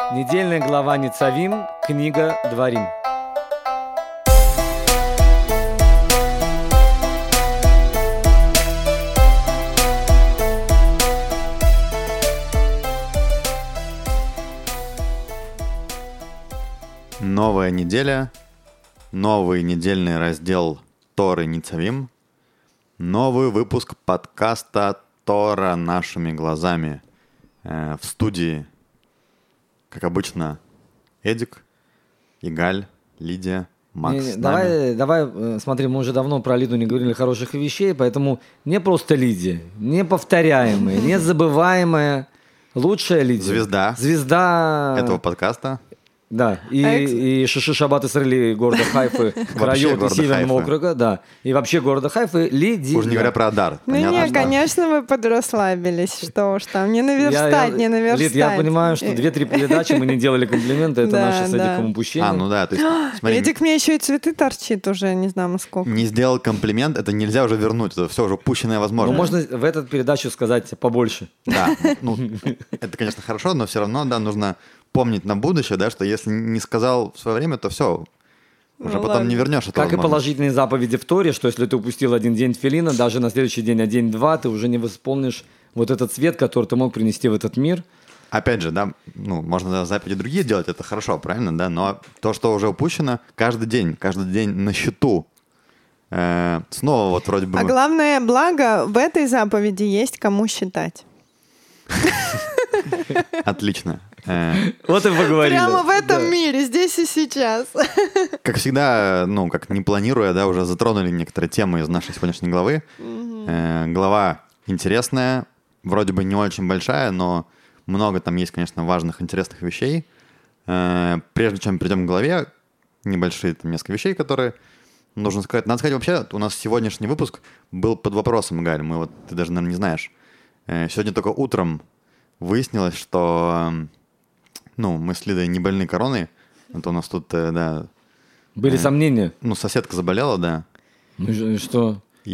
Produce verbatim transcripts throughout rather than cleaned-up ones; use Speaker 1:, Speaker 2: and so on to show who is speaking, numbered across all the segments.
Speaker 1: Недельная глава Ницавим, книга Дворим.
Speaker 2: Новая неделя, новый недельный раздел Торы Ницавим, новый выпуск подкаста Тора нашими глазами. Э, в студии, как обычно, Эдик, Игаль, Лидия, Макс.
Speaker 1: Не, не,
Speaker 2: с
Speaker 1: давай,
Speaker 2: нами.
Speaker 1: давай, смотри, мы уже давно про Лиду не говорили хороших вещей, поэтому не просто Лидия, не повторяемая, не забываемая, лучшая Лидия.
Speaker 2: Звезда.
Speaker 1: Звезда
Speaker 2: этого подкаста.
Speaker 1: Да, и, и Шиши Шаббат Исраили города Хайфы, краю и Северного округа, да, и вообще города Хайфы, Лидия.
Speaker 2: Уже не говоря про Адар.
Speaker 3: Ну не,
Speaker 2: что...
Speaker 3: конечно, вы подрасслабились, что уж там, не наверстать,
Speaker 1: я,
Speaker 3: не наверстать.
Speaker 1: Лид, я понимаю, что две-три передачи мы не делали комплименты, это
Speaker 3: Да,
Speaker 1: наше с
Speaker 3: да.
Speaker 1: Эдиком упущение.
Speaker 2: А, ну да, то есть, смотри,
Speaker 3: Эдик мне еще и цветы торчит уже, не знаю, сколько.
Speaker 2: не сделал комплимент, это нельзя уже вернуть, это все уже упущенная
Speaker 1: Ну,
Speaker 2: возможность.
Speaker 1: можно в эту передачу сказать побольше.
Speaker 2: Да, ну, это, конечно, хорошо, но все равно, да, нужно помнить на будущее, да, что если не сказал в свое время, то все, уже
Speaker 3: Ну,
Speaker 2: потом
Speaker 3: ладно.
Speaker 2: не вернешь эту
Speaker 1: Как и
Speaker 2: возможность.
Speaker 1: положительные заповеди в Торе, что если ты упустил один день тфилина, даже на следующий день, а день-два, ты уже не восполнишь вот этот свет, который ты мог принести в этот мир.
Speaker 2: Опять же, да, ну, можно заповеди другие делать, это хорошо, правильно, да, но то, что уже упущено, каждый день, каждый день на счету. Э, снова вот вроде бы...
Speaker 3: А главное благо, в этой заповеди есть кому считать.
Speaker 2: Отлично. Э,
Speaker 1: Вот и поговорили.
Speaker 3: Прямо в этом
Speaker 1: Да.
Speaker 3: мире, здесь и сейчас.
Speaker 2: Как всегда, ну, как не планируя, да, уже затронули некоторые темы из нашей сегодняшней главы. Э, глава интересная, вроде бы не очень большая, но много там есть, конечно, важных, интересных вещей. Э, прежде чем перейдем к главе, небольшие там несколько вещей, которые нужно сказать. Надо сказать, вообще, у нас сегодняшний выпуск был под вопросом, Галь, мы вот, ты даже, наверное, не знаешь. Э, сегодня только утром выяснилось, что, э, ну, мы с Лидой не больны короной. Это у нас тут, э, да,
Speaker 1: Были
Speaker 2: Э.
Speaker 1: сомнения.
Speaker 2: ну, соседка заболела, да.
Speaker 1: Ну и что?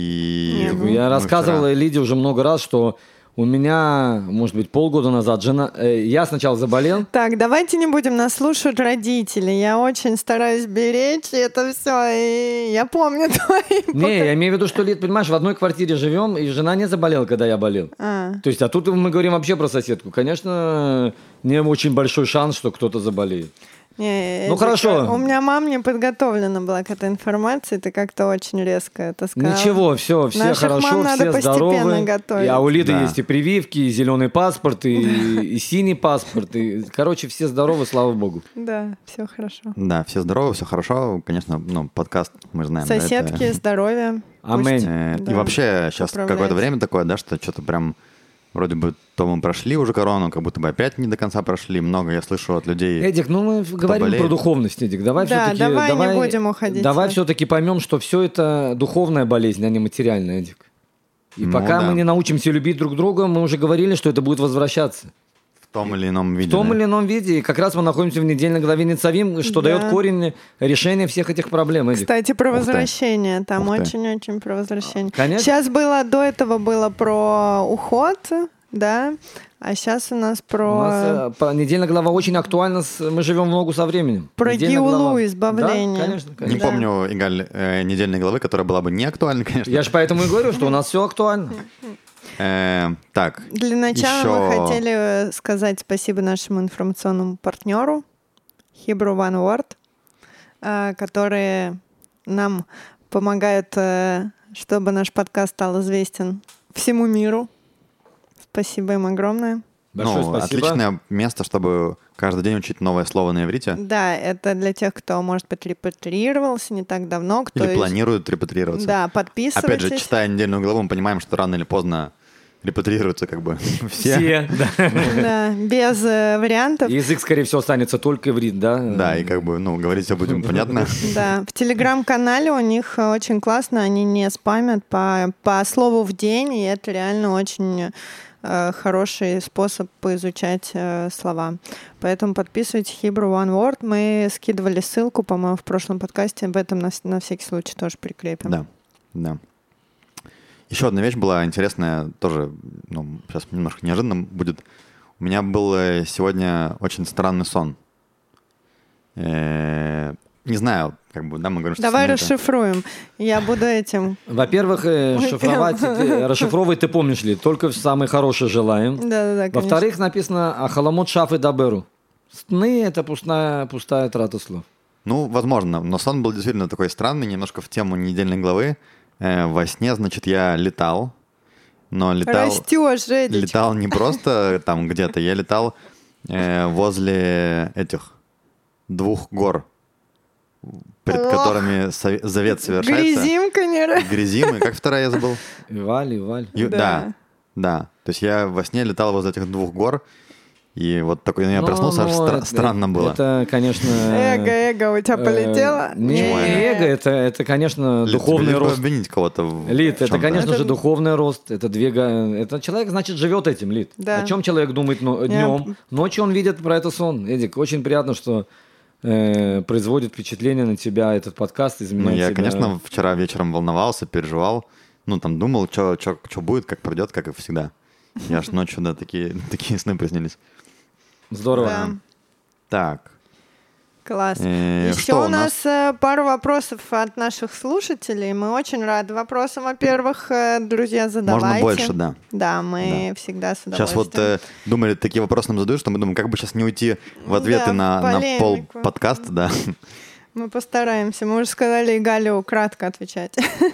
Speaker 2: И
Speaker 3: Не, ну,
Speaker 1: Я
Speaker 2: мы
Speaker 1: рассказывал
Speaker 2: вчера-
Speaker 1: Лиде уже много раз, что у меня, может быть, полгода назад жена... э, я сначала заболел.
Speaker 3: Так, давайте не будем нас слушать родители. Я очень стараюсь беречь это все, и я помню твои...
Speaker 1: Не, я имею в виду, что, Лид, понимаешь, в одной квартире живем, и жена не заболела, когда я болел.
Speaker 3: А.
Speaker 1: То есть, а тут мы говорим вообще про соседку. Конечно, не очень большой шанс, что кто-то заболеет.
Speaker 3: Не,
Speaker 1: Ну,
Speaker 3: Эдик,
Speaker 1: хорошо.
Speaker 3: У меня мама не подготовлена была к этой информации, ты как-то очень резко это сказал.
Speaker 1: Ничего, все, все
Speaker 3: Наших
Speaker 1: хорошо,
Speaker 3: мам надо
Speaker 1: все
Speaker 3: постепенно
Speaker 1: здоровы.
Speaker 3: готовить.
Speaker 1: И, а у Лиды
Speaker 2: Да.
Speaker 1: есть и прививки, и зеленый паспорт, и, и синий паспорт. И, короче, все здоровы, слава богу.
Speaker 3: Да, все хорошо.
Speaker 2: Да, все здоровы, все хорошо. Конечно, ну, подкаст, мы же знаем. да, это-
Speaker 3: Соседки, здоровья.
Speaker 1: Аминь.
Speaker 3: Пусть,
Speaker 2: Э,
Speaker 3: да,
Speaker 2: И вообще сейчас
Speaker 3: поправляйся.
Speaker 2: какое-то время такое, да, что что-то прям вроде бы то мы прошли уже корону, как будто бы опять не до конца прошли. Много я слышу от людей.
Speaker 1: Эдик, ну мы говорим
Speaker 2: болеет.
Speaker 1: про духовность, Эдик. Давай
Speaker 3: Да,
Speaker 1: все-таки...
Speaker 3: давай не будем уходить
Speaker 1: Давай
Speaker 3: в-
Speaker 1: все-таки поймем, что все это духовная болезнь, а не материальная, Эдик. И
Speaker 2: Ну
Speaker 1: пока
Speaker 2: да.
Speaker 1: мы не научимся любить друг друга, мы уже говорили, что это будет возвращаться.
Speaker 2: В том или ином виде.
Speaker 1: В том
Speaker 2: да.
Speaker 1: или ином виде. И как раз мы находимся в недельной главе Ницавим, что
Speaker 3: Да.
Speaker 1: дает корень решения всех этих проблем, Эдик.
Speaker 3: Кстати, про
Speaker 2: Ух ты.
Speaker 3: возвращение. Там
Speaker 2: Ух ты.
Speaker 3: очень-очень про возвращение.
Speaker 1: Конечно.
Speaker 3: Сейчас было, до этого было про уход, да, а сейчас у нас
Speaker 1: У
Speaker 3: про,
Speaker 1: нас э, по- недельная глава очень актуальна. с- Мы живем в ногу со временем.
Speaker 3: про
Speaker 1: Недельная
Speaker 3: геулу,
Speaker 1: глава.
Speaker 3: избавление.
Speaker 1: Да, конечно,
Speaker 2: Не
Speaker 1: конечно.
Speaker 3: Да.
Speaker 2: помню, Игаль, э, недельной главы, которая была бы не актуальна, конечно.
Speaker 1: Я же поэтому и говорю, что у нас все актуально.
Speaker 2: Э, так,
Speaker 3: Для начала
Speaker 2: Еще-
Speaker 3: мы хотели сказать спасибо нашему информационному партнеру Hebrew One Word, э, которые нам помогают, э, чтобы наш подкаст стал известен всему миру. Спасибо им огромное.
Speaker 1: Большое
Speaker 2: ну,
Speaker 1: спасибо.
Speaker 2: отличное место, чтобы каждый день учить новое слово на иврите.
Speaker 3: Да, это для тех, кто, может быть, репатриировался не так давно, кто
Speaker 2: Или
Speaker 3: из-
Speaker 2: планирует репатриироваться.
Speaker 3: Да, подписывайтесь.
Speaker 2: Опять же, читая недельную главу, мы понимаем, что рано или поздно репатриируются как бы все.
Speaker 1: Все, да.
Speaker 3: Да, без э, вариантов.
Speaker 1: Язык, скорее всего, останется только иврит, да?
Speaker 2: Да, и как бы, ну, говорить все будем понятно.
Speaker 3: Да, в телеграм-канале у них э, очень классно, они не спамят по, по слову в день, и это реально очень э, хороший способ поизучать э, слова. Поэтому подписывайтесь Hebrew One Word. Мы скидывали ссылку, по-моему, в прошлом подкасте, об этом на, с- на всякий случай тоже прикрепим.
Speaker 2: Да, да. Еще одна вещь была интересная, тоже, ну, сейчас немножко неожиданно будет. У меня был э, сегодня очень странный сон. Э, Не знаю, как бы, да, мы говорим, что...
Speaker 3: Давай
Speaker 2: сон это-
Speaker 3: расшифруем. Я буду этим...
Speaker 1: Во-первых, э,
Speaker 3: Ой,
Speaker 1: шифровать,
Speaker 3: прям.
Speaker 1: ты- расшифровывать ты помнишь ли, только самые хорошие желаем.
Speaker 3: Да-да-да, конечно.
Speaker 1: Во-вторых, написано «Ахаламот шафы даберу». Сны — это пустая, пустая трата слов.
Speaker 2: Ну, возможно, но сон был действительно такой странный, немножко в тему недельной главы. Э, во сне, значит, я летал, но летал...
Speaker 3: Растешь, Эдич.
Speaker 2: Летал не просто там где-то, я летал э, возле этих двух гор, перед
Speaker 3: Ох.
Speaker 2: которыми сове- завет совершается.
Speaker 3: Грязимка, не...
Speaker 2: Грязимы. Как вторая я забыл?
Speaker 1: Валь, Валь.
Speaker 2: Ю-
Speaker 3: Да.
Speaker 2: Да, да. То есть я во сне летал возле этих двух гор, и вот такой, ну, я
Speaker 1: Ну,
Speaker 2: проснулся, аж
Speaker 1: ну,
Speaker 2: стра-
Speaker 1: это-
Speaker 2: странно было.
Speaker 1: Это, конечно...
Speaker 3: Эго, эго, у тебя
Speaker 1: э,
Speaker 3: полетело?
Speaker 1: Не
Speaker 2: Почему
Speaker 1: эго, это, это, конечно,
Speaker 2: Лид,
Speaker 1: духовный
Speaker 2: лишь бы
Speaker 1: рост.
Speaker 2: обвинить кого-то в
Speaker 1: Лид,
Speaker 2: в
Speaker 1: это,
Speaker 2: чём-то.
Speaker 1: конечно
Speaker 3: Это-
Speaker 1: же, духовный рост. Это две... га- Это человек, значит, живет этим, Лид.
Speaker 3: Да.
Speaker 1: О чем человек думает но-
Speaker 3: Я-
Speaker 1: днем? Ночью он видит про это сон. Эдик, очень приятно, что э, производит впечатление на тебя этот подкаст.
Speaker 2: Ну,
Speaker 1: Изменяет
Speaker 2: я,
Speaker 1: тебя.
Speaker 2: конечно, вчера вечером волновался, переживал. Ну, там думал, что будет, как пройдет, как и всегда. Я аж ночью, да, такие, такие сны приснились.
Speaker 1: Здорово.
Speaker 3: Да.
Speaker 2: Так.
Speaker 3: Класс.
Speaker 2: Э,
Speaker 3: Еще
Speaker 2: что
Speaker 3: у
Speaker 2: у
Speaker 3: нас э, пару вопросов от наших слушателей. Мы очень рады вопросам, во-первых. Э, Друзья, задавайте.
Speaker 2: Можно больше, да.
Speaker 3: Да, мы всегда с
Speaker 2: Сейчас
Speaker 3: удовольствием.
Speaker 2: вот э, думали, такие вопросы нам задают, что мы думаем, как бы сейчас не уйти в ответы
Speaker 3: Да,
Speaker 2: на,
Speaker 3: в
Speaker 2: на пол
Speaker 3: полемику.
Speaker 2: подкаста, да.
Speaker 3: Мы постараемся. Мы уже сказали и Галю кратко отвечать.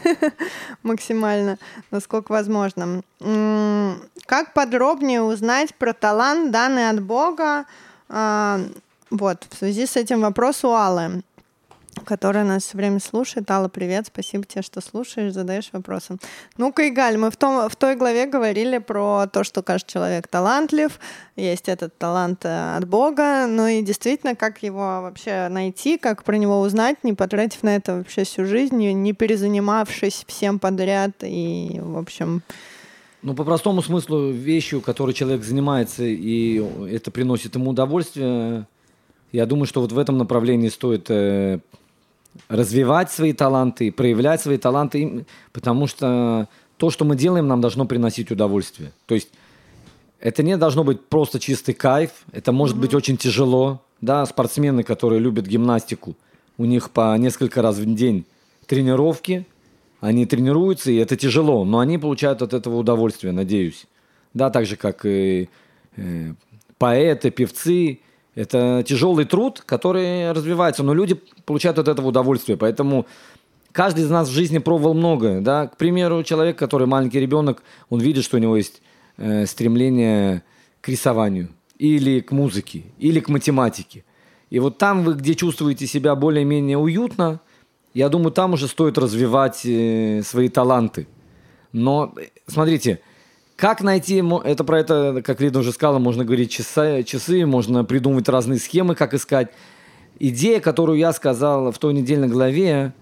Speaker 3: Максимально, насколько возможно. М, Как подробнее узнать про талант, данный от Бога? А, Вот, в связи с этим вопрос у Аллы, которая нас все время слушает. Алла, привет, спасибо тебе, что слушаешь, задаешь вопросы. Ну-ка, Игаль, мы в, том, в той главе говорили про то, что каждый человек талантлив, есть этот талант э, от Бога, ну и действительно, как его вообще найти, как про него узнать, не потратив на это вообще всю жизнь, не не перезанимавшись всем подряд и, в общем...
Speaker 1: Ну, по простому смыслу, вещью, которой человек занимается, и это приносит ему удовольствие, я думаю, что вот в этом направлении стоит э, развивать свои таланты, проявлять свои таланты, им- потому что то, что мы делаем, нам должно приносить удовольствие. То есть это не должно быть просто чистый кайф, это может быть очень тяжело. Да, спортсмены, которые любят гимнастику, у них по несколько раз в день тренировки, они тренируются, и это тяжело, но они получают от этого удовольствие, надеюсь. Да, так же, как и э, поэты, певцы. Это тяжелый труд, который развивается, но люди получают от этого удовольствие. Поэтому каждый из нас в жизни пробовал многое. Да? К примеру, человек, который маленький ребенок, он видит, что у него есть э, стремление к рисованию, или к музыке, или к математике. И вот там вы, где чувствуете себя более-менее уютно, я думаю, там уже стоит развивать э, свои таланты. Но, э, смотрите, как найти, мо- это про это, как Лида уже сказала, можно говорить часа, часы, можно придумывать разные схемы, как искать. Идея, которую я сказал в той недельной главе,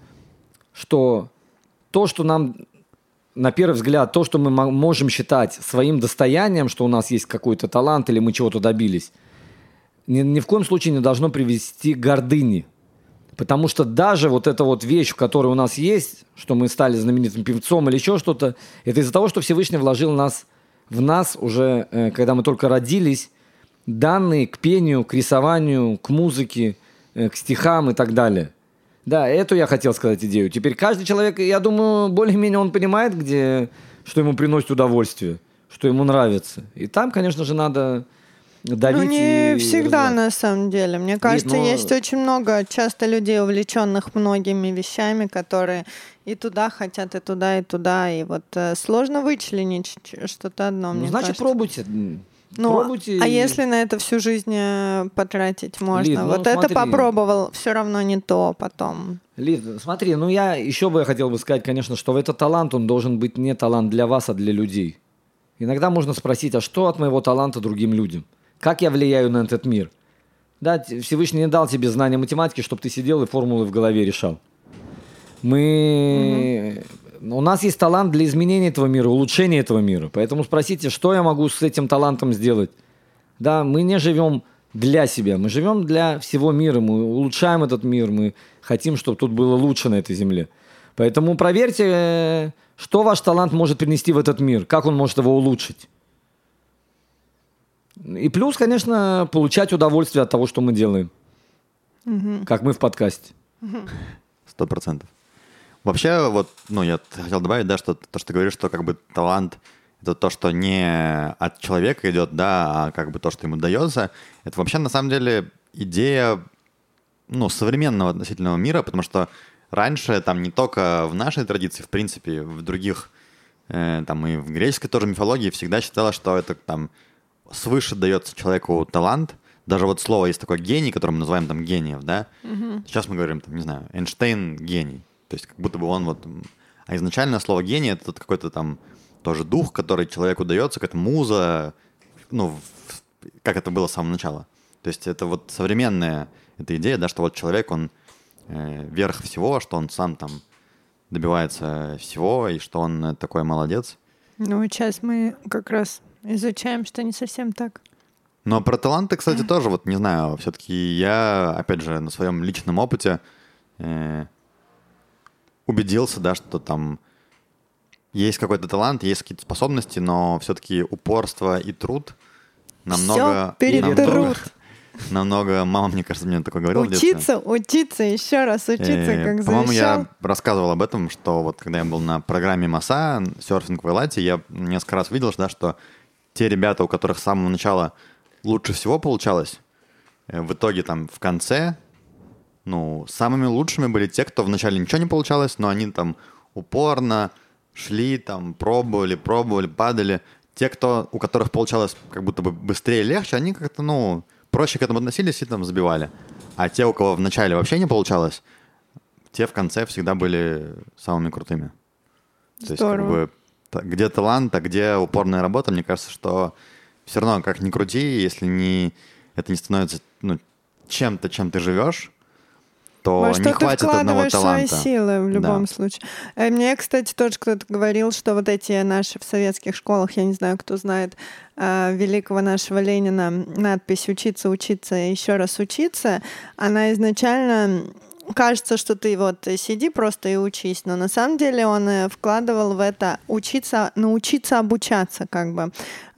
Speaker 1: что то, что нам, на первый взгляд, то, что мы мо- можем считать своим достоянием, что у нас есть какой-то талант или мы чего-то добились, ни, ни в коем случае не должно привести к гордыне. Потому что даже вот эта вот вещь, которая у нас есть, что мы стали знаменитым певцом или еще что-то, это из-за того, что Всевышний вложил нас, в нас уже, э, когда мы только родились, данные к пению, к рисованию, к музыке, э, к стихам и так далее. Да, эту я хотел сказать идею. Теперь каждый человек, я думаю, более-менее он понимает, где, что ему приносит удовольствие, что ему нравится. И там, конечно же, надо давить.
Speaker 3: Ну, не
Speaker 1: и
Speaker 3: всегда,
Speaker 1: развивать.
Speaker 3: на самом деле. Мне кажется,
Speaker 1: но-
Speaker 3: есть очень много часто людей, увлеченных многими вещами, которые и туда хотят, и туда, и туда. И вот э, сложно вычленить ч- что-то одно,
Speaker 1: Ну,
Speaker 3: мне
Speaker 1: значит,
Speaker 3: кажется.
Speaker 1: пробуйте.
Speaker 3: Ну,
Speaker 1: Пробуйте.
Speaker 3: а
Speaker 1: и-
Speaker 3: если на это всю жизнь э, потратить можно?
Speaker 1: Лид, ну,
Speaker 3: вот это
Speaker 1: смотри.
Speaker 3: попробовал, все равно не то потом.
Speaker 1: Лид, смотри, ну я еще бы я хотел бы сказать, конечно, что этот талант, он должен быть не талант для вас, а для людей. Иногда можно спросить, а что от моего таланта другим людям? Как я влияю на этот мир? Да, т- Всевышний не дал тебе знания математики, чтобы ты сидел и формулы в голове решал. Мы... У нас есть талант для изменения этого мира, улучшения этого мира. Поэтому спросите, что я могу с этим талантом сделать? Да, мы не живем для себя, мы живем для всего мира, мы улучшаем этот мир, мы хотим, чтобы тут было лучше на этой земле. Поэтому проверьте, э, что ваш талант может принести в этот мир, как он может его улучшить. И плюс, конечно, получать удовольствие от того, что мы делаем. Угу. Как мы в подкасте.
Speaker 2: Сто процентов. Вообще, вот, ну, я хотел добавить, да, что то, что ты говоришь, что как бы талант — это то, что не от человека идет, да, а как бы то, что ему дается. Это вообще, на самом деле, идея, ну, современного относительного мира, потому что раньше, там, не только в нашей традиции, в принципе, в других, э, там, и в греческой тоже мифологии всегда считалось, что это, там, свыше дается человеку талант. Даже вот слово есть такое гений, которое мы называем, там, гениев, да. Угу. Сейчас мы говорим, там, не знаю, Эйнштейн — гений. То есть как будто бы он вот... А изначально слово «гений» — это какой-то там тоже дух, который человеку дается, какая-то муза, ну, как это было с самого начала. То есть это вот современная эта идея, да, что вот человек, он э, верх всего, что он сам там добивается всего, и что он такой молодец.
Speaker 3: Ну, сейчас мы как раз изучаем, что не совсем так.
Speaker 2: Но про таланты, кстати, тоже, вот не знаю, все-таки я, опять же, на своем личном опыте... Э, убедился, да, что там есть какой-то талант, есть какие-то способности, но все-таки упорство и труд намного...
Speaker 3: Все
Speaker 2: намного, намного... Мама, мне кажется, мне такое говорила.
Speaker 3: Учиться, учиться, еще раз учиться,
Speaker 2: э,
Speaker 3: как
Speaker 2: По-моему,
Speaker 3: завещал.
Speaker 2: я рассказывал об этом, что вот когда я был на программе МАСА, серфинг в Элате, я несколько раз видел, да, что те ребята, у которых с самого начала лучше всего получалось, в итоге там в конце... Ну, самыми лучшими были те, кто вначале ничего не получалось, но они там упорно шли, там, пробовали, пробовали, падали. Те, кто, у которых получалось как будто бы быстрее, легче, они как-то, ну, проще к этому относились и там забивали. А те, у кого вначале вообще не получалось, те в конце всегда были самыми крутыми. То есть, как бы, где талант, а где упорная работа, мне кажется, что все равно, как ни крути, если не, это не становится, ну, чем-то, чем ты живешь, то
Speaker 3: Во
Speaker 2: не хватит одного таланта.
Speaker 3: Свои силы в любом
Speaker 2: да.
Speaker 3: случае. Мне, кстати, тоже кто-то говорил, что вот эти наши в советских школах, я не знаю, кто знает, великого нашего Ленина, надпись «Учиться, учиться, еще раз учиться», она изначально... Кажется, что ты вот сиди просто и учись, но на самом деле он вкладывал в это учиться, научиться обучаться как бы.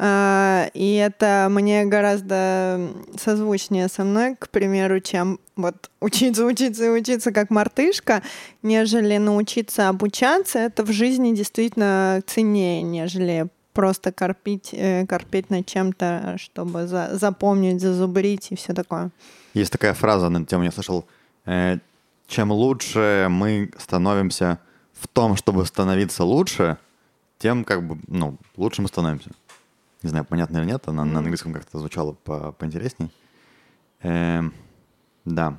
Speaker 3: И это мне гораздо созвучнее со мной, к примеру, чем вот учиться, учиться и учиться как мартышка, нежели научиться обучаться. Это в жизни действительно ценнее, нежели просто корпить, корпеть над чем-то, чтобы за, запомнить, зазубрить и все такое.
Speaker 2: Есть такая фраза на эту тему, я слышал, чем лучше мы становимся в том, чтобы становиться лучше, тем как бы, ну, лучше мы становимся. Не знаю, понятно или нет, на, на английском как-то звучало по, поинтересней. Эм, да.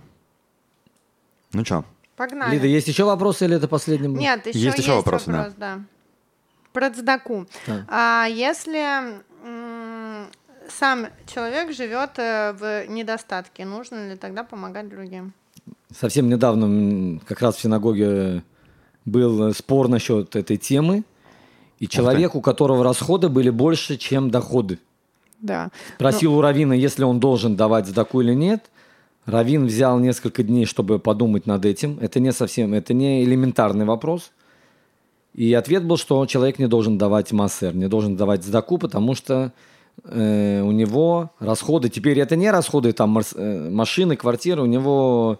Speaker 2: Ну что?
Speaker 3: Погнали.
Speaker 1: Лида, есть еще вопросы или это последний был?
Speaker 3: Нет, еще
Speaker 2: есть,
Speaker 3: есть
Speaker 2: еще вопросы,
Speaker 3: вопрос, да.
Speaker 2: да.
Speaker 3: Про цдаку.
Speaker 1: Да.
Speaker 3: А если м- сам человек живет в недостатке, нужно ли тогда помогать другим?
Speaker 1: Совсем недавно как раз в синагоге был спор насчет этой темы, и человек, у которого расходы были больше, чем доходы.
Speaker 3: Да.
Speaker 1: Просил
Speaker 3: Но...
Speaker 1: у раввина, если он должен давать цдаку или нет. Раввин взял несколько дней, чтобы подумать над этим. Это не совсем, это не элементарный вопрос. И ответ был, что человек не должен давать массер, не должен давать цдаку, потому что э, у него расходы, теперь это не расходы там э, машины, квартиры, у него...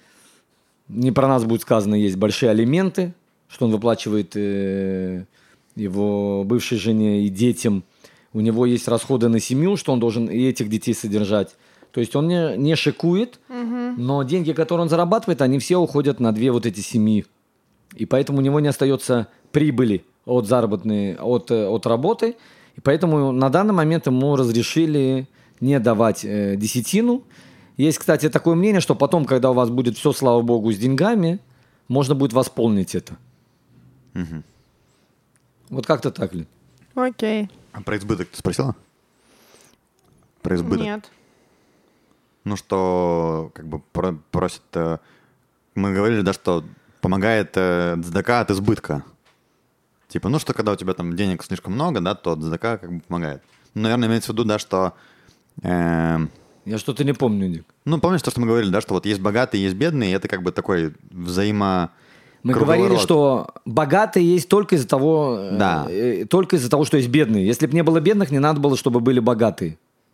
Speaker 1: Не про нас будет сказано, есть большие алименты, что он выплачивает э, его бывшей жене и детям. У него есть расходы на семью, что он должен и этих детей содержать. То есть он не, не шикует, угу. но деньги, которые он зарабатывает, они все уходят на две вот эти семьи. И поэтому у него не остается прибыли от заработной, от, от работы. И поэтому на данный момент ему разрешили не давать э, десятину. Есть, кстати, такое мнение, что потом, когда у вас будет все, слава богу, с деньгами, можно будет восполнить это.
Speaker 2: Угу.
Speaker 1: Вот как-то так ли?
Speaker 3: Окей.
Speaker 2: А про избыток ты спросила? Про избыток?
Speaker 3: Нет.
Speaker 2: Ну, что как бы про- просит... Э, мы говорили, да, что помогает э, цдака от избытка. Типа, ну, что когда у тебя там денег слишком много, да, то цдака как бы помогает. Ну, наверное, имеется в виду, да, что... Э,
Speaker 1: Я что-то не помню, Ник.
Speaker 2: Ну, помнишь то, что мы говорили, да, что вот есть богатые, есть бедные, и это как бы такой взаимо...
Speaker 1: Мы говорили, что богатые есть только из-за того,
Speaker 2: да.
Speaker 1: э, только из-за того, что есть бедные. Если бы не было бедных, не надо было, чтобы были богатые.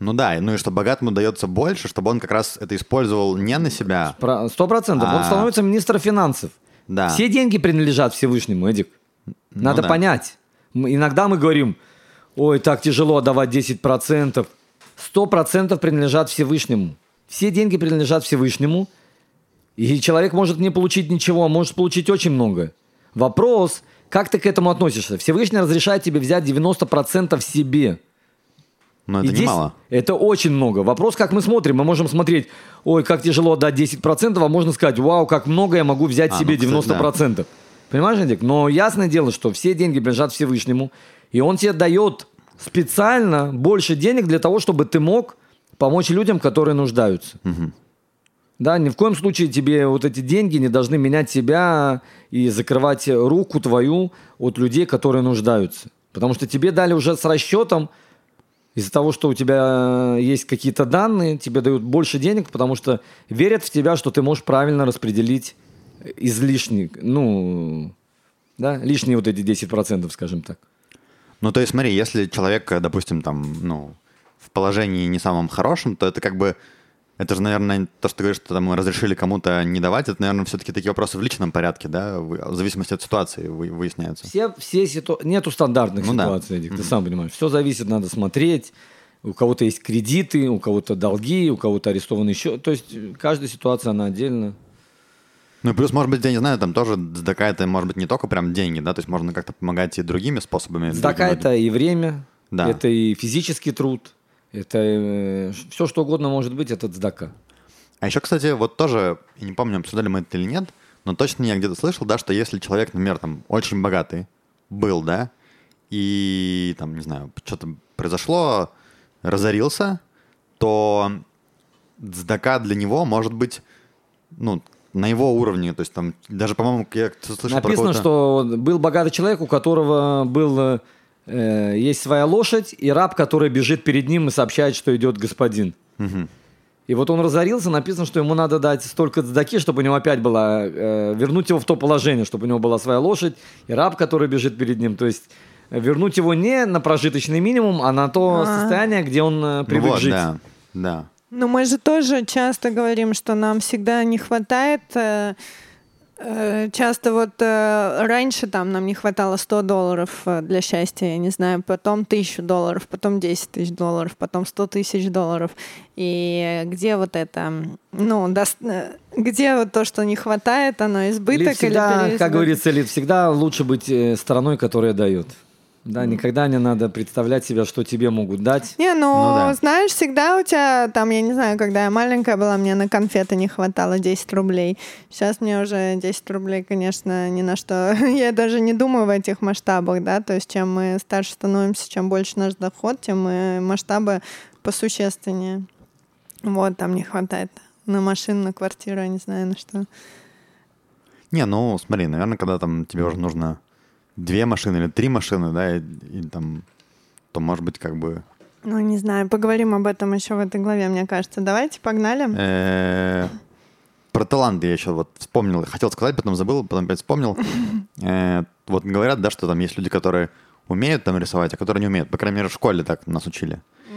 Speaker 2: Ну да, ну и что богатому дается больше, чтобы он как раз это использовал не на себя.
Speaker 1: Сто процентов. Он
Speaker 2: А.
Speaker 1: становится министром финансов.
Speaker 2: Да.
Speaker 1: Все деньги принадлежат Всевышнему, Эдик. Надо
Speaker 2: да.
Speaker 1: понять. Мы- Иногда мы говорим, ой, так тяжело отдавать десять процентов. Сто процентов принадлежат Всевышнему. Все деньги принадлежат Всевышнему. И человек может не получить ничего, а может получить очень много. Вопрос, как ты к этому относишься? Всевышний разрешает тебе взять девяносто процентов себе.
Speaker 2: Но
Speaker 1: И
Speaker 2: это
Speaker 1: здесь
Speaker 2: немало.
Speaker 1: Это очень много. Вопрос, как мы смотрим. Мы можем смотреть, ой, как тяжело отдать десять процентов, а можно сказать, вау, как много я могу взять
Speaker 2: А,
Speaker 1: себе
Speaker 2: ну, кстати,
Speaker 1: девяносто процентов. Понимаешь, Эдик? Но ясное дело, что все деньги принадлежат Всевышнему, и он тебе дает специально больше денег для того, чтобы ты мог помочь людям, которые нуждаются.
Speaker 2: Мгм.
Speaker 1: Да, ни в коем случае тебе вот эти деньги не должны менять тебя и закрывать руку твою от людей, которые нуждаются. Потому что тебе дали уже с расчетом, из-за того, что у тебя есть какие-то данные, тебе дают больше денег, потому что верят в тебя, что ты можешь правильно распределить излишние, ну, да, лишние вот эти десять процентов, скажем так.
Speaker 2: Ну, то есть, смотри, если человек, допустим, там, ну, в положении не самом хорошем, то это как бы, это же, наверное, то, что ты говоришь, что там мы разрешили кому-то не давать, это, наверное, все-таки такие вопросы в личном порядке, да, в в зависимости от ситуации вы- выясняются.
Speaker 1: Все, все ситу... Нету стандартных
Speaker 2: Ну да.
Speaker 1: ситуаций, Эдик, ты сам понимаешь. Все зависит, надо смотреть. У кого-то есть кредиты, у кого-то долги, у кого-то арестованный счет. То есть э, каждая ситуация, она отдельно.
Speaker 2: Ну, и плюс, может быть, я не знаю, там тоже цдака это, может быть, не только прям деньги, да, то есть можно как-то помогать и другими способами.
Speaker 1: Цдака
Speaker 2: другим
Speaker 1: это и время,
Speaker 2: Да.
Speaker 1: это и физический труд, это все, что угодно может быть, это цдака.
Speaker 2: А еще, кстати, вот тоже, я не помню, обсуждали мы это или нет, но точно я где-то слышал, да, что если человек, например, там, очень богатый был, да, и, там, не знаю, что-то произошло, разорился, то цдака для него может быть, ну, на его уровне, то есть там, даже, по-моему, я слышал про
Speaker 1: Написано,
Speaker 2: какого-то-
Speaker 1: что был богатый человек, у которого был, э, есть своя лошадь и раб, который бежит перед ним и сообщает, что идет господин.
Speaker 2: Мгм.
Speaker 1: И вот он разорился, написано, что ему надо дать столько цдаки, чтобы у него опять была, э, вернуть его в то положение, чтобы у него была своя лошадь и раб, который бежит перед ним. То есть э, вернуть его не на прожиточный минимум, а на то
Speaker 3: А.
Speaker 1: состояние, где он э,
Speaker 2: Ну
Speaker 1: привык
Speaker 2: вот,
Speaker 1: жить.
Speaker 2: да, да.
Speaker 3: Но мы же тоже часто говорим, что нам всегда не хватает. э, э, Часто вот э, раньше там нам не хватало сто долларов э, для счастья, я не знаю, потом тысячу долларов, потом десять тысяч долларов, потом сто тысяч долларов. И где вот это, ну, дос- э, где вот то, что не хватает, оно избыток
Speaker 1: Лид
Speaker 3: или
Speaker 1: всегда,
Speaker 3: переизбыток?
Speaker 1: как говорится, Лид, всегда лучше быть э, стороной, которая дает. Да, никогда не надо представлять себя, что тебе могут дать.
Speaker 3: Не, ну,
Speaker 2: Ну да.
Speaker 3: знаешь, всегда у тебя, там, я не знаю, когда я маленькая была, мне на конфеты не хватало десять рублей. Сейчас мне уже десять рублей, конечно, ни на что. Я даже не думаю в этих масштабах, да, то есть чем мы старше становимся, чем больше наш доход, тем мы масштабы посущественнее. Вот, там не хватает на машину, на квартиру, я не знаю, на что.
Speaker 2: Не, ну, смотри, наверное, когда там тебе уже нужно две машины или три машины, да, и, и там, то, может быть, как бы...
Speaker 3: Ну, не знаю, поговорим об этом еще в этой главе, мне кажется. Давайте, погнали.
Speaker 2: Э, Про таланты я еще вот вспомнил, хотел сказать, потом забыл, потом опять вспомнил. Э, Вот говорят, да, что там есть люди, которые умеют там рисовать, а которые не умеют. По крайней мере, в школе так нас учили.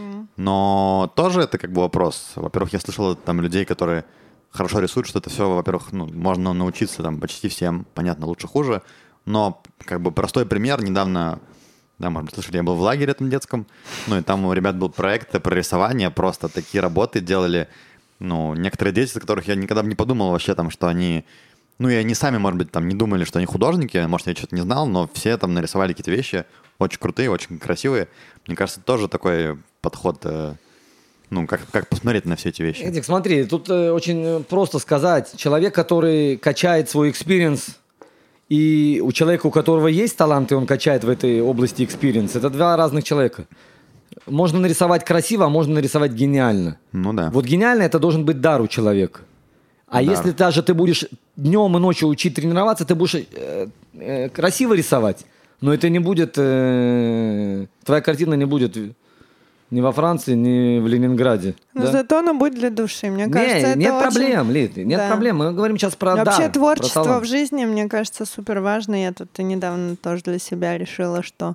Speaker 2: Но тоже это как бы вопрос. Во-первых, я слышал там людей, которые хорошо рисуют, что это все, во-первых, ну, можно научиться там почти всем, понятно, лучше, хуже. Но как бы простой пример, недавно, да, может быть, слышали, я был в лагере этом детском, ну и там у ребят был проект про рисование, просто такие работы делали, ну, некоторые дети, о которых я никогда бы не подумал вообще там, что они, ну и они сами, может быть, там не думали, что они художники, может, я что-то не знал, но все там нарисовали какие-то вещи очень крутые, очень красивые. Мне кажется, тоже такой подход, э, ну, как, как посмотреть на все эти вещи.
Speaker 1: Эдик, смотри, тут э, очень просто сказать. Человек, который качает свой экспириенс, и у человека, у которого есть талант, и он качает в этой области экспириенс, это два разных человека. Можно нарисовать красиво, а можно нарисовать гениально.
Speaker 2: Ну да.
Speaker 1: Вот гениально это должен быть дар у человека. А
Speaker 2: Дар.
Speaker 1: если даже ты будешь днем и ночью учить тренироваться, ты будешь э, э, красиво рисовать, но это не будет, э, твоя картина не будет ни во Франции, ни в Ленинграде.
Speaker 3: Но
Speaker 1: да?
Speaker 3: зато оно будет для души. Мне
Speaker 1: Не,
Speaker 3: кажется, это
Speaker 1: нет
Speaker 3: очень...
Speaker 1: проблем, Лид, нет
Speaker 3: Да.
Speaker 1: проблем. Мы говорим сейчас про дар,
Speaker 3: Вообще
Speaker 1: про
Speaker 3: творчество
Speaker 1: талант.
Speaker 3: в жизни, мне кажется, супер важно. Я тут недавно тоже для себя решила, что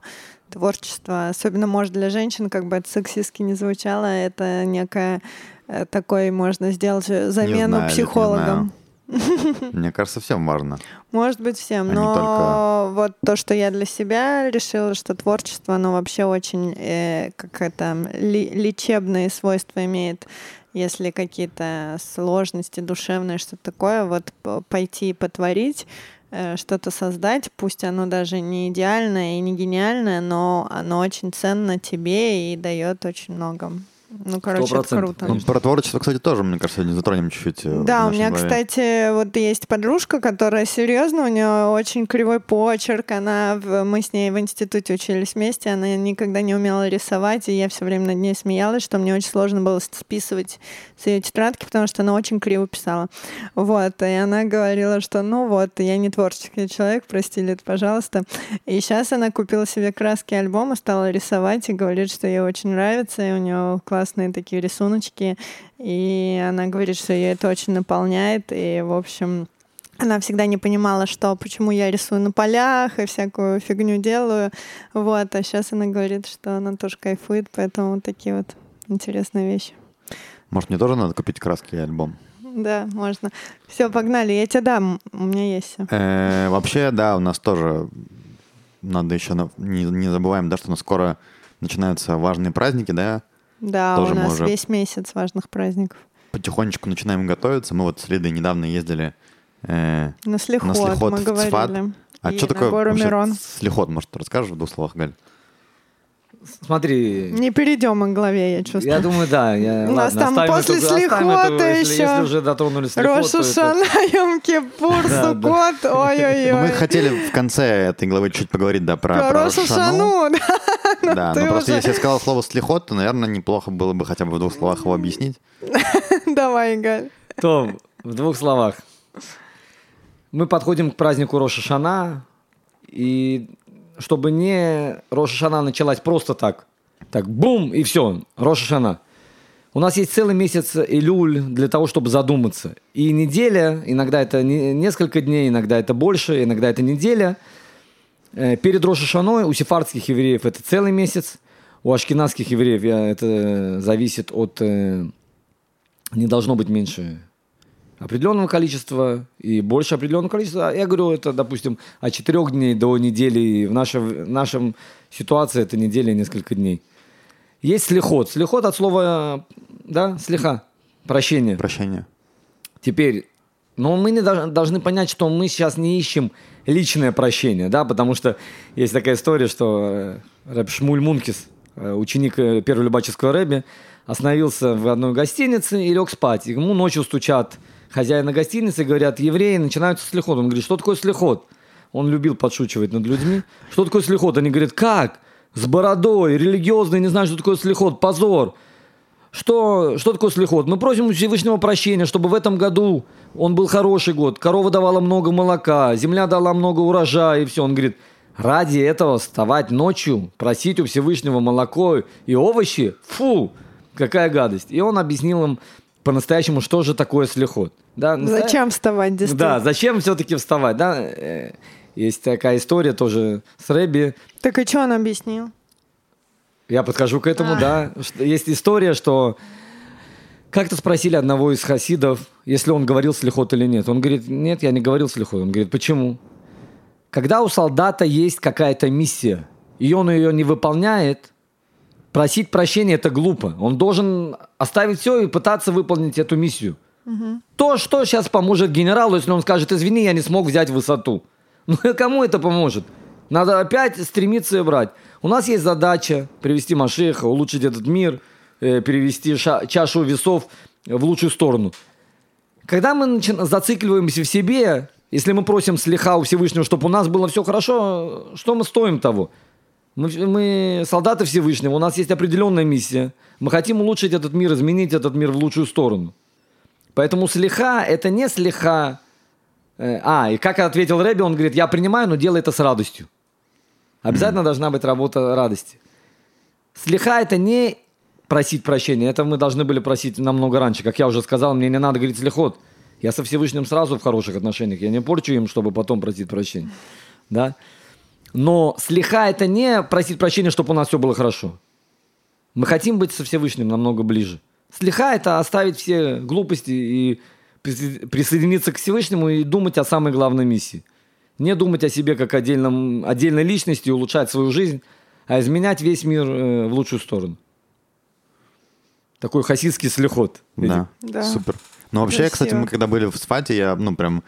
Speaker 3: творчество, особенно, может, для женщин, как бы это сексистски не звучало, это некое э, такой можно сделать замену
Speaker 2: знаю,
Speaker 3: психологам.
Speaker 2: Мне кажется, всем важно.
Speaker 3: Может быть, всем,
Speaker 2: а
Speaker 3: но
Speaker 2: только...
Speaker 3: вот то, что я для себя решила, что творчество, оно вообще очень э, как это, ли, лечебные свойства имеет. Если какие-то сложности душевные, что-то такое, вот пойти и потворить, э, что-то создать, пусть оно даже не идеальное и не гениальное, но оно очень ценно тебе и дает очень много. Ну, короче, это круто.
Speaker 2: Ну, про творчество, кстати, тоже, мне кажется, сегодня затронем чуть-чуть.
Speaker 3: Да, у меня, главе. Кстати, вот есть подружка, которая серьезно, у нее очень кривой почерк, она, мы с ней в институте учились вместе, она никогда не умела рисовать, и я все время над ней смеялась, что мне очень сложно было списывать с ее тетрадки, потому что она очень криво писала. Вот, и она говорила, что ну вот, я не творческий человек, простили это, пожалуйста. И сейчас она купила себе краски альбома, стала рисовать и говорит, что ей очень нравится, и у нее класс классные такие рисуночки, и она говорит, что ее это очень наполняет, и, в общем, она всегда не понимала, что, почему я рисую на полях и всякую фигню делаю, вот, а сейчас она говорит, что она тоже кайфует, поэтому вот такие вот интересные вещи.
Speaker 2: Может, мне тоже надо купить краски и альбом?
Speaker 3: Да, можно. Все, погнали, я тебе дам, у меня есть все.
Speaker 2: Э, вообще, да, у нас тоже надо еще, не, не забываем, да, что у нас скоро начинаются важные праздники, да.
Speaker 3: Да, тоже у нас весь месяц важных праздников.
Speaker 2: Потихонечку начинаем готовиться. Мы вот с Лидой недавно ездили э,
Speaker 3: на Слихот,
Speaker 2: на Слихот
Speaker 3: мы
Speaker 2: в
Speaker 3: говорили.
Speaker 2: Цфат. А
Speaker 3: и
Speaker 2: что такое
Speaker 3: гору Мирон.
Speaker 2: Слихот, может, расскажешь в двух словах, Галь?
Speaker 1: Смотри.
Speaker 3: Не перейдем мы к главе, я чувствую.
Speaker 1: Я думаю, да. Я,
Speaker 3: у нас
Speaker 1: ладно,
Speaker 3: там после
Speaker 1: эту,
Speaker 3: Слихота
Speaker 1: эту,
Speaker 3: еще.
Speaker 1: Если, если уже дотронули Слихот,
Speaker 3: Рош ха-Шана, Йом-Кипур, Суккот, ой-ой-ой.
Speaker 2: Мы хотели в конце этой главы чуть поговорить, да, про,
Speaker 3: про Рош ха-Шану.
Speaker 2: Да, да, но просто если я сказал слово Слихот, то, наверное, неплохо было бы хотя бы в двух словах его объяснить.
Speaker 3: Давай, Галь.
Speaker 1: Том, в двух словах. Мы подходим к празднику Рош ха-Шана, и чтобы не Рош ха-Шана началась просто так, так бум, и все, Рош ха-Шана. У нас есть целый месяц Илюль для того, чтобы задуматься. И неделя, иногда это несколько дней, иногда это больше, иногда это неделя. Перед Рош ха-Шаной у сефардских евреев это целый месяц, у ашкеназских евреев это зависит от... Не должно быть меньше определенного количества и больше определенного количества. Я говорю, это, допустим, от четырех дней до недели. В нашем, в нашем ситуации это неделя и несколько дней. Есть слихот. Слихот от слова, да, слиха, прощение.
Speaker 2: Прощение.
Speaker 1: Теперь, но мы не должны понять, что мы сейчас не ищем личное прощение, да, потому что есть такая история, что рэб Шмуль Мункис, ученик первого любавического рэби, остановился в одной гостинице и лег спать. Ему ночью стучат хозяина гостиницы и говорят, евреи начинаются слихот. Он говорит, что такое слихот? Он любил подшучивать над людьми. Что такое слихот? Они говорят, как? С бородой, религиозный, не знаю, что такое слихот, позор. Что, что такое слихот? Мы просим у Всевышнего прощения, чтобы в этом году он был хороший год. Корова давала много молока, земля дала много урожая, и все. Он говорит, ради этого вставать ночью, просить у Всевышнего молоко и овощи? Фу, какая гадость. И он объяснил им по-настоящему, что же такое слихот. Да, настоя...
Speaker 3: Зачем вставать, действительно?
Speaker 1: Да, зачем все-таки вставать, да? Есть такая история тоже с рэби.
Speaker 3: Так и что он объяснил?
Speaker 1: Я подхожу к этому, а. да. Есть история, что как-то спросили одного из хасидов, если он говорил слихот или нет. Он говорит, нет, я не говорил слихот. Он говорит, почему? Когда у солдата есть какая-то миссия, и он ее не выполняет, просить прощения – это глупо. Он должен оставить все и пытаться выполнить эту миссию. Угу. То, что сейчас поможет генералу, если он скажет, извини, я не смог взять высоту. Ну, кому это поможет? Надо опять стремиться и брать. У нас есть задача привести Машеха, улучшить этот мир, э, перевести ша- чашу весов в лучшую сторону. Когда мы начи- зацикливаемся в себе, если мы просим слиха у Всевышнего, чтобы у нас было все хорошо, что мы стоим того? Мы, мы солдаты Всевышнего, у нас есть определенная миссия. Мы хотим улучшить этот мир, изменить этот мир в лучшую сторону. Поэтому слиха – это не слиха. А, и как ответил Рэби, он говорит, я принимаю, но делай это с радостью. Обязательно mm. должна быть работа радости. Слиха – это не просить прощения, это мы должны были просить намного раньше. Как я уже сказал, мне не надо говорить слихот. Я со Всевышним сразу в хороших отношениях, я не порчу им, чтобы потом просить прощения. Да? Но слиха — это не просить прощения, чтобы у нас все было хорошо. Мы хотим быть со Всевышним намного ближе. Слиха — это оставить все глупости и присоединиться к Всевышнему и думать о самой главной миссии. Не думать о себе как отдельном, отдельной личности и улучшать свою жизнь, а изменять весь мир э, в лучшую сторону. Такой хасидский слихот.
Speaker 2: Да, да. Супер. Ну, вообще, красиво. Кстати, мы когда были в Сфате, я, ну, прям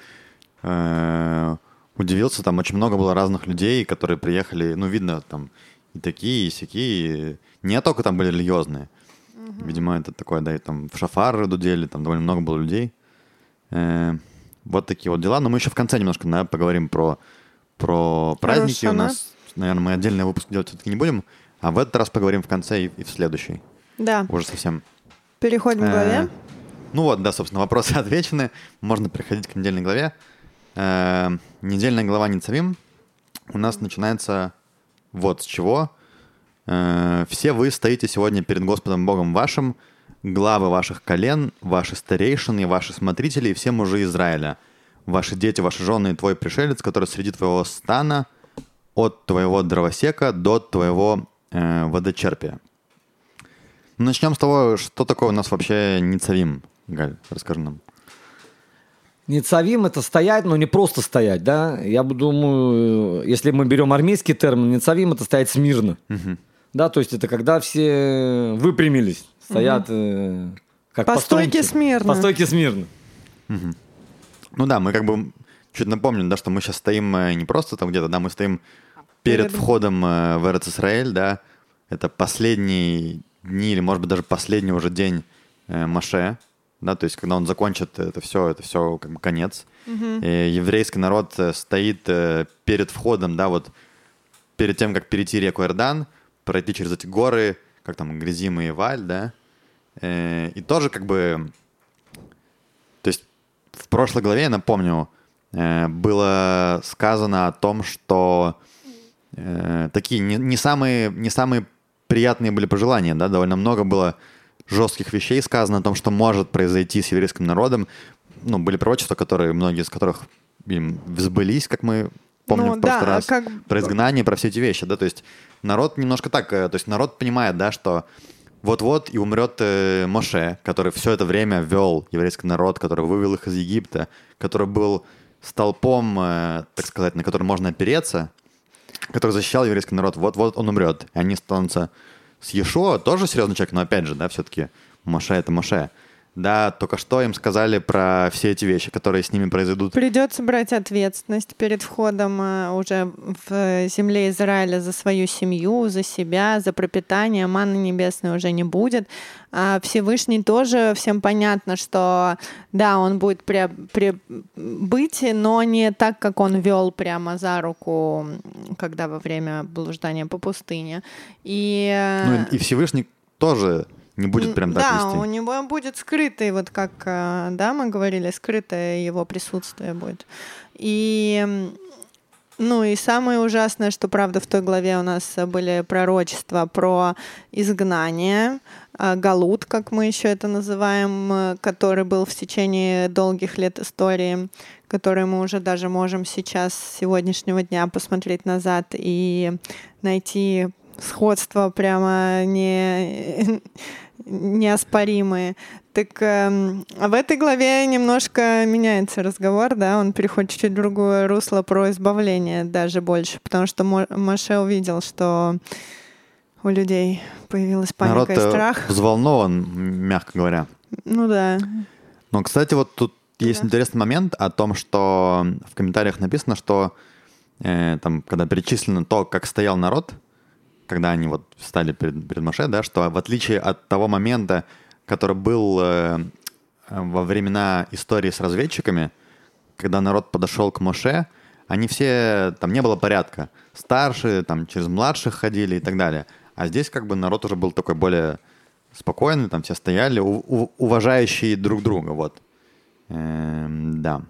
Speaker 2: э, удивился, там очень много было разных людей, которые приехали, ну, видно, там и такие, и сякие, не только там были религиозные. Угу. Видимо, это такое, да, и там в шафары дудели, там довольно много было людей. Э, вот такие вот дела. Но мы еще в конце немножко, да, поговорим про, про праздники. У нас, наверное, мы отдельный выпуск делать все-таки не будем, а в этот раз поговорим в конце и, и в следующий.
Speaker 3: Да.
Speaker 2: Уже совсем.
Speaker 3: Переходим к главе.
Speaker 2: Э, ну вот, да, собственно, вопросы отвечены. Можно переходить к недельной главе. Э, недельная глава Ницавим у нас начинается вот с чего. Э, «Все вы стоите сегодня перед Господом Богом вашим, главы ваших колен, ваши старейшины, ваши смотрители и все мужи Израиля, ваши дети, ваши жены и твой пришелец, который среди твоего стана, от твоего дровосека до твоего э, водочерпия». Начнем с того, что такое у нас вообще Ницавим. Галь, расскажи нам.
Speaker 1: Ницавим — это стоять, но не просто стоять, да? Я думаю, если мы берем армейский термин, Ницавим — это стоять смирно. Угу. Да, то есть это когда все выпрямились, стоят угу. э, как по,
Speaker 3: по стойке смирно.
Speaker 1: По стойке смирно.
Speaker 2: Угу. Ну да, мы как бы чуть напомним, да, что мы сейчас стоим не просто там где-то, да, мы стоим перед, перед... входом в Эрец-Исраэль, да, это последний дни или, может быть, даже последний уже день э, Моше, да, то есть когда он закончит это все, это все как бы конец. Mm-hmm. И еврейский народ стоит э, перед входом, да, вот перед тем, как перейти реку Иордан, пройти через эти горы, как там, Гризим и Валь, да, э, и тоже как бы, то есть в прошлой главе, я напомню, э, было сказано о том, что э, такие не, не самые, не самые приятные были пожелания, да, довольно много было жестких вещей сказано о том, что может произойти с еврейским народом. Ну, были пророчества, которые, многие из которых им сбылись, как мы помним ну, в прошлый да, раз, как... про изгнание, про все эти вещи, да, то есть народ немножко так, то есть народ понимает, да, что вот-вот и умрет э, Моше, который все это время вел еврейский народ, который вывел их из Египта, который был столпом, э, так сказать, на который можно опереться, который защищал еврейский народ, вот-вот он умрет. И они станутся с Иешуа, тоже серьезный человек, но опять же, да, все-таки Моше — это Моше. Да, только что им сказали про все эти вещи, которые с ними произойдут.
Speaker 3: Придется брать ответственность перед входом уже в земле Израиля за свою семью, за себя, за пропитание. Манны небесной уже не будет. А Всевышний тоже, всем понятно, что да, он будет при, при, быть, но не так, как он вел прямо за руку, когда во время блуждания по пустыне. И,
Speaker 2: ну, и Всевышний тоже не будет прям так
Speaker 3: да,
Speaker 2: вести.
Speaker 3: Да, у него будет скрытый, вот как, да, мы говорили, скрытое его присутствие будет. И, ну, и самое ужасное, что, правда, в той главе у нас были пророчества про изгнание, галут, как мы еще это называем, который был в течение долгих лет истории, который мы уже даже можем сейчас, с сегодняшнего дня, посмотреть назад и найти сходства прямо не, неоспоримые. Так э, в этой главе немножко меняется разговор, да, он переходит чуть-чуть в другое русло про избавление даже больше, потому что Моше увидел, что у людей появилась паника
Speaker 2: народ
Speaker 3: и страх.
Speaker 2: Взволнован, мягко говоря.
Speaker 3: Ну да.
Speaker 2: Но, кстати, вот тут да. есть интересный момент о том, что в комментариях написано, что э, там, когда перечислено то, как стоял народ, когда они вот встали перед, перед Моше, да, что в отличие от того момента, который был э, во времена истории с разведчиками, когда народ подошел к Моше, они все, там не было порядка. Старшие там через младших ходили и так далее. А здесь как бы народ уже был такой более спокойный, там все стояли, у, у, уважающие друг друга, вот. Эм, да.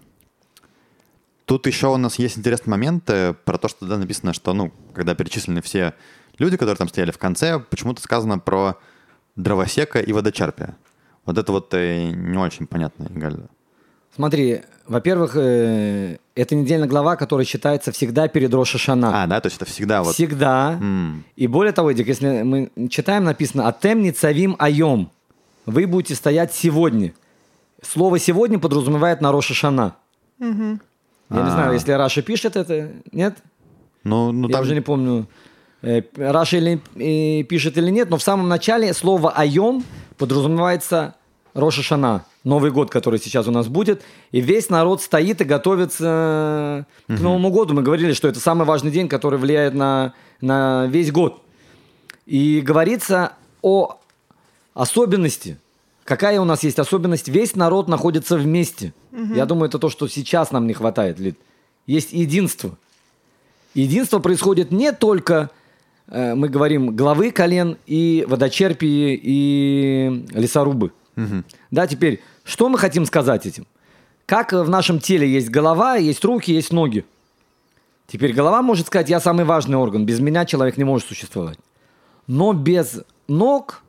Speaker 2: Тут еще у нас есть интересный момент э, про то, что да, написано, что, ну, когда перечислены все люди, которые там стояли в конце, почему-то сказано про дровосека и водочерпия. Вот это вот э, не очень понятно, Галя.
Speaker 1: Смотри, во-первых, э, это недельная глава, которая считается всегда перед Рош ха-Шана.
Speaker 2: А, да, то есть это всегда вот...
Speaker 1: Всегда.
Speaker 2: Mm.
Speaker 1: И более того, Эдик, если мы читаем, написано «Атем ницавим айом». Вы будете стоять сегодня. Слово «сегодня» подразумевает на Рош ха-Шана.
Speaker 3: Mm-hmm.
Speaker 1: Я А-а-а. не знаю, если Раша пишет это, нет?
Speaker 2: Ну, ну,
Speaker 1: Я
Speaker 2: там...
Speaker 1: уже не помню, Раша или, и, пишет или нет, но в самом начале слово «айом» подразумевается Рош ха-Шана, Новый год, который сейчас у нас будет, и весь народ стоит и готовится к угу. Новому году. Мы говорили, что это самый важный день, который влияет на, на весь год. И говорится о особенности. Какая у нас есть особенность? Весь народ находится вместе. Угу. Я думаю, это то, что сейчас нам не хватает, Лид. Есть единство. Единство происходит не только, э, мы говорим, главы колен и водочерпии и лесорубы. Угу. Да, теперь, что мы хотим сказать этим? Как в нашем теле есть голова, есть руки, есть ноги. Теперь голова может сказать, я самый важный орган, без меня человек не может существовать. Но без ног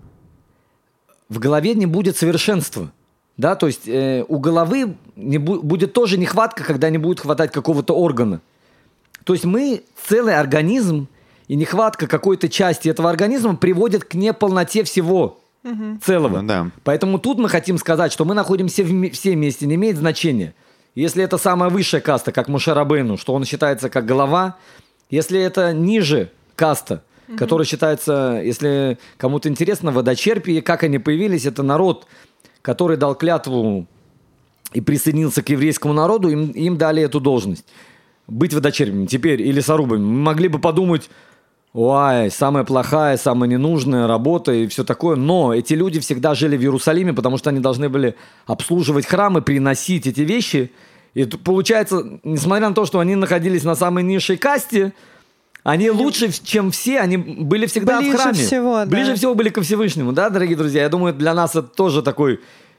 Speaker 1: в голове не будет совершенства. Да, то есть э, у головы не бу- будет тоже нехватка, когда не будет хватать какого-то органа. То есть мы целый организм, и нехватка какой-то части этого организма приводит к неполноте всего угу. целого.
Speaker 2: Ну, да.
Speaker 1: Поэтому тут мы хотим сказать, что мы находимся в, все вместе, не имеет значения. Если это самая высшая каста, как Моше Рабейну, что он считается как голова, если это ниже каста, угу. которая считается, если кому-то интересно, водочерпии, как они появились, это народ, который дал клятву и присоединился к еврейскому народу, им, им дали эту должность. Быть водочерпиями теперь или лесорубами. Мы могли бы подумать, ой, самая плохая, самая ненужная работа и все такое. Но эти люди всегда жили в Иерусалиме, потому что они должны были обслуживать храмы, приносить эти вещи. И получается, несмотря на то, что они находились на самой низшей касте, они лучше, чем все, они были всегда
Speaker 3: Ближе
Speaker 1: в храме.
Speaker 3: Всего, да.
Speaker 1: Ближе всего были ко Всевышнему, да, дорогие друзья? Я думаю, для нас это тоже такой...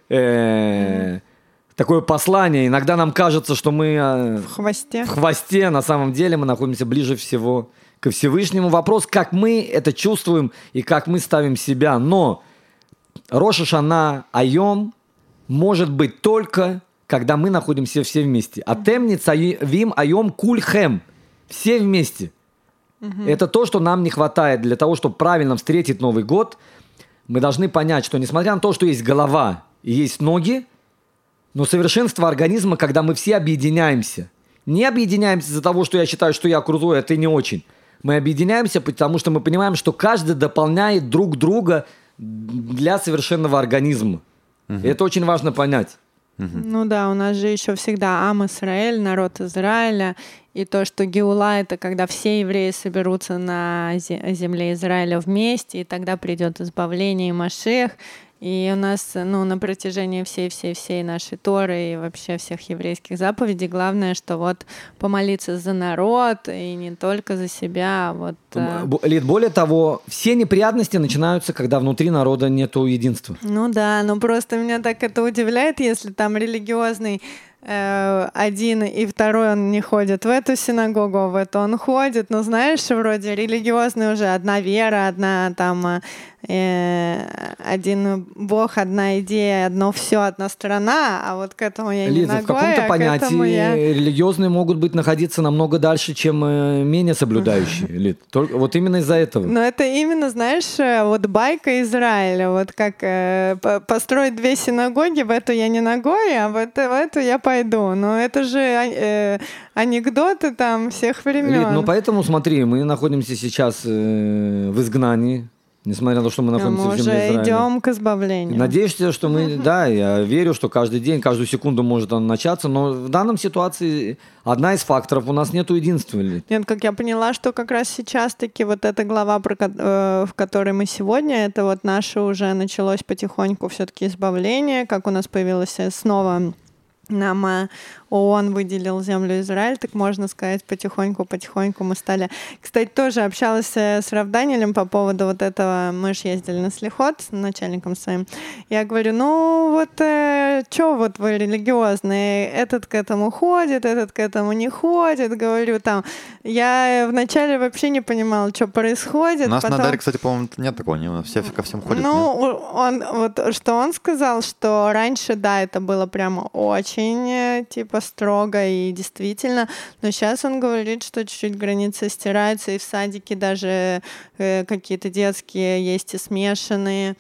Speaker 1: Э- Такое послание. Иногда нам кажется, что мы
Speaker 3: в хвосте.
Speaker 1: В хвосте. На самом деле мы находимся ближе всего ко Всевышнему. Вопрос, как мы это чувствуем и как мы ставим себя. Но Рош ха-Шана айом может быть только, когда мы находимся все вместе. Атем ницавим айом кульхем. Все вместе. Угу. Это то, что нам не хватает для того, чтобы правильно встретить Новый год. Мы должны понять, что несмотря на то, что есть голова и есть ноги, но совершенство организма, когда мы все объединяемся. Не объединяемся из-за того, что я считаю, что я крутой, а ты не очень. Мы объединяемся, потому что мы понимаем, что каждый дополняет друг друга для совершенного организма. Угу. И это очень важно понять.
Speaker 3: Угу. Ну да, у нас же еще всегда Ам Исраэль, народ Израиля. И то, что Геула — это когда все евреи соберутся на земле Израиля вместе, и тогда придет избавление и Машиах. И у нас, ну, на протяжении всей-всей-всей нашей Торы и вообще всех еврейских заповедей главное, что вот помолиться за народ и не только за себя. Вот.
Speaker 1: Лид, более того, все неприятности начинаются, когда внутри народа нету единства.
Speaker 3: Ну да, но просто меня так это удивляет, если там религиозный один и второй он не ходит в эту синагогу, а в эту он ходит. Ну, знаешь, вроде религиозный уже одна вера, одна там э, один Бог, одна идея, одно все, одна страна, а вот к этому я не
Speaker 1: Лиза,
Speaker 3: ногой,
Speaker 1: в каком-то
Speaker 3: а
Speaker 1: понятии
Speaker 3: я...
Speaker 1: религиозные могут быть находиться намного дальше, чем э, менее соблюдающие. Лид. Только, вот именно из-за этого.
Speaker 3: Но это именно, знаешь, вот байка Израиля, вот как э, построить две синагоги, в эту я не ногой, а в эту, в эту я пойду. Но это же э, анекдоты там всех времен.
Speaker 1: Лид, ну поэтому смотри, мы находимся сейчас э, в изгнании, несмотря на то, что мы находимся
Speaker 3: мы
Speaker 1: в земле Израиля.
Speaker 3: Мы уже идем к избавлению.
Speaker 1: Надеюсь, что мы, uh-huh. да, я верю, что каждый день, каждую секунду может он начаться, но в данном ситуации одна из факторов, у нас нет единства.
Speaker 3: Нет, как я поняла, что как раз сейчас таки вот эта глава, про, э, в которой мы сегодня, это вот наше уже началось потихоньку все-таки избавление, как у нас появилось снова... Нам ООН выделил землю Израиль, так можно сказать, потихоньку-потихоньку мы стали... Кстати, тоже общалась с Рав Даниэлем по поводу вот этого. Мы же ездили на слихот с начальником своим. Я говорю, ну вот э, что вот вы религиозные? Этот к этому ходит, этот к этому не ходит. Говорю, там... Я вначале вообще не понимала, что происходит.
Speaker 2: У нас
Speaker 3: потом...
Speaker 2: на Даре, кстати, по-моему, нет такого. Не, все ко всем ходят.
Speaker 3: Ну, он, вот, что он сказал, что раньше, да, это было прямо очень очень, типа, строго и действительно. Но сейчас он говорит, что чуть-чуть границы стираются, и в садике даже э, какие-то детские есть и смешанные,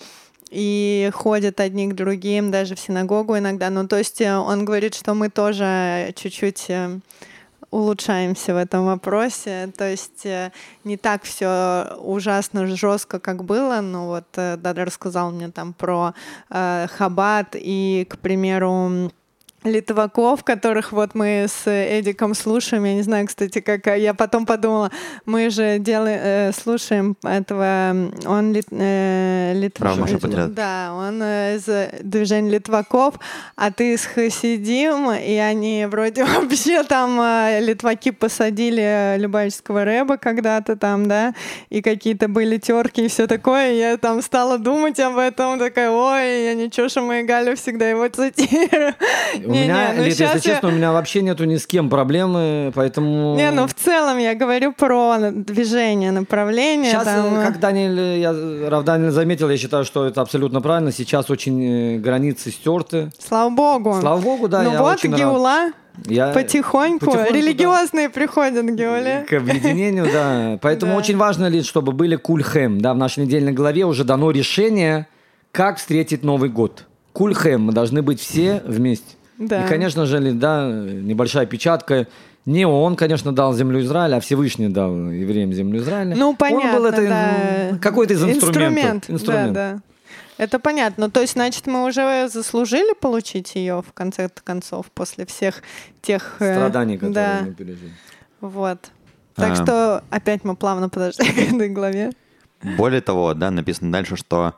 Speaker 3: и ходят одни к другим, даже в синагогу иногда. Ну, то есть он говорит, что мы тоже чуть-чуть улучшаемся в этом вопросе. То есть не так все ужасно жестко, как было. Ну вот Дада рассказал мне там про э, Хаббат и, к примеру, литваков, которых вот мы с Эдиком слушаем. Я не знаю, кстати, как... Я потом подумала, мы же делаем, э, слушаем этого... Он лит, э, литвак... Да, он из движения литваков, а ты с Хасидим, и они вроде вообще там литваки посадили Любавического рэба когда-то там, да, и какие-то были терки и все такое. И я там стала думать об этом, такая, ой, я ничего, что мы Галю всегда его цитирую.
Speaker 1: У
Speaker 3: не,
Speaker 1: меня,
Speaker 3: не, ну
Speaker 1: Лид, если
Speaker 3: я...
Speaker 1: честно, у меня вообще нету ни с кем проблемы, поэтому...
Speaker 3: Не, ну в целом я говорю про движение, направление.
Speaker 1: Сейчас,
Speaker 3: там...
Speaker 1: как Даниэль, я, Рав Даниэль заметил, я считаю, что это абсолютно правильно. Сейчас очень границы стерты.
Speaker 3: Слава Богу.
Speaker 1: Слава Богу, да.
Speaker 3: Ну
Speaker 1: я
Speaker 3: вот,
Speaker 1: очень
Speaker 3: Геула...
Speaker 1: Я...
Speaker 3: Потихоньку. Потихоньку, религиозные да. приходят к Геуле.
Speaker 1: К объединению, да. Поэтому
Speaker 3: да.
Speaker 1: очень важно, Лид, чтобы были кульхэм. Да, в нашей недельной главе уже дано решение, как встретить Новый год. Кульхэм. Мы должны быть все вместе.
Speaker 3: Да.
Speaker 1: И, конечно же, да, небольшая печатка. Не он, конечно, дал землю Израиля, а Всевышний дал евреям землю Израиля.
Speaker 3: Ну, понятно,
Speaker 1: он был это
Speaker 3: да.
Speaker 1: какой-то из инструментов.
Speaker 3: Инструмент, Инструмент. Да, да. Это понятно. То есть, значит, мы уже заслужили получить ее, в конце концов, после всех тех...
Speaker 1: страданий, которые
Speaker 3: да.
Speaker 1: мы пережили.
Speaker 3: Вот. Так
Speaker 2: а...
Speaker 3: что опять мы плавно подошли к этой главе.
Speaker 2: Более того, да, написано дальше, что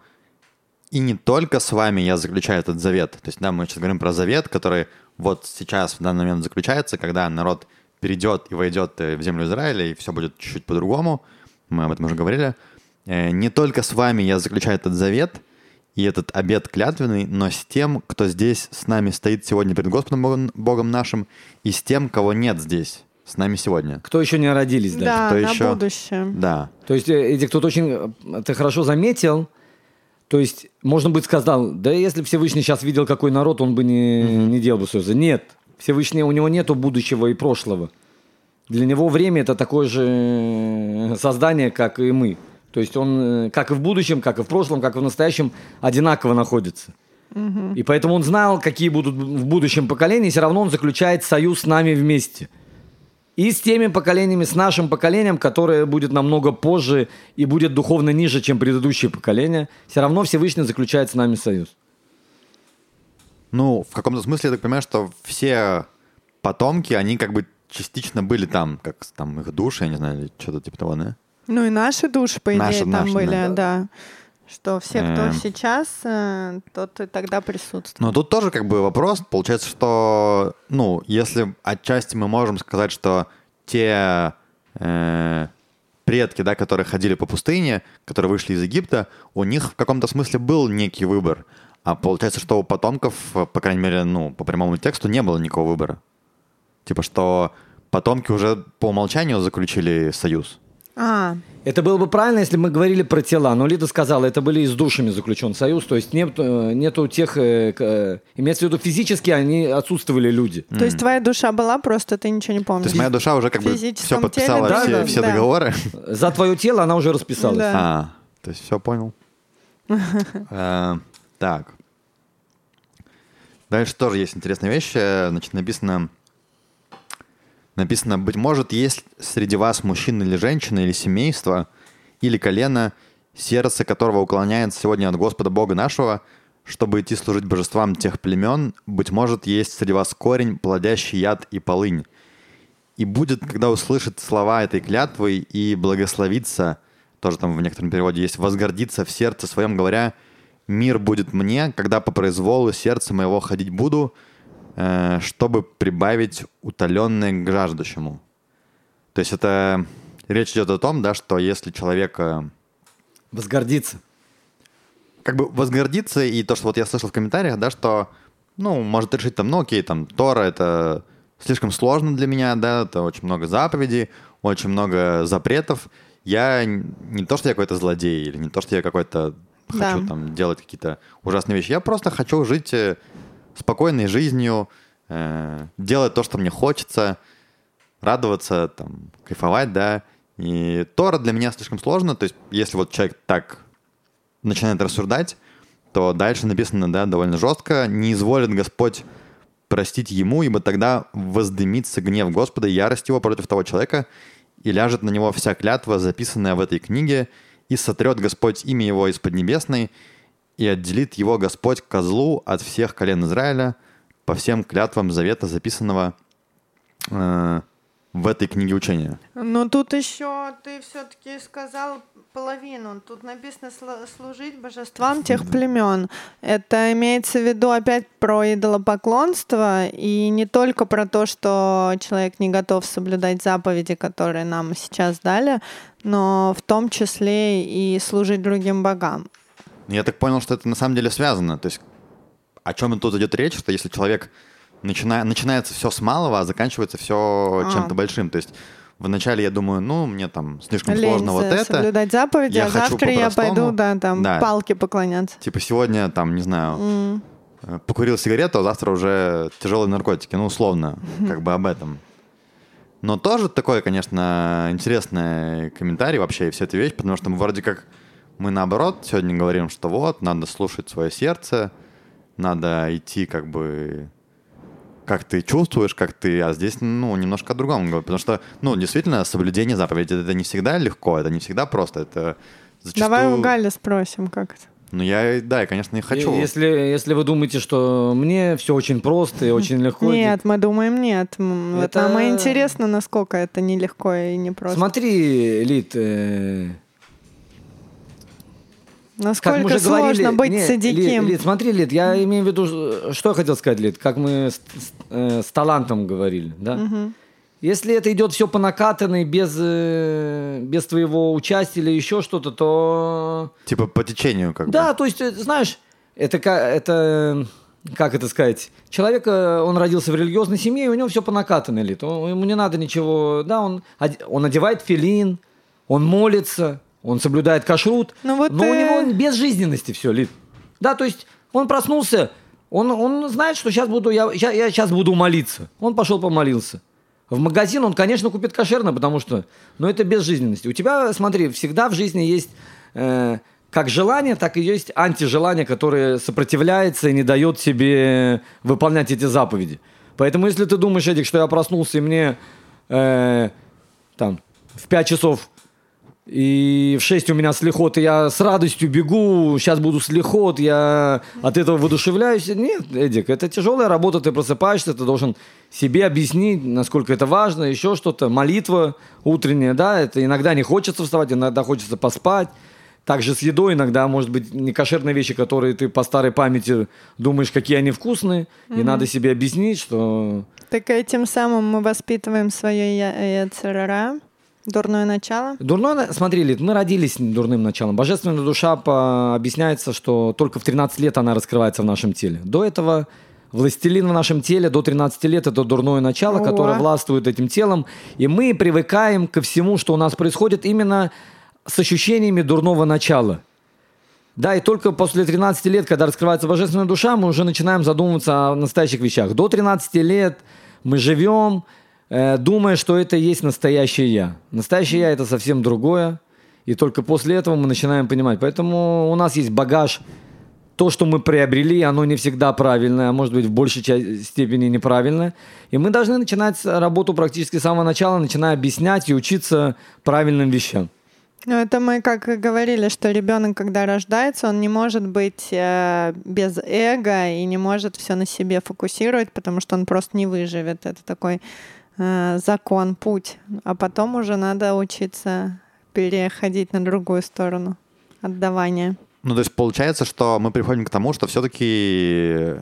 Speaker 2: и не только с вами я заключаю этот завет. То есть, да, мы сейчас говорим про завет, который вот сейчас, в данный момент заключается, когда народ перейдет и войдет в землю Израиля, и все будет чуть-чуть по-другому. Мы об этом уже говорили. Не только с вами я заключаю этот завет, и этот обет клятвенный, но с тем, кто здесь с нами стоит сегодня перед Господом Богом, Богом нашим, и с тем, кого нет здесь с нами сегодня.
Speaker 1: Кто еще не родились даже.
Speaker 3: Да,
Speaker 2: кто
Speaker 3: на
Speaker 2: еще...
Speaker 3: будущее.
Speaker 2: Да.
Speaker 1: То есть, Эдик, тут очень... Ты хорошо заметил. То есть, можно быть сказал, да если Всевышний сейчас видел, какой народ, он бы не, mm-hmm. не делал бы союза. Нет. Всевышний, у него нету будущего и прошлого. Для него время — это такое же создание, как и мы. То есть он как и в будущем, как и в прошлом, как и в настоящем одинаково находится.
Speaker 3: Угу.
Speaker 1: И поэтому он знал, какие будут в будущем поколения, и все равно он заключает союз с нами вместе. И с теми поколениями, с нашим поколением, которое будет намного позже и будет духовно ниже, чем предыдущее поколение, все равно Всевышний заключает с нами союз.
Speaker 2: Ну, в каком-то смысле я так понимаю, что все потомки, они как бы частично были там, как там их души, я не знаю, или что-то типа того, да?
Speaker 3: Ну и наши души, по идее,
Speaker 2: наши,
Speaker 3: там
Speaker 2: наши,
Speaker 3: были,
Speaker 2: да.
Speaker 3: да. Что все, кто
Speaker 2: эм.
Speaker 3: сейчас, тот и тогда присутствует.
Speaker 2: Но тут тоже как бы вопрос. Получается, что, ну, если отчасти мы можем сказать, что те э, предки, да, которые ходили по пустыне, которые вышли из Египта, у них в каком-то смысле был некий выбор. А получается, что у потомков, по крайней мере, ну, по прямому тексту, не было никакого выбора. Типа, что потомки уже по умолчанию заключили союз.
Speaker 3: А.
Speaker 1: Это было бы правильно, если бы мы говорили про тела. Но Лида сказала, это были и с душами заключен союз. То есть нет, нету тех... Э, имеется в виду физически, они отсутствовали люди.
Speaker 3: То mm. есть твоя душа была, просто ты ничего не помнишь.
Speaker 2: То есть моя душа уже как бы все подписала, теле, все, да, все да. договоры.
Speaker 1: За твое тело она уже расписалась.
Speaker 3: Да.
Speaker 2: А, то есть все понял. Так. Дальше тоже есть интересная вещь. Значит, написано... Написано, быть может, есть среди вас мужчина или женщина, или семейство, или колено, сердце которого уклоняется сегодня от Господа Бога нашего, чтобы идти служить божествам тех племен, быть может, есть среди вас корень, плодящий яд и полынь. И будет, когда услышит слова этой клятвы и благословится, тоже там в некотором переводе есть, возгордиться в сердце своем, говоря, мир будет мне, когда по произволу сердца моего ходить буду, чтобы прибавить утоленное к жаждущему. То есть это речь идет о том, да, что если человек...
Speaker 1: Возгордится.
Speaker 2: Как бы возгордится, и то, что вот я слышал в комментариях, да, что, ну, может решить там, ну, окей, там, Тора — это слишком сложно для меня, да, это очень много заповедей, очень много запретов. Я не то, что я какой-то злодей, или не то, что я какой-то хочу да. там делать какие-то ужасные вещи. Я просто хочу жить... спокойной жизнью, э, делать то, что мне хочется, радоваться, там, кайфовать, да. И Тора для меня слишком сложно, то есть если вот человек так начинает рассуждать, то дальше написано, да, довольно жестко: «Не изволит Господь простить ему, ибо тогда воздымится гнев Господа и ярость его против того человека, и ляжет на него вся клятва, записанная в этой книге, и сотрет Господь имя его из Поднебесной, и отделит его Господь козлу от всех колен Израиля по всем клятвам завета, записанного э, в этой книге учения».
Speaker 3: Ну, тут еще ты все-таки сказал половину. Тут написано «служить божествам тех племен». Это имеется в виду опять про идолопоклонство, и не только про то, что человек не готов соблюдать заповеди, которые нам сейчас дали, но в том числе и служить другим богам.
Speaker 2: Я так понял, что это на самом деле связано. То есть о чем тут идет речь, что если человек начина... начинается все с малого, а заканчивается все а. чем-то большим. То есть вначале я думаю, ну, мне там слишком
Speaker 3: Лень
Speaker 2: сложно вот это.
Speaker 3: Соблюдать заповеди,
Speaker 2: я
Speaker 3: а завтра я пойду, да, там, да. палки поклоняться.
Speaker 2: Типа сегодня, там, не знаю, mm. покурил сигарету, а завтра уже тяжелые наркотики. Ну, условно, mm-hmm. как бы об этом. Но тоже такой, конечно, интересный комментарий вообще и вся эта вещь, потому что мы вроде как, мы наоборот сегодня говорим, что вот, надо слушать свое сердце, надо идти как бы... как ты чувствуешь, как ты... А здесь, ну, немножко о-другому говорю. Потому что, ну, действительно, соблюдение заповедей — это не всегда легко, это не всегда просто. Это зачастую...
Speaker 3: Давай у Гали спросим, как это.
Speaker 2: Ну, я, да, я, конечно, и хочу.
Speaker 1: Если, если вы думаете, что мне все очень просто и очень легко...
Speaker 3: Нет, мы думаем, нет. Это... Нам и интересно, насколько это нелегко и непросто.
Speaker 1: Смотри, Лид... Э...
Speaker 3: Насколько сложно говорили, быть не, садиким.
Speaker 1: Лид, Лид, смотри, Лид, я имею в виду, что я хотел сказать, Лид, как мы с, с, э, с талантом говорили, да?
Speaker 3: Угу.
Speaker 1: Если это идет все по накатанной, без, э, без твоего участия или еще что-то, то...
Speaker 2: Типа по течению как
Speaker 1: да,
Speaker 2: бы. Да,
Speaker 1: то есть, знаешь, это, это, как это сказать, человек, он родился в религиозной семье, и у него все по накатанной, Лид, он, ему не надо ничего, да, он, он одевает филин, он молится, он соблюдает кашрут,
Speaker 3: ну, вот
Speaker 1: но
Speaker 3: ты...
Speaker 1: у него без жизненности все, Лид. Да, то есть он проснулся, он, он знает, что сейчас буду, я, я, я сейчас буду молиться. Он пошел помолился. В магазин он, конечно, купит кошерно, потому что... Но это без жизненности. У тебя, смотри, всегда в жизни есть э, как желание, так и есть антижелание, которое сопротивляется и не дает себе выполнять эти заповеди. Поэтому если ты думаешь, Эдик, что я проснулся и мне э, там в пять часов... И в шесть у меня слихот, и я с радостью бегу, сейчас буду слихот, я от этого воодушевляюсь. Нет, Эдик, это тяжелая работа, ты просыпаешься, ты должен себе объяснить, насколько это важно, еще что-то. Молитва утренняя, да, это иногда не хочется вставать, иногда хочется поспать. Также с едой иногда, может быть, некошерные вещи, которые ты по старой памяти думаешь, какие они вкусные, mm-hmm. и надо себе объяснить, что...
Speaker 3: Так этим самым мы воспитываем свое яцерара. Дурное начало?
Speaker 1: Дурное, смотри, Лид, мы родились дурным началом. Божественная душа по... объясняется, что только в тринадцать лет она раскрывается в нашем теле. До этого властелин в нашем теле до тринадцати лет — это дурное начало, Ого. Которое властвует этим телом. И мы привыкаем ко всему, что у нас происходит, именно с ощущениями дурного начала. Да, и только после тринадцати лет, когда раскрывается божественная душа, мы уже начинаем задумываться о настоящих вещах. До тринадцати лет мы живем... думая, что это есть настоящее я. Настоящее я — это совсем другое. И только после этого мы начинаем понимать. Поэтому у нас есть багаж. То, что мы приобрели, оно не всегда правильное, а может быть в большей степени неправильное. И мы должны начинать работу практически с самого начала, начиная объяснять и учиться правильным вещам.
Speaker 3: Ну, это мы как говорили, что ребенок, когда рождается, он не может быть э, без эго и не может все на себе фокусировать, потому что он просто не выживет. Это такой... закон, путь, а потом уже надо учиться переходить на другую сторону отдавания.
Speaker 2: Ну, то есть получается, что мы приходим к тому, что все-таки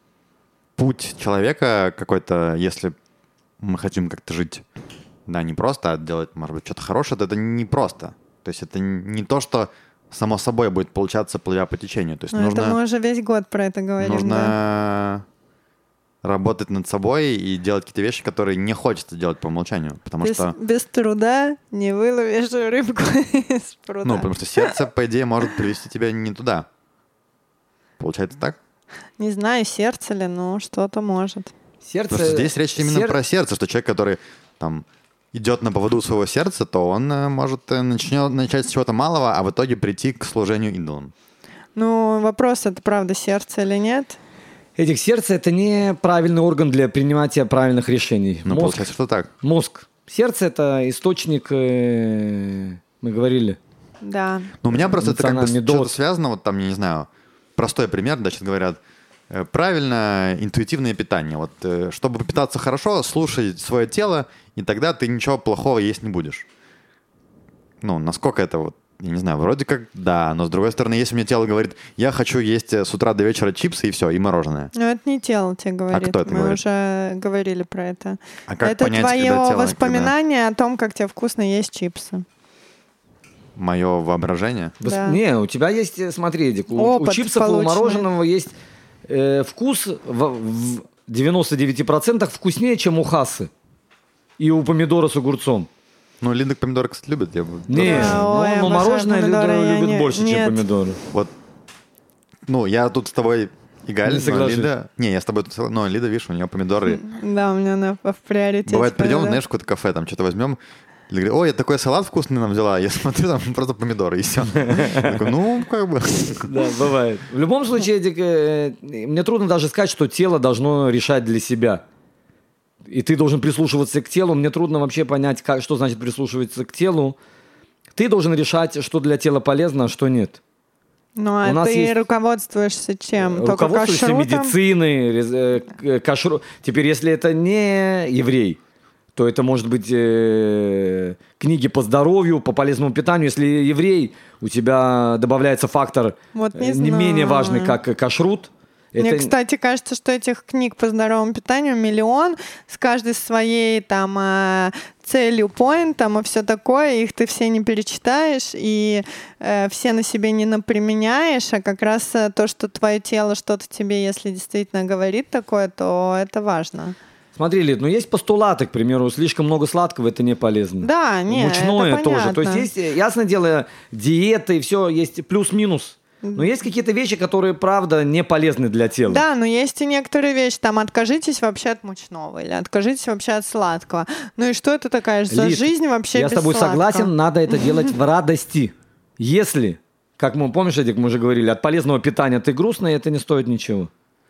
Speaker 2: путь человека какой-то, если мы хотим как-то жить, да, не просто, а делать, может быть, что-то хорошее, то это не просто. То есть это не то, что само собой будет получаться, плывя по течению. То есть
Speaker 3: ну,
Speaker 2: нужно...
Speaker 3: Это мы уже весь год про это говорим.
Speaker 2: Нужно...
Speaker 3: Да.
Speaker 2: работать над собой и делать какие-то вещи, которые не хочется делать по умолчанию, потому
Speaker 3: без,
Speaker 2: что...
Speaker 3: Без труда не выловишь рыбку из пруда.
Speaker 2: Ну, потому что сердце, по идее, может привести тебя не туда. Получается так?
Speaker 3: Не знаю, сердце ли, но что-то может.
Speaker 1: Сердце...
Speaker 2: Просто здесь речь именно
Speaker 1: Сер...
Speaker 2: про сердце, что человек, который там идет на поводу своего сердца, то он э, может э, начнет, начать с чего-то малого, а в итоге прийти к служению идолам.
Speaker 3: Ну, вопрос, это правда сердце или нет?
Speaker 1: Этих сердце — это не правильный орган для принятия правильных решений.
Speaker 2: Ну,
Speaker 1: Мозг,
Speaker 2: получается, что так.
Speaker 1: Мозг. Сердце — это источник, э, мы говорили.
Speaker 3: Да.
Speaker 2: Ну, у меня просто это как бы
Speaker 1: Эмоциональный
Speaker 2: что-то
Speaker 1: довод.
Speaker 2: связано, вот там, я не знаю, простой пример, да, сейчас говорят, э, правильно интуитивное питание. Вот, э, чтобы питаться хорошо, слушай свое тело, и тогда ты ничего плохого есть не будешь. Ну, насколько это вот, я не знаю, вроде как да, но с другой стороны, если мне тело говорит, я хочу есть с утра до вечера чипсы и все, и мороженое.
Speaker 3: Ну, это не тело тебе говорит.
Speaker 2: кто это
Speaker 3: Мы
Speaker 2: говорит?
Speaker 3: уже говорили про это.
Speaker 2: А как
Speaker 3: это
Speaker 2: понять,
Speaker 3: твое
Speaker 2: когда тело,
Speaker 3: воспоминание о том, как тебе вкусно есть чипсы.
Speaker 2: когда мое воображение?
Speaker 1: Вос-
Speaker 3: Да.
Speaker 1: Не, у тебя есть, э, смотри, Эдик, у, у
Speaker 3: Опыт
Speaker 1: чипсов и у
Speaker 3: полученный.
Speaker 1: мороженого есть э, вкус в, в девяноста девяти процентах вкуснее, чем у хассы. И у помидора с огурцом.
Speaker 2: Ну, Линда помидоры, кстати, любит. Я бы
Speaker 1: Не,
Speaker 3: Да,
Speaker 1: но,
Speaker 3: ой,
Speaker 1: но
Speaker 3: обожаю
Speaker 1: мороженое
Speaker 3: помидоры,
Speaker 1: Лида
Speaker 3: я
Speaker 1: любит
Speaker 3: не-
Speaker 1: больше,
Speaker 3: нет.
Speaker 1: чем помидоры.
Speaker 2: Вот, ну, я тут с тобой и Галь,
Speaker 1: Не
Speaker 2: но
Speaker 1: соглашусь.
Speaker 2: Лида... Не, я с тобой тут согласен, но Лида, видишь, у нее помидоры.
Speaker 3: Да, у меня она в приоритете.
Speaker 2: Бывает, придем,
Speaker 3: да.
Speaker 2: знаешь, в какое-то кафе, там что-то возьмем, Лида говорит, ой, я такой салат вкусный нам взяла, я смотрю, там просто помидоры, и все. Такой, ну, как бы...
Speaker 1: Да, бывает. В любом случае, Эдик, э, мне трудно даже сказать, что тело должно решать для себя. И ты должен прислушиваться к телу. Мне трудно вообще понять, как, что значит прислушиваться к телу. Ты должен решать, что для тела полезно, а что нет.
Speaker 3: Ну, а
Speaker 1: У нас
Speaker 3: ты
Speaker 1: есть-
Speaker 3: руководствуешься чем? Только
Speaker 1: Руководствуешься
Speaker 3: кашрутом?
Speaker 1: медициной, рез- э, к- кашру. Теперь, если это не еврей, то это может быть э, книги по здоровью, по полезному питанию. Если еврей, у тебя добавляется фактор
Speaker 3: Вот не
Speaker 1: э, не менее
Speaker 3: знаю.
Speaker 1: важный, как э, кашрут.
Speaker 3: Мне,
Speaker 1: Это-
Speaker 3: кстати, кажется, что этих книг по здоровому питанию миллион, с каждой своей там э, целью, поинтом и все такое. Их ты все не перечитаешь и э, все на себе не наприменяешь, а как раз э, то, что твое тело что-то тебе, если действительно говорит такое, то это важно.
Speaker 1: Смотри, Лид, ну есть постулаты, к примеру, слишком много сладкого — это не полезно.
Speaker 3: Да, нет,
Speaker 1: Мучное
Speaker 3: это
Speaker 1: тоже. То есть
Speaker 3: понятно.
Speaker 1: есть, э, ясное дело, диеты и все, есть плюс-минус. Но есть какие-то вещи, которые, правда, не полезны для тела.
Speaker 3: Да, но есть и некоторые вещи, там, откажитесь вообще от мучного или откажитесь вообще от сладкого. Ну и что это такая за
Speaker 1: Лид,
Speaker 3: жизнь вообще
Speaker 1: я
Speaker 3: без
Speaker 1: с тобой
Speaker 3: сладкого?
Speaker 1: согласен, надо это делать в радости. Если, как мы, помнишь, Эдик, мы уже говорили, от полезного питания ты грустный, это не стоит ничего.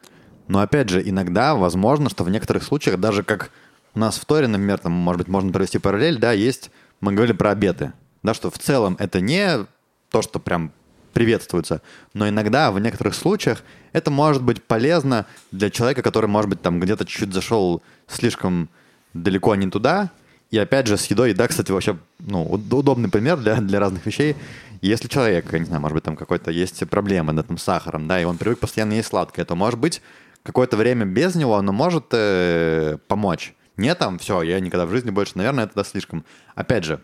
Speaker 2: Но опять же, иногда возможно, что в некоторых случаях, даже как у нас в Торе, например, там, может быть, можно провести параллель, да, есть, мы говорили про обеты, да, что в целом это не то, что прям приветствуется, но иногда в некоторых случаях это может быть полезно для человека, который, может быть, там где-то чуть-чуть зашел слишком далеко не туда. И опять же, с едой, еда, кстати, вообще ну, уд- удобный пример для, для разных вещей. Если человек, я не знаю, может быть, там какой-то есть проблемы, да, там, с сахаром, да, и он привык постоянно есть сладкое, то, может быть, какое-то время без него оно может э, помочь. Не там, все, я никогда в жизни больше, наверное, это да, слишком. Опять же,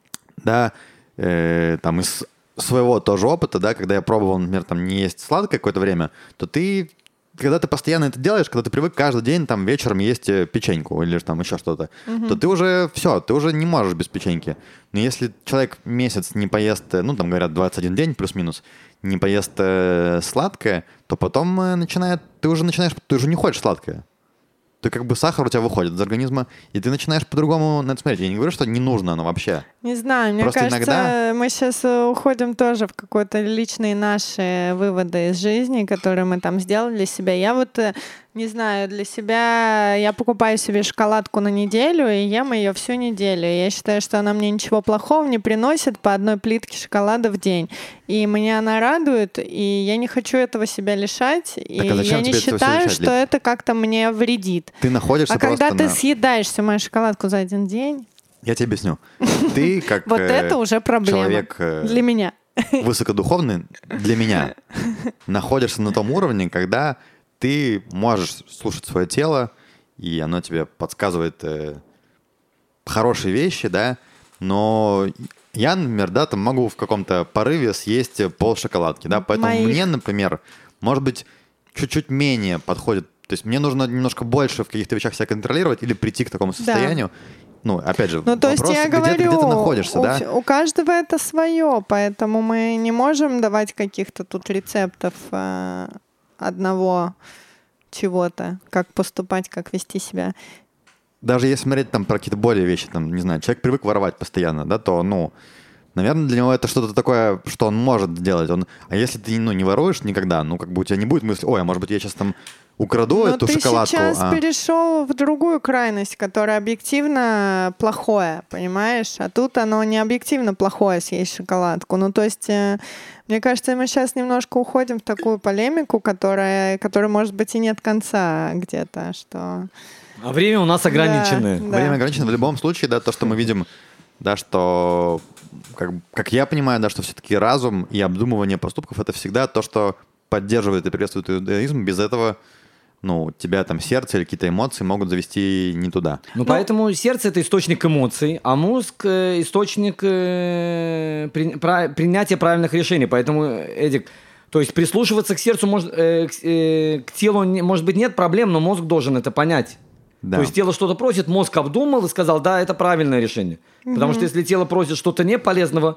Speaker 2: да, э, там из своего тоже опыта, да, когда я пробовал, например, там не есть сладкое какое-то время, то ты, когда ты постоянно это делаешь, когда ты привык каждый день там вечером есть э, печеньку или там еще что-то,
Speaker 3: Мгм.
Speaker 2: то ты уже все, ты уже не можешь без печеньки. Но если человек месяц не поест, э, ну там говорят двадцать один день плюс-минус, не поест э, сладкое, то потом э, начинает, ты уже начинаешь, ты уже не хочешь сладкое. Ты как бы сахар у тебя выходит из организма, и ты начинаешь по-другому на это смотреть. Я не говорю, что не нужно оно вообще.
Speaker 3: Не знаю, мне
Speaker 2: Просто
Speaker 3: кажется,
Speaker 2: иногда-
Speaker 3: мы сейчас уходим тоже в какие-то личные наши выводы из жизни, которые мы там сделали для себя. Я вот, э, не знаю, для себя, я покупаю себе шоколадку на неделю и ем ее всю неделю. Я считаю, что она мне ничего плохого не приносит по одной плитке шоколада в день. И меня она радует, и я не хочу этого себя лишать. И
Speaker 2: а зачем
Speaker 3: я не
Speaker 2: тебе этого себя
Speaker 3: считаю,
Speaker 2: лишать,
Speaker 3: что
Speaker 2: Лид?
Speaker 3: это как-то мне вредит.
Speaker 2: Ты находишься
Speaker 3: А
Speaker 2: просто
Speaker 3: когда ты
Speaker 2: на...
Speaker 3: съедаешь всю мою шоколадку за один день,
Speaker 2: Я тебе объясню. Ты как
Speaker 3: вот
Speaker 2: э,
Speaker 3: это уже проблема
Speaker 2: человек э,
Speaker 3: для меня.
Speaker 2: высокодуховный, для меня, находишься на том уровне, когда ты можешь слушать свое тело, и оно тебе подсказывает э, хорошие вещи, да, но я, например, да, там могу в каком-то порыве съесть пол шоколадки, да, поэтому
Speaker 3: Моих.
Speaker 2: мне, например, может быть, чуть-чуть менее подходит, то есть мне нужно немножко больше в каких-то вещах себя контролировать или прийти к такому состоянию. Ну, опять же,
Speaker 3: Ну, то есть
Speaker 2: вопрос,
Speaker 3: я
Speaker 2: где,
Speaker 3: говорю,
Speaker 2: ты, где ты находишься,
Speaker 3: у,
Speaker 2: да?
Speaker 3: вс- у каждого это свое, поэтому мы не можем давать каких-то тут рецептов э, одного чего-то, как поступать, как вести себя.
Speaker 2: Даже если смотреть там про какие-то более вещи, там, не знаю, человек привык воровать постоянно, да, то, ну, наверное, для него это что-то такое, что он может сделать. Он... А если ты, ну, не воруешь никогда, ну, как бы у тебя не будет мысли, ой, а может быть, я сейчас там украду
Speaker 3: Но
Speaker 2: эту
Speaker 3: ты
Speaker 2: шоколадку.
Speaker 3: сейчас
Speaker 2: а...
Speaker 3: перешел в другую крайность, которая объективно плохое, понимаешь? А тут оно не объективно плохое съесть шоколадку. Ну, то есть, э, мне кажется, мы сейчас немножко уходим в такую полемику, которая, которой, может быть, и нет конца где-то, что...
Speaker 1: А время у нас ограниченное.
Speaker 3: Да, да.
Speaker 2: Время ограничено. В любом случае, да, то, что мы видим, да, что, как, как я понимаю, да, что все-таки разум и обдумывание поступков — это всегда то, что поддерживает и приветствует иудаизм. Без этого, ну, тебя там сердце или какие-то эмоции могут завести не туда.
Speaker 1: Ну, поэтому сердце — это источник эмоций, а мозг — источник э, при, про, принятия правильных решений. Поэтому, Эдик, то есть прислушиваться к сердцу, может, э, к, э, к телу, может быть, нет проблем, но мозг должен это понять.
Speaker 2: Да.
Speaker 1: То есть тело что-то просит, мозг обдумал и сказал, да, это правильное решение. Mm-hmm. Потому что если тело просит что-то неполезного,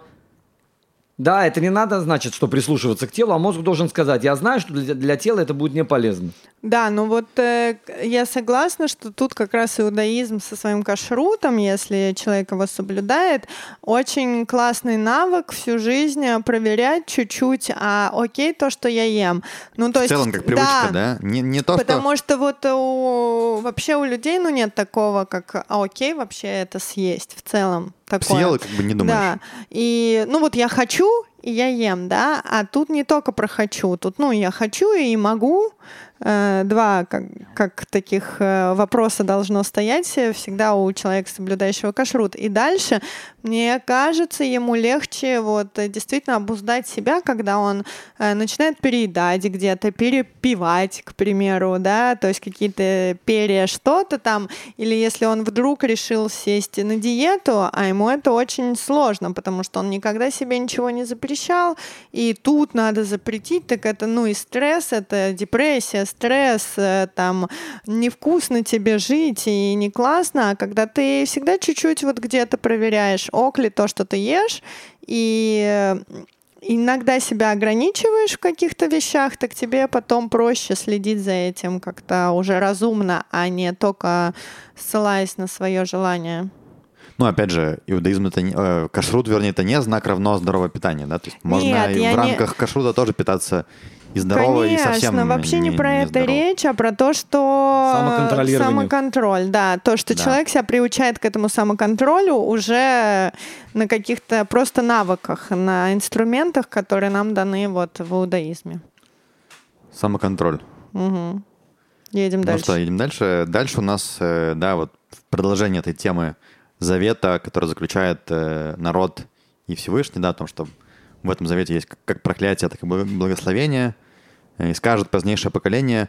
Speaker 1: да, это не надо, значит, что прислушиваться к телу, а мозг должен сказать, я знаю, что для, для тела это будет не полезно.
Speaker 3: Да, ну вот э, я согласна, что тут как раз иудаизм со своим кашрутом, если человек его соблюдает, очень классный навык всю жизнь проверять чуть-чуть, а окей то, что я ем. Ну, то
Speaker 2: в
Speaker 3: есть,
Speaker 2: целом, как привычка, да?
Speaker 3: да?
Speaker 2: Не, не то,
Speaker 3: Потому
Speaker 2: что...
Speaker 3: что вот у, вообще у людей, ну, нет такого, как, а окей вообще это съесть в целом. Такое.
Speaker 2: Съел и как бы не думаешь.
Speaker 3: Да, и, ну, вот я хочу, и я ем, да, а тут не только про хочу, тут, ну, я хочу и могу, э, два как, как таких э, вопроса должно стоять всегда у человека, соблюдающего кашрут. И дальше, мне кажется, ему легче вот действительно обуздать себя, когда он э, начинает переедать где-то, перепивать, к примеру, да, то есть какие-то перья, что-то там, или если он вдруг решил сесть на диету, а ему это очень сложно, потому что он никогда себе ничего не запрещал, и тут надо запретить, так это, ну, и стресс, это депрессия, стресс, там, невкусно тебе жить и не классно, а когда ты всегда чуть-чуть вот где-то проверяешь, ок ли то, что ты ешь, и иногда себя ограничиваешь в каких-то вещах, так тебе потом проще следить за этим как-то уже разумно, а не только ссылаясь на свое желание.
Speaker 2: Ну, опять же, иудаизм — это не, э, кашрут, вернее, это не знак равно здоровое питание, да? То есть можно
Speaker 3: Нет,
Speaker 2: и в рамках
Speaker 3: не...
Speaker 2: кашрута тоже питаться и здорово,
Speaker 3: Конечно,
Speaker 2: и совсем
Speaker 3: вообще не,
Speaker 2: не
Speaker 3: про
Speaker 2: не
Speaker 3: это
Speaker 2: здорово.
Speaker 3: речь, а про то, что
Speaker 1: Самоконтролирование.
Speaker 3: самоконтроль, да, то, что
Speaker 2: Да.
Speaker 3: человек себя приучает к этому самоконтролю уже на каких-то просто навыках, на инструментах, которые нам даны вот в иудаизме.
Speaker 2: Самоконтроль.
Speaker 3: Угу. Едем
Speaker 2: Ну
Speaker 3: дальше.
Speaker 2: что, едем дальше. Дальше у нас, э, да, вот в продолжение этой темы завета, который заключает э, народ и Всевышний, да, о том, что в этом завете есть как, как проклятие, так и благословение. Э, и скажет позднейшее поколение,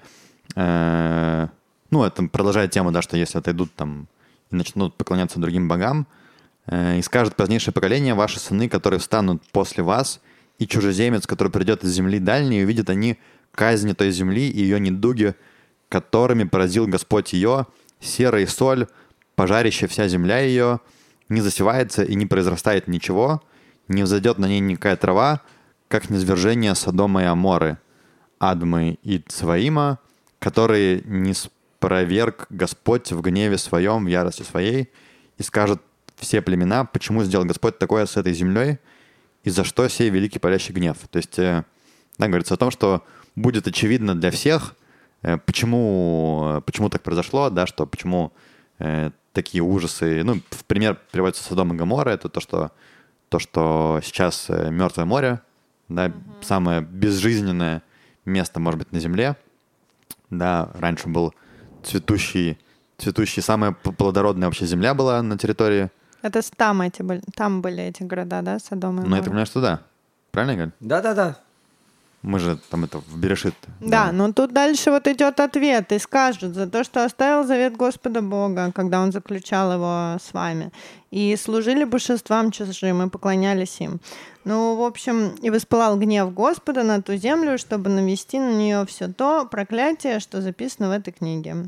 Speaker 2: э, ну, это продолжает тему, да, что если отойдут там и начнут поклоняться другим богам, э, и скажет позднейшее поколение, ваши сыны, которые встанут после вас, и чужеземец, который придет из земли дальней, увидят они казни той земли и ее недуги, которыми поразил Господь ее, сера и соль, пожарище вся земля ее, не засевается и не произрастает ничего, не взойдет на ней никакая трава, как низвержение Содома и Аморы, Адмы и Цваима, которые не спроверг Господь в гневе своем, в ярости своей, и скажет все племена, почему сделал Господь такое с этой землей, и за что сей великий палящий гнев. То есть, да, говорится о том, что будет очевидно для всех, почему, почему так произошло, да, что почему э, такие ужасы. Ну, в пример приводится Содом и Гоморра, это то, что, то, что сейчас э, Мертвое море, да, mm-hmm. самое безжизненное место, может быть, на Земле. Да, раньше был цветущий, цветущий, самая плодородная вообще земля была на территории.
Speaker 3: Это там эти были, там были эти города, да, Содом и Гоморра?
Speaker 2: Ну, я так понимаю, что да. Правильно я говорю?
Speaker 1: Да-да-да.
Speaker 2: Мы же там это в Берешит.
Speaker 3: Да, да, но тут дальше вот идет ответ, и скажут за то, что оставил завет Господа Бога, когда Он заключал его с вами, и служили божествам чужим, и поклонялись им. Ну, в общем, и воспылал гнев Господа на ту землю, чтобы навести на нее все то проклятие, что записано в этой книге.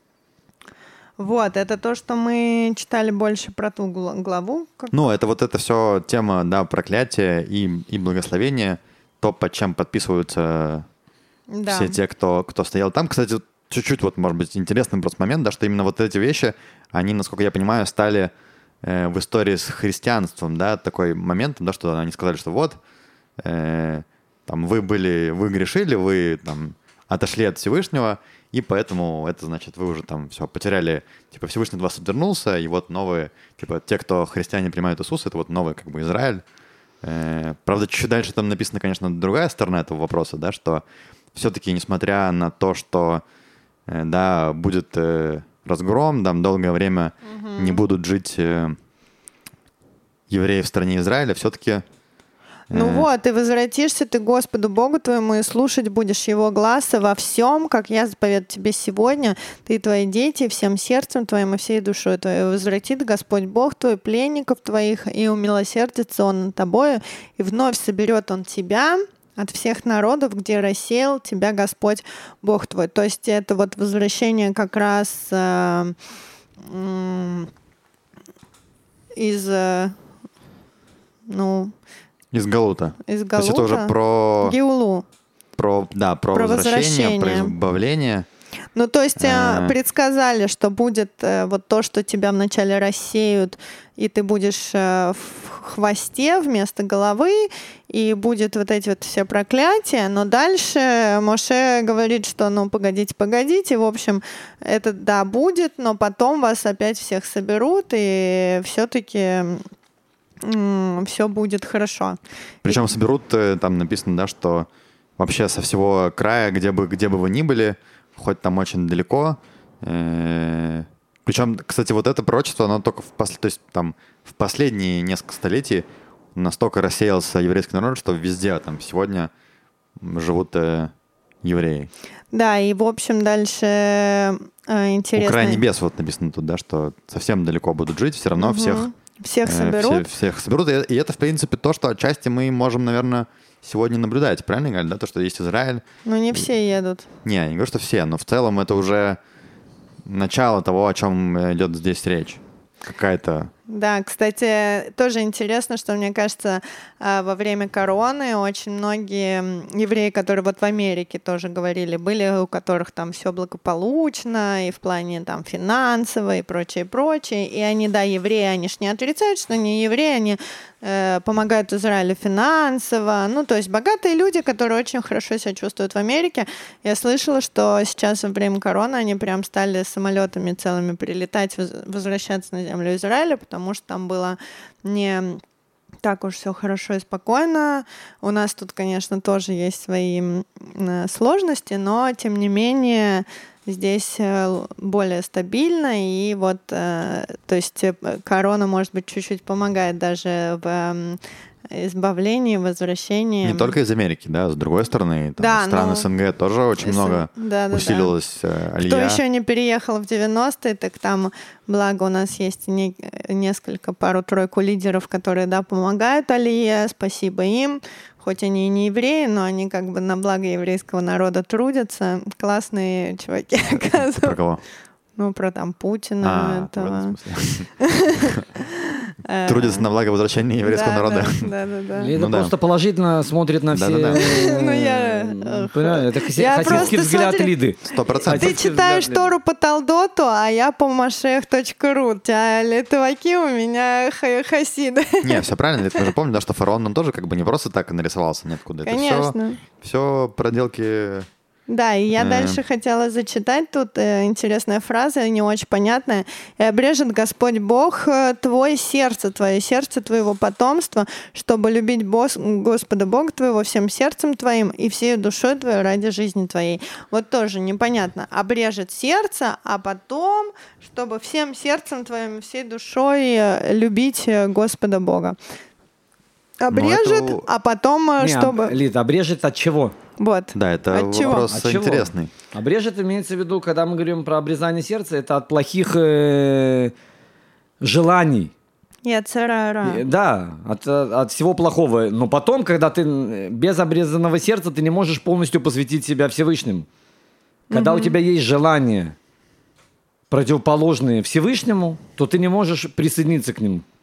Speaker 3: Вот, это то, что мы читали больше про ту главу. Как...
Speaker 2: Ну, это вот это все тема, да, проклятия и, и благословения, то, под чем подписываются
Speaker 3: да.
Speaker 2: все те, кто, кто стоял там. Кстати, чуть-чуть, вот, может быть, интересный просто момент, да, что именно вот эти вещи, они, насколько я понимаю, стали э, в истории с христианством, да, такой момент, да, что они сказали, что вот, э, там, вы были, вы грешили, вы, там, отошли от Всевышнего, и поэтому это, значит, вы уже там все потеряли, типа, Всевышний от вас отвернулся, и вот новые, типа, те, кто христиане принимают Иисуса, это вот новый, как бы, Израиль. Э, правда, чуть дальше там написана, конечно, другая сторона этого вопроса, да, что все-таки, несмотря на то, что, э, да, будет э, разгром, там долгое время угу. не будут жить э, евреи в стране Израиля, все-таки...
Speaker 3: Ну вот, и возвратишься ты Господу Богу твоему, и слушать будешь Его гласа во всем, как я заповедую тебе сегодня, ты и твои дети, всем сердцем твоим и всей душой твоей. Возвратит Господь Бог твой пленников твоих, и умилосердится Он над тобою, и вновь соберет Он тебя от всех народов, где рассеял тебя Господь Бог твой. То есть это вот возвращение как раз э, э, из, э, ну...
Speaker 2: Из Галута.
Speaker 3: Из Галута.
Speaker 2: То есть это уже про...
Speaker 3: Геулу.
Speaker 2: Про, да, про,
Speaker 3: про
Speaker 2: возвращение,
Speaker 3: возвращение,
Speaker 2: про избавление.
Speaker 3: Ну, то есть
Speaker 2: А-а-а.
Speaker 3: предсказали, что будет э, вот то, что тебя вначале рассеют, и ты будешь э, в хвосте вместо головы, и будет вот эти вот все проклятия, но дальше Моше говорит, что ну, погодите, погодите, в общем, это да, будет, но потом вас опять всех соберут, и все-таки... все будет хорошо.
Speaker 2: Причем
Speaker 3: и...
Speaker 2: соберут, там написано, да, что вообще со всего края, где бы, где бы вы ни были, хоть там очень далеко. Э-э- причем, кстати, вот это пророчество, оно только в, пос- то есть, там, в последние несколько столетий настолько рассеялся еврейский народ, что везде там сегодня живут э- евреи.
Speaker 3: Да, и в общем дальше э, интересно...
Speaker 2: У края небес вот написано тут, да, что совсем далеко будут жить, все равно угу. всех...
Speaker 3: Всех соберут.
Speaker 2: Э, все, всех соберут. И, и это, в принципе, то, что отчасти мы можем, наверное, сегодня наблюдать. Правильно говорю, да? То, что есть Израиль.
Speaker 3: Ну, не все едут.
Speaker 2: Не, я не говорю, что все, но в целом это уже начало того, о чем идет здесь речь. Какая-то...
Speaker 3: Да, кстати, тоже интересно, что, мне кажется, во время короны очень многие евреи, которые вот в Америке тоже говорили, были, у которых там все благополучно и в плане там финансово и прочее, прочее. И они, да, евреи, они ж не отрицают, что они евреи, они э, помогают Израилю финансово. Ну, то есть богатые люди, которые очень хорошо себя чувствуют в Америке. Я слышала, что сейчас во время короны они прям стали самолетами целыми прилетать, возвращаться на землю Израиля, потому потому что там было не так уж все хорошо и спокойно. У нас тут, конечно, тоже есть свои сложности, но, тем не менее, здесь более стабильно, и вот, то есть корона, может быть, чуть-чуть помогает даже в избавлении, возвращении.
Speaker 2: Не только из Америки, да, с другой стороны, там,
Speaker 3: да,
Speaker 2: страны
Speaker 3: ну,
Speaker 2: СНГ тоже очень
Speaker 3: СН...
Speaker 2: много
Speaker 3: да, да,
Speaker 2: усилилась
Speaker 3: да.
Speaker 2: алия.
Speaker 3: Кто еще не переехал в девяностые, так там, благо, у нас есть не... несколько, пару-тройку лидеров, которые, да, помогают алие, спасибо им. Хоть они и не евреи, но они как бы на благо еврейского народа трудятся. Классные чуваки, оказывается.
Speaker 2: Про кого?
Speaker 3: Ну, про там Путина.
Speaker 2: А, этого. Трудится на благо возвращения еврейского
Speaker 3: да,
Speaker 2: народа.
Speaker 3: Да, да, да.
Speaker 1: Лида
Speaker 2: ну,
Speaker 1: просто
Speaker 2: да.
Speaker 1: положительно смотрит на все...
Speaker 3: Ну, я...
Speaker 1: Это хасидский взгляд Лиды.
Speaker 2: Сто процентов.
Speaker 3: Ты читаешь Тору по Талдоту, а я по машех точка ру. У тебя литваки, у меня хасиды.
Speaker 2: Не, все правильно. Мы же помним, да, что фараон, он тоже как бы не просто так нарисовался ниоткуда.
Speaker 3: Конечно.
Speaker 2: Все проделки...
Speaker 3: Да, и я
Speaker 2: э...
Speaker 3: дальше хотела зачитать тут э, интересная фраза, не очень понятная. «И обрежет Господь Бог твое сердце, твое сердце твоего потомства, чтобы любить Бос, Господа Бога твоего всем сердцем твоим и всей душой твоей ради жизни твоей». Вот тоже непонятно. Обрежет сердце, а потом, чтобы всем сердцем твоим, всей душой любить Господа Бога. Обрежет, это... а потом, не, чтобы...
Speaker 1: Лид, обрежет от чего?
Speaker 3: Вот.
Speaker 2: Да, это
Speaker 3: от
Speaker 2: вопрос
Speaker 1: от
Speaker 2: интересный.
Speaker 1: Чего? Обрежет имеется в виду, когда мы говорим про обрезание сердца, это от плохих э, желаний.
Speaker 3: Яцерара.
Speaker 1: Да, от, от всего плохого. Но потом, когда ты без обрезанного сердца, ты не можешь полностью посвятить себя Всевышнему. Когда угу. у тебя есть желания, противоположные Всевышнему, то ты не можешь присоединиться к нему.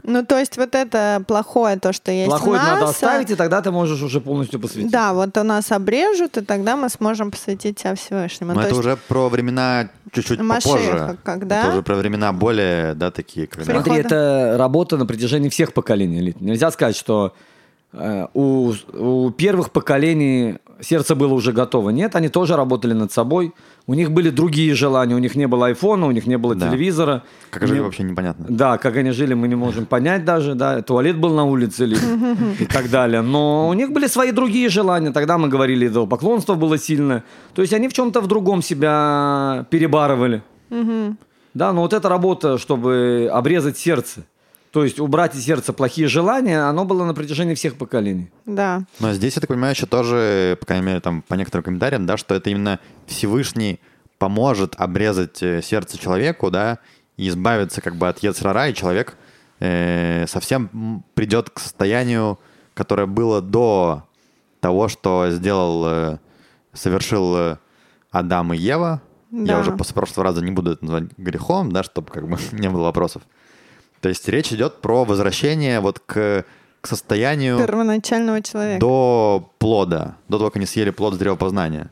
Speaker 3: Ну, то есть вот это плохое, то, что есть
Speaker 1: Плохое
Speaker 3: в нас.
Speaker 1: надо оставить, и тогда ты можешь уже полностью посвятить.
Speaker 3: Да, вот у нас обрежут, и тогда мы сможем посвятить себя Всевышнему.
Speaker 2: Но
Speaker 3: То
Speaker 2: это
Speaker 3: есть
Speaker 2: уже про времена чуть-чуть
Speaker 3: Машеха,
Speaker 2: попозже.
Speaker 3: когда?
Speaker 2: Это уже про времена более, да, такие, когда...
Speaker 1: Смотри,
Speaker 3: Прихода.
Speaker 1: это работа на протяжении всех поколений. Лид. Нельзя сказать, что э, у, у первых поколений сердце было уже готово. Нет, они тоже работали над собой. У них были другие желания. У них не было айфона, у них не было
Speaker 2: Да.
Speaker 1: телевизора.
Speaker 2: Как жили,
Speaker 1: Не-
Speaker 2: вообще непонятно.
Speaker 1: Да, как они жили, мы не можем понять даже. Да. Туалет был на улице ли, и так далее. Но у них были свои другие желания. Тогда мы говорили, идолопоклонство было сильное. То есть они в чем-то в другом себя перебарывали. Да, но вот эта работа, чтобы обрезать сердце, то есть убрать из сердца плохие желания, оно было на протяжении всех поколений.
Speaker 3: Да.
Speaker 2: Но здесь, я так понимаю, еще тоже, по крайней мере, там, по некоторым комментариям, да, что это именно Всевышний поможет обрезать э, сердце человеку, да, и избавиться как бы от Ецер-ара, и человек э, совсем м, придет к состоянию, которое было до того, что сделал, э, совершил э, Адам и Ева.
Speaker 3: Да.
Speaker 2: Я уже после прошлого раза не буду это называть грехом, да, чтобы как бы не было вопросов. То есть речь идет про возвращение вот к, к состоянию
Speaker 3: Первоначального человека.
Speaker 2: до плода, до того, как они съели плод с древа познания.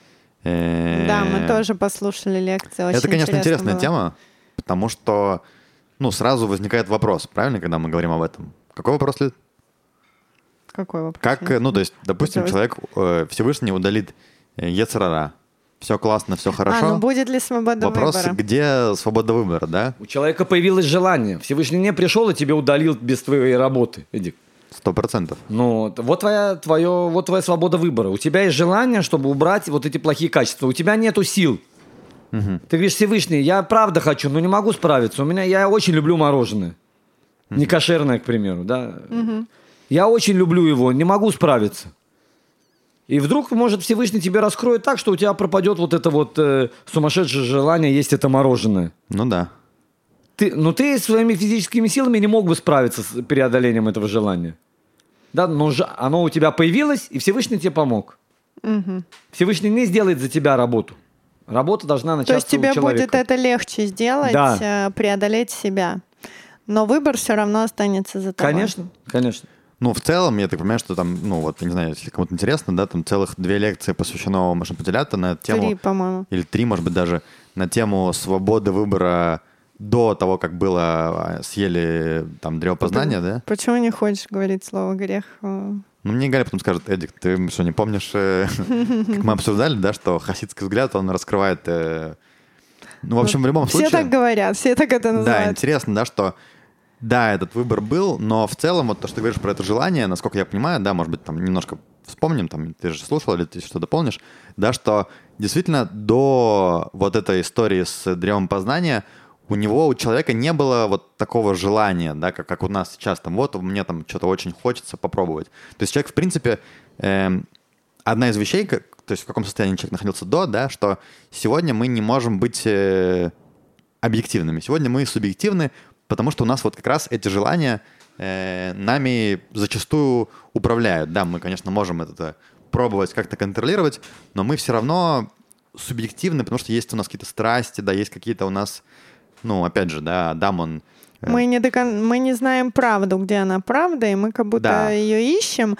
Speaker 2: Э,
Speaker 3: Да, мы тоже послушали лекции. Очень
Speaker 2: Это, конечно,
Speaker 3: интересно
Speaker 2: интересная
Speaker 3: было.
Speaker 2: тема, потому что, ну, сразу возникает вопрос, правильно, когда мы говорим об этом? Какой вопрос, Лид?
Speaker 3: Какой вопрос?
Speaker 2: Как, э, ну, то есть, допустим,
Speaker 3: Это-
Speaker 2: человек, э, Всевышний удалит э, Ецер-ара. Все классно, все хорошо.
Speaker 3: А, ну будет ли свобода
Speaker 2: Вопрос,
Speaker 3: выбора?
Speaker 2: где свобода выбора, да?
Speaker 1: У человека появилось желание. Всевышний не пришел и тебе удалил без твоей работы, Эдик.
Speaker 2: Сто процентов.
Speaker 1: Ну, т- вот твоя, твое, вот твоя свобода выбора. У тебя есть желание, чтобы убрать вот эти плохие качества. У тебя нету сил. Ты говоришь, Всевышний, я правда хочу, но не могу справиться. У меня, я очень люблю мороженое. Не кошерное, к примеру, да. Я очень люблю его, не могу справиться. И вдруг, может, Всевышний тебе раскроет так, что у тебя пропадет вот это вот э, сумасшедшее желание есть это мороженое.
Speaker 2: Ну да.
Speaker 1: Ты, ну ты своими физическими силами не мог бы справиться с преодолением этого желания. Да, но же оно у тебя появилось, и Всевышний тебе помог. Всевышний не сделает за тебя работу. Работа должна
Speaker 3: То
Speaker 1: начаться
Speaker 3: есть тебе
Speaker 1: у человека.
Speaker 3: будет это легче сделать,
Speaker 1: Да.
Speaker 3: э, преодолеть себя. Но выбор все равно останется за тобой.
Speaker 1: Конечно, конечно.
Speaker 2: Ну, в целом, я так понимаю, что там, ну, вот, я не знаю, если кому-то интересно, да, там целых две лекции посвящено Машапатилята на тему...
Speaker 3: Три, по-моему.
Speaker 2: Или три, может быть, даже, на тему свободы выбора до того, как было, а, съели там древо познания, да?
Speaker 3: Почему не хочешь говорить слово грех? Э,
Speaker 2: Ну, мне Галя потом скажет, Эдик, ты что, не помнишь, э, как мы обсуждали, да, что хасидский взгляд, он раскрывает... э, Ну, в общем, в любом
Speaker 3: Все
Speaker 2: случае...
Speaker 3: так говорят, все так это
Speaker 2: Да,
Speaker 3: называют.
Speaker 2: интересно, да, что да, этот выбор был, но в целом вот то, что ты говоришь про это желание, насколько я понимаю, да, может быть, там немножко вспомним, там, ты же слушал или ты что-то помнишь, да, что действительно до вот этой истории с древом познания у него, у человека не было вот такого желания, да, как, как у нас сейчас, там, вот мне там что-то очень хочется попробовать. То есть человек, в принципе, эм, одна из вещей, как, то есть в каком состоянии человек находился до, да, что сегодня мы не можем быть э, объективными. Сегодня мы субъективны, потому что у нас вот как раз эти желания э, нами зачастую управляют. Да, мы, конечно, можем это пробовать как-то контролировать, но мы все равно субъективны, потому что есть у нас какие-то страсти, да, есть какие-то у нас, ну, опять же, да, Адам, он... э,
Speaker 3: Мы не, докон... мы не знаем правду, где она правда, и мы как будто
Speaker 2: Да.
Speaker 3: ее ищем.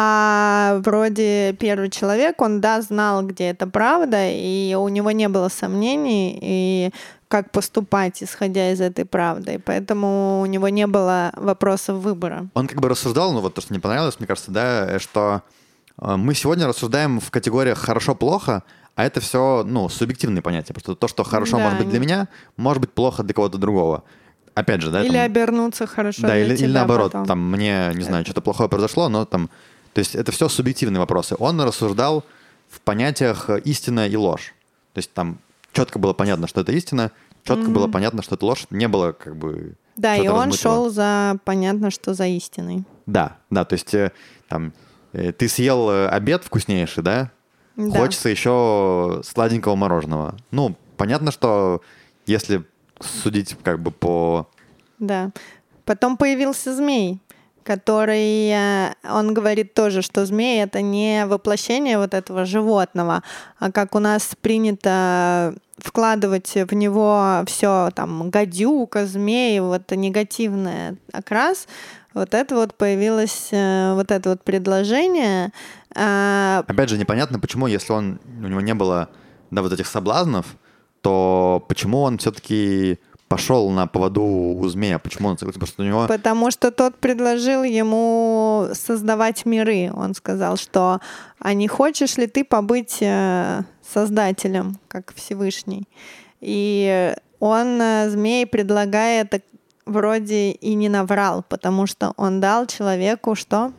Speaker 3: А вроде первый человек, он, да, знал, где это правда, и у него не было сомнений, и как поступать, исходя из этой правды. И поэтому у него не было вопросов выбора.
Speaker 2: Он как бы рассуждал, ну вот то, что мне понравилось, мне кажется, да, что э, мы сегодня рассуждаем в категориях «хорошо-плохо», а это все, ну, субъективные понятия. Просто то, что хорошо
Speaker 3: Да,
Speaker 2: может быть для
Speaker 3: не-
Speaker 2: меня, может быть плохо для кого-то другого. Опять же, да,
Speaker 3: Или
Speaker 2: там-
Speaker 3: обернуться хорошо
Speaker 2: да,
Speaker 3: для
Speaker 2: или,
Speaker 3: тебя
Speaker 2: или наоборот,
Speaker 3: потом.
Speaker 2: там мне, не знаю, что-то плохое произошло, но там... То есть это все субъективные вопросы. Он рассуждал в понятиях э, истина и ложь. То есть там четко было понятно, что это истина, четко было понятно, что это ложь. Не было как бы...
Speaker 3: Да, и
Speaker 2: что-то
Speaker 3: он
Speaker 2: размытого.
Speaker 3: шел за, понятно, что за истиной.
Speaker 2: Да, да, то есть э, там э, ты съел э, обед вкуснейший, да?
Speaker 3: Да.
Speaker 2: Хочется еще сладенького мороженого. Ну, понятно, что если судить как бы по...
Speaker 3: Да. Потом появился змей, который, он говорит тоже, что змей — это не воплощение вот этого животного, а как у нас принято вкладывать в него все там гадюка, змей, вот негативный окрас. Вот это вот появилось, вот это вот предложение.
Speaker 2: Опять же, непонятно, почему, если он, у него не было, да, вот этих соблазнов, то почему он все-таки пошел на поводу у змея? Почему он согласился? Потому что у него...
Speaker 3: Потому что тот предложил ему создавать миры. Он сказал, что а не хочешь ли ты побыть создателем, как Всевышний? И он, змей, предлагает, вроде и не наврал, потому что он дал человеку что?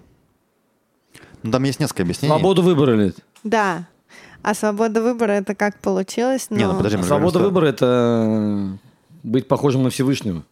Speaker 2: Ну, там есть несколько объяснений.
Speaker 1: Свободу выбора, Лид.
Speaker 3: Да. А свобода выбора — это как получилось? Но...
Speaker 2: Не, ну подожди, мы
Speaker 1: свобода
Speaker 2: говорим,
Speaker 1: выбора — это быть похожим на Всевышнего.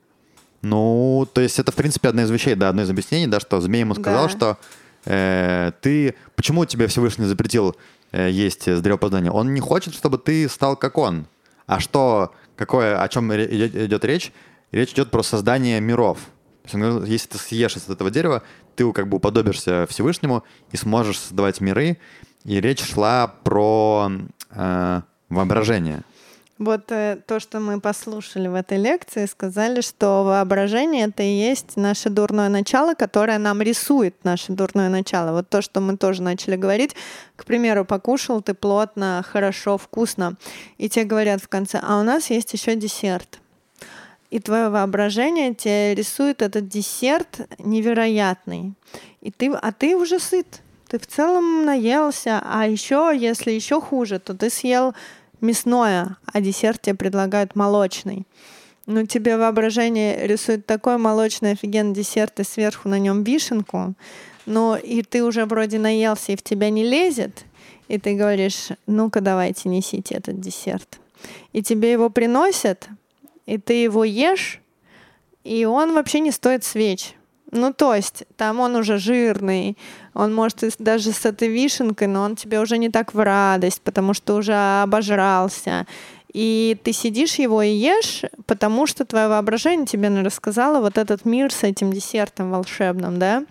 Speaker 2: Ну, то есть это, в принципе, одно из вещей, да, одно из объяснений, да, что змей ему сказал, да. что э, ты... Почему тебе Всевышний запретил э, есть с древа познания? Он не хочет, чтобы ты стал как он. А что, какое, о чем идет, идет речь? Речь идет про создание миров. То есть он говорит, если ты съешь из этого дерева, ты как бы уподобишься Всевышнему и сможешь создавать миры. И речь шла про э, воображение.
Speaker 3: Вот э, то, что мы послушали в этой лекции, сказали, что воображение — это и есть наше дурное начало, которое нам рисует наше дурное начало. Вот то, что мы тоже начали говорить. К примеру, покушал ты плотно, хорошо, вкусно, и тебе говорят в конце: а у нас есть еще десерт. И твое воображение тебе рисует этот десерт невероятный. И ты, а ты уже сыт. Ты в целом наелся. А еще, если еще хуже, то ты съел мясное, а десерт тебе предлагают молочный. Ну, тебе воображение рисует такой молочный офигенный десерт, и сверху на нем вишенку. Ну, и ты уже вроде наелся, и в тебя не лезет. И ты говоришь: ну-ка, давайте, несите этот десерт. И тебе его приносят, и ты его ешь, и он вообще не стоит свеч. Ну, то есть, там он уже жирный, он может даже с этой вишенкой, но он тебе уже не так в радость, потому что уже обожрался. И ты сидишь его и ешь, потому что твое воображение тебе рассказало вот этот мир с этим десертом волшебным, да?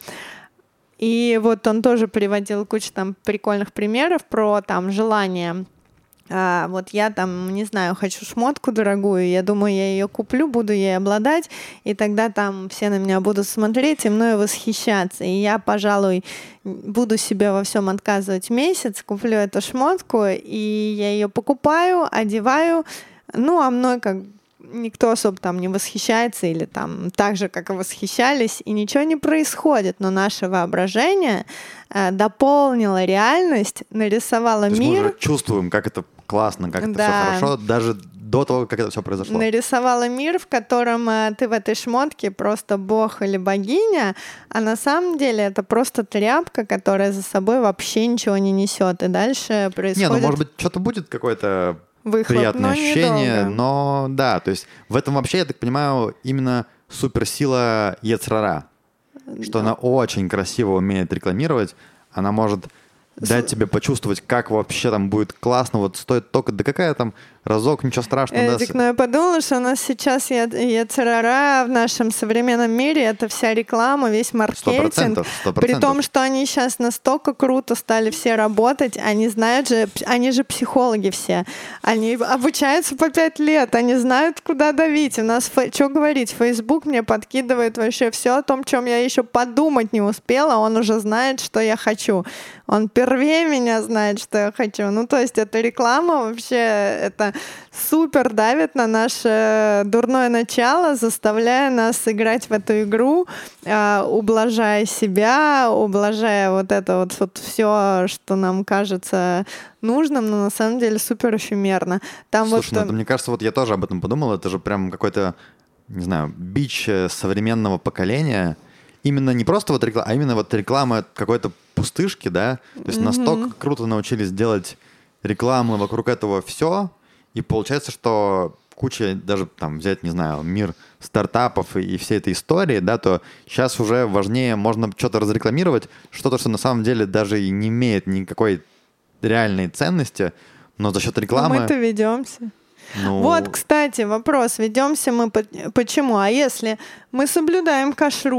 Speaker 3: И вот он тоже приводил кучу там прикольных примеров про там желание. А, вот я там, не знаю, хочу шмотку дорогую, я думаю, я ее куплю, буду ей обладать, и тогда там все на меня будут смотреть и мною восхищаться. И я, пожалуй, буду себе во всем отказывать месяц, куплю эту шмотку, и я ее покупаю, одеваю, ну, а мной как никто особо там не восхищается или там так же, как и восхищались, и ничего не происходит. Но наше воображение э, дополнило реальность, нарисовало
Speaker 2: То есть
Speaker 3: мир.
Speaker 2: Мы уже чувствуем, как это классно, как это
Speaker 3: да.
Speaker 2: все хорошо, даже до того, как это все произошло.
Speaker 3: Нарисовала мир, в котором э, ты в этой шмотке просто бог или богиня, а на самом деле это просто тряпка, которая за собой вообще ничего не несет. И дальше происходит...
Speaker 2: Не, ну может быть что-то будет какое-то
Speaker 3: выхлоп,
Speaker 2: приятное ощущение,
Speaker 3: недолго.
Speaker 2: Но да, то есть в этом вообще, я так понимаю, именно суперсила Ецер-Ара, что она очень красиво умеет рекламировать, она может дать тебе почувствовать, как вообще там будет классно, вот стоит только, да какая там разок, ничего страшного.
Speaker 3: Эдик, да. Но я подумала, что у нас сейчас Ецер-Ара в нашем современном мире — это вся реклама, весь маркетинг. сто процентов, сто процентов. При том, что они сейчас настолько круто стали все работать, они знают же, они же психологи все, они обучаются по пять лет, они знают, куда давить. У нас, что говорить, Facebook мне подкидывает вообще все о том, чем я еще подумать не успела, он уже знает, что я хочу. Он первее меня знает, что я хочу. Ну, то есть эта реклама вообще, это супер давит на наше дурное начало, заставляя нас играть в эту игру, э, ублажая себя, ублажая вот это вот, вот все, что нам кажется нужным, но на самом деле супер эфемерно. Там
Speaker 2: Слушай,
Speaker 3: вот...
Speaker 2: ну, это, мне кажется, вот я тоже об этом подумал, это же прям какой-то, не знаю, бич современного поколения. Именно не просто вот реклама, а именно вот реклама какой-то пустышки, да? То есть mm-hmm. настолько круто научились делать рекламу вокруг этого все, и получается, что куча, даже там взять, не знаю, мир стартапов и, и всей этой истории, да, то сейчас уже важнее, можно что-то разрекламировать, что-то, что на самом деле даже и не имеет никакой реальной ценности, но за счет рекламы...
Speaker 3: Но мы-то ведемся. Ну... Вот, кстати, вопрос, ведемся мы по- почему? А если мы соблюдаем кашрут,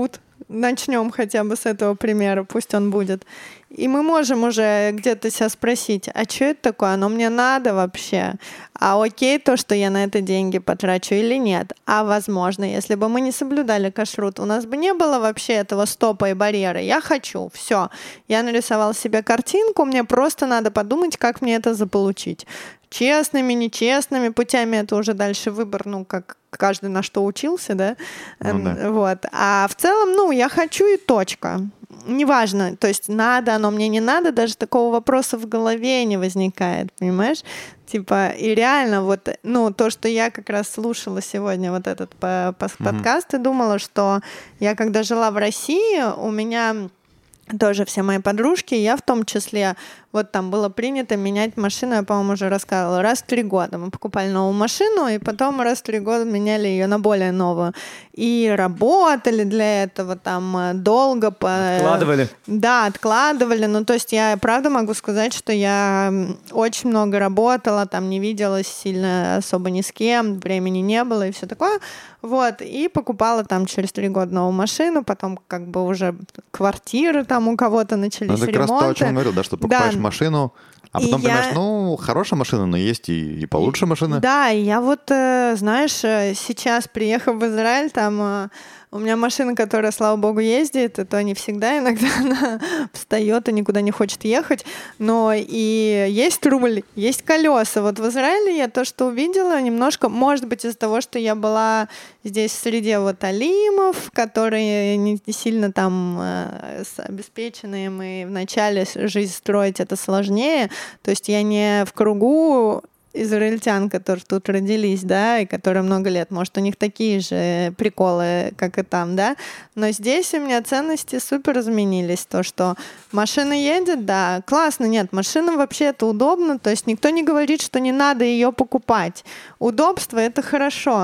Speaker 3: начнем хотя бы с этого примера, пусть он будет. И мы можем уже где-то себя спросить, а что это такое? Оно мне надо вообще? А окей то, что я на это деньги потрачу или нет? А возможно, если бы мы не соблюдали кашрут, у нас бы не было вообще этого стопа и барьера. Я хочу, все. Я нарисовал себе картинку, мне просто надо подумать, как мне это заполучить. Честными, нечестными путями, это уже дальше выбор, ну, как каждый на что учился, да?
Speaker 2: Ну, да.
Speaker 3: Вот. А в целом, ну, я хочу и точка. Неважно, то есть надо оно, мне не надо, даже такого вопроса в голове не возникает, понимаешь? Типа, и реально вот, ну, то, что я как раз слушала сегодня вот этот по- по-
Speaker 2: Mm-hmm.
Speaker 3: подкаст и думала, что я когда жила в России, у меня тоже все мои подружки, я в том числе, вот там было принято менять машину, я, по-моему, уже рассказывала, раз в три года. Мы покупали новую машину, и потом раз в три года меняли ее на более новую. И работали для этого там долго. По...
Speaker 1: Откладывали.
Speaker 3: Да, откладывали. Ну, то есть я, правда, могу сказать, что я очень много работала, там не виделась сильно особо ни с кем, времени не было и все такое. Вот, и покупала там через три года новую машину, потом как бы уже квартиры там у кого-то начались,
Speaker 2: ну, это
Speaker 3: ремонты.
Speaker 2: как раз то, о чем я говорил, да, что покупаешь
Speaker 3: Да.
Speaker 2: машину, а потом
Speaker 3: И
Speaker 2: понимаешь,
Speaker 3: я...
Speaker 2: ну, хорошая машина, но есть и, и получше машина.
Speaker 3: Да, и я вот, знаешь, сейчас, приехав в Израиль, там у меня машина, которая, слава богу, ездит, и то не всегда, иногда она встает и никуда не хочет ехать, но и есть руль, есть колеса. Вот в Израиле я то, что увидела, немножко, может быть, из-за того, что я была здесь в среде вот алимов, которые не сильно там э, обеспеченные, и вначале жизнь строить это сложнее, то есть я не в кругу израильтян, которые тут родились, да, и которые много лет, может, у них такие же приколы, как и там, да, но здесь у меня ценности супер изменились, то, что машина едет, да, классно, нет, машина вообще это удобно, то есть никто не говорит, что не надо ее покупать, удобство — это хорошо,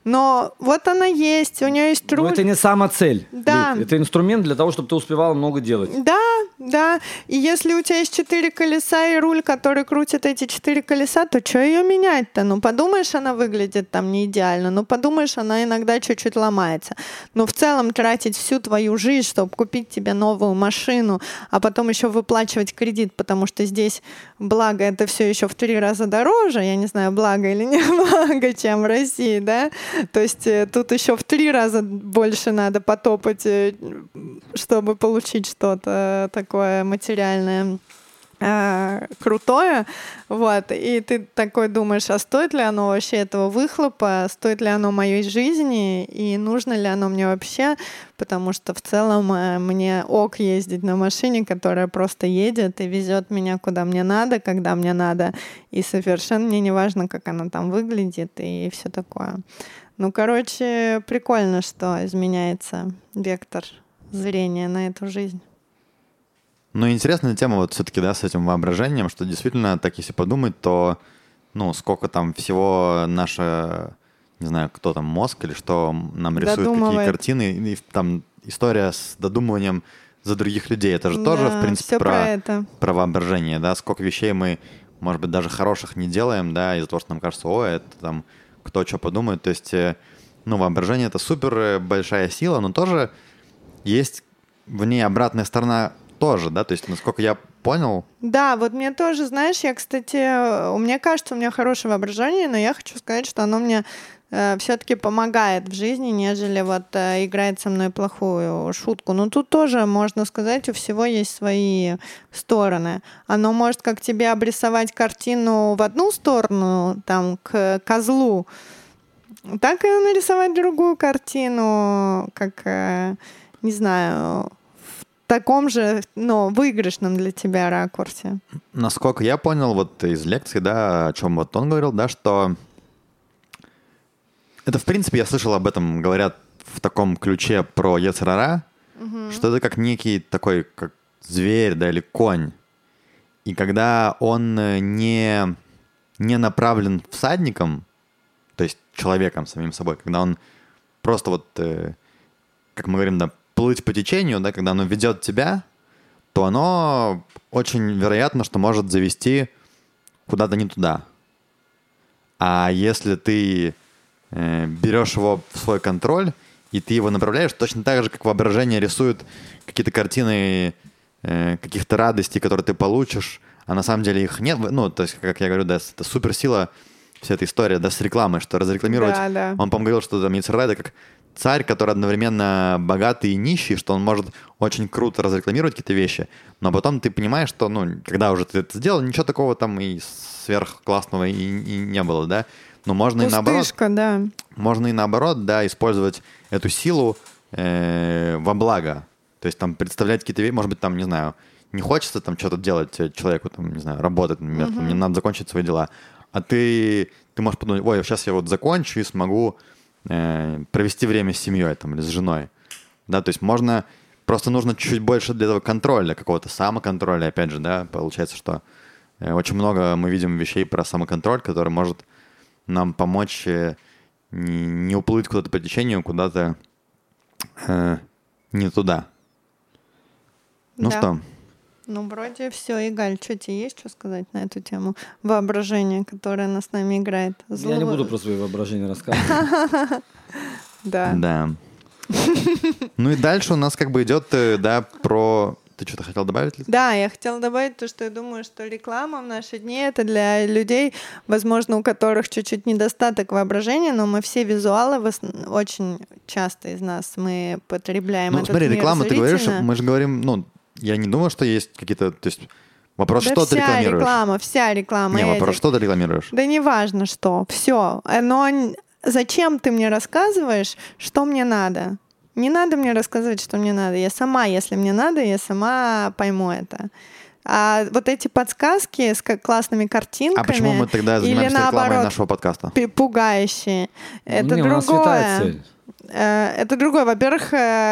Speaker 3: но вот она есть, у нее есть руль.
Speaker 1: Но это не сама цель.
Speaker 3: Да.
Speaker 1: Это инструмент для того, чтобы ты успевала много делать.
Speaker 3: Да, да, и если у тебя есть четыре колеса и руль, который крутит эти четыре колеса, то что ее менять-то? Ну, подумаешь, она выглядит там не идеально, ну, подумаешь, она иногда чуть-чуть ломается. Но в целом тратить всю твою жизнь, чтобы купить тебе новую машину, а потом еще выплачивать кредит, потому что здесь, благо, это все еще в три раза дороже, я не знаю, благо или не благо, чем в России, да? То есть тут еще в три раза больше надо потопать, чтобы получить что-то такое материальное, э, крутое, вот, и ты такой думаешь, а стоит ли оно вообще этого выхлопа, стоит ли оно моей жизни, и нужно ли оно мне вообще, потому что в целом э, мне ок ездить на машине, которая просто едет и везет меня куда мне надо, когда мне надо, и совершенно мне не важно, как она там выглядит и все такое. Ну, короче, прикольно, что изменяется вектор зрения на эту жизнь.
Speaker 2: Ну, интересная тема вот все-таки, да, с этим воображением, что действительно, так если подумать, то, ну, сколько там всего наше, не знаю, кто там, мозг или что нам рисует, какие картины, и там история с додумыванием за других людей, это же да, тоже, в принципе, про,
Speaker 3: про, это.
Speaker 2: про воображение, да, сколько вещей мы, может быть, даже хороших не делаем, да, из-за того, что нам кажется, о, это там, кто что подумает, то есть, ну, воображение — это супер большая сила, но тоже есть в ней обратная сторона тоже, да, то есть, насколько я понял.
Speaker 3: Да, вот мне тоже, знаешь, я, кстати, мне кажется, у меня хорошее воображение, но я хочу сказать, что оно мне э, все-таки помогает в жизни, нежели вот э, играет со мной плохую шутку. Но тут тоже, можно сказать, у всего есть свои стороны. Оно может как тебе обрисовать картину в одну сторону, там, к козлу, так и нарисовать другую картину, как, э, не знаю, в таком же, но выигрышном для тебя ракурсе.
Speaker 2: Насколько я понял вот из лекции, да, о чем вот он говорил, да, что это, в принципе, я слышал об этом, говорят в таком ключе про йецер ара, угу. что это как некий такой, как зверь, да, или конь. И когда он не, не направлен всадником, то есть человеком самим собой, когда он просто вот, э, как мы говорим, да, плыть по течению, да, когда оно ведет тебя, то оно очень вероятно, что может завести куда-то не туда. А если ты э, берешь его в свой контроль и ты его направляешь точно так же, как воображение рисует какие-то картины э, каких-то радостей, которые ты получишь, а на самом деле их нет. Ну, то есть, как я говорю, да, это суперсила, вся эта история, да, с рекламой, что разрекламировать.
Speaker 3: Да, да.
Speaker 2: Он, по-моему, говорил, что там Яцерара — это как царь, который одновременно богатый и нищий, что он может очень круто разрекламировать какие-то вещи, но потом ты понимаешь, что, ну, когда уже ты это сделал, ничего такого там и сверхклассного и, и не было, да. Но можно
Speaker 3: Пустышка,
Speaker 2: и наоборот.
Speaker 3: да.
Speaker 2: Можно и наоборот, да, использовать эту силу э, во благо. То есть там представлять какие-то вещи, может быть, там, не знаю, не хочется там что-то делать человеку, там, не знаю, работать, например, uh-huh. там, мне надо закончить свои дела. А ты, ты можешь подумать, ой, сейчас я вот закончу и смогу э, провести время с семьей там, или с женой. Да, то есть можно, просто нужно чуть-чуть больше для этого контроля, какого-то самоконтроля, опять же, да, получается, что э, очень много мы видим вещей про самоконтроль, который может нам помочь э, не, не уплыть куда-то по течению, куда-то э, не туда. Ну
Speaker 3: да.
Speaker 2: что?
Speaker 3: Ну, вроде все. Игаль, что тебе есть что сказать на эту тему? Воображение, которое нас с нами играет.
Speaker 1: Зло... Я не буду про свое воображение рассказывать.
Speaker 3: Да.
Speaker 2: Да. Ну и дальше у нас как бы идет, да, про... Ты что-то хотел добавить?
Speaker 3: Да, я хотела добавить то, что я думаю, что реклама в наши дни — это для людей, возможно, у которых чуть-чуть недостаток воображения, но мы все визуалы, очень часто из нас мы потребляем
Speaker 2: ну,
Speaker 3: этот
Speaker 2: смотри,
Speaker 3: мир
Speaker 2: реклама, ты говоришь,
Speaker 3: зрительно.
Speaker 2: мы же говорим, ну, я не думаю, что есть какие-то, то есть вопрос,
Speaker 3: да
Speaker 2: что
Speaker 3: вся
Speaker 2: ты рекламируешь.
Speaker 3: реклама, вся реклама.
Speaker 2: Не, вопрос,
Speaker 3: Эдик.
Speaker 2: что ты рекламируешь.
Speaker 3: Да неважно что, все. Но зачем ты мне рассказываешь, что мне надо? Не надо мне рассказывать, что мне надо. Я сама, если мне надо, я сама пойму это. А вот эти подсказки с классными картинками...
Speaker 2: А почему мы тогда занимаемся
Speaker 3: или
Speaker 2: рекламой
Speaker 3: наоборот,
Speaker 2: нашего подкаста?
Speaker 3: Пугающие. Это
Speaker 1: не,
Speaker 3: другое. Это другое. Во-первых,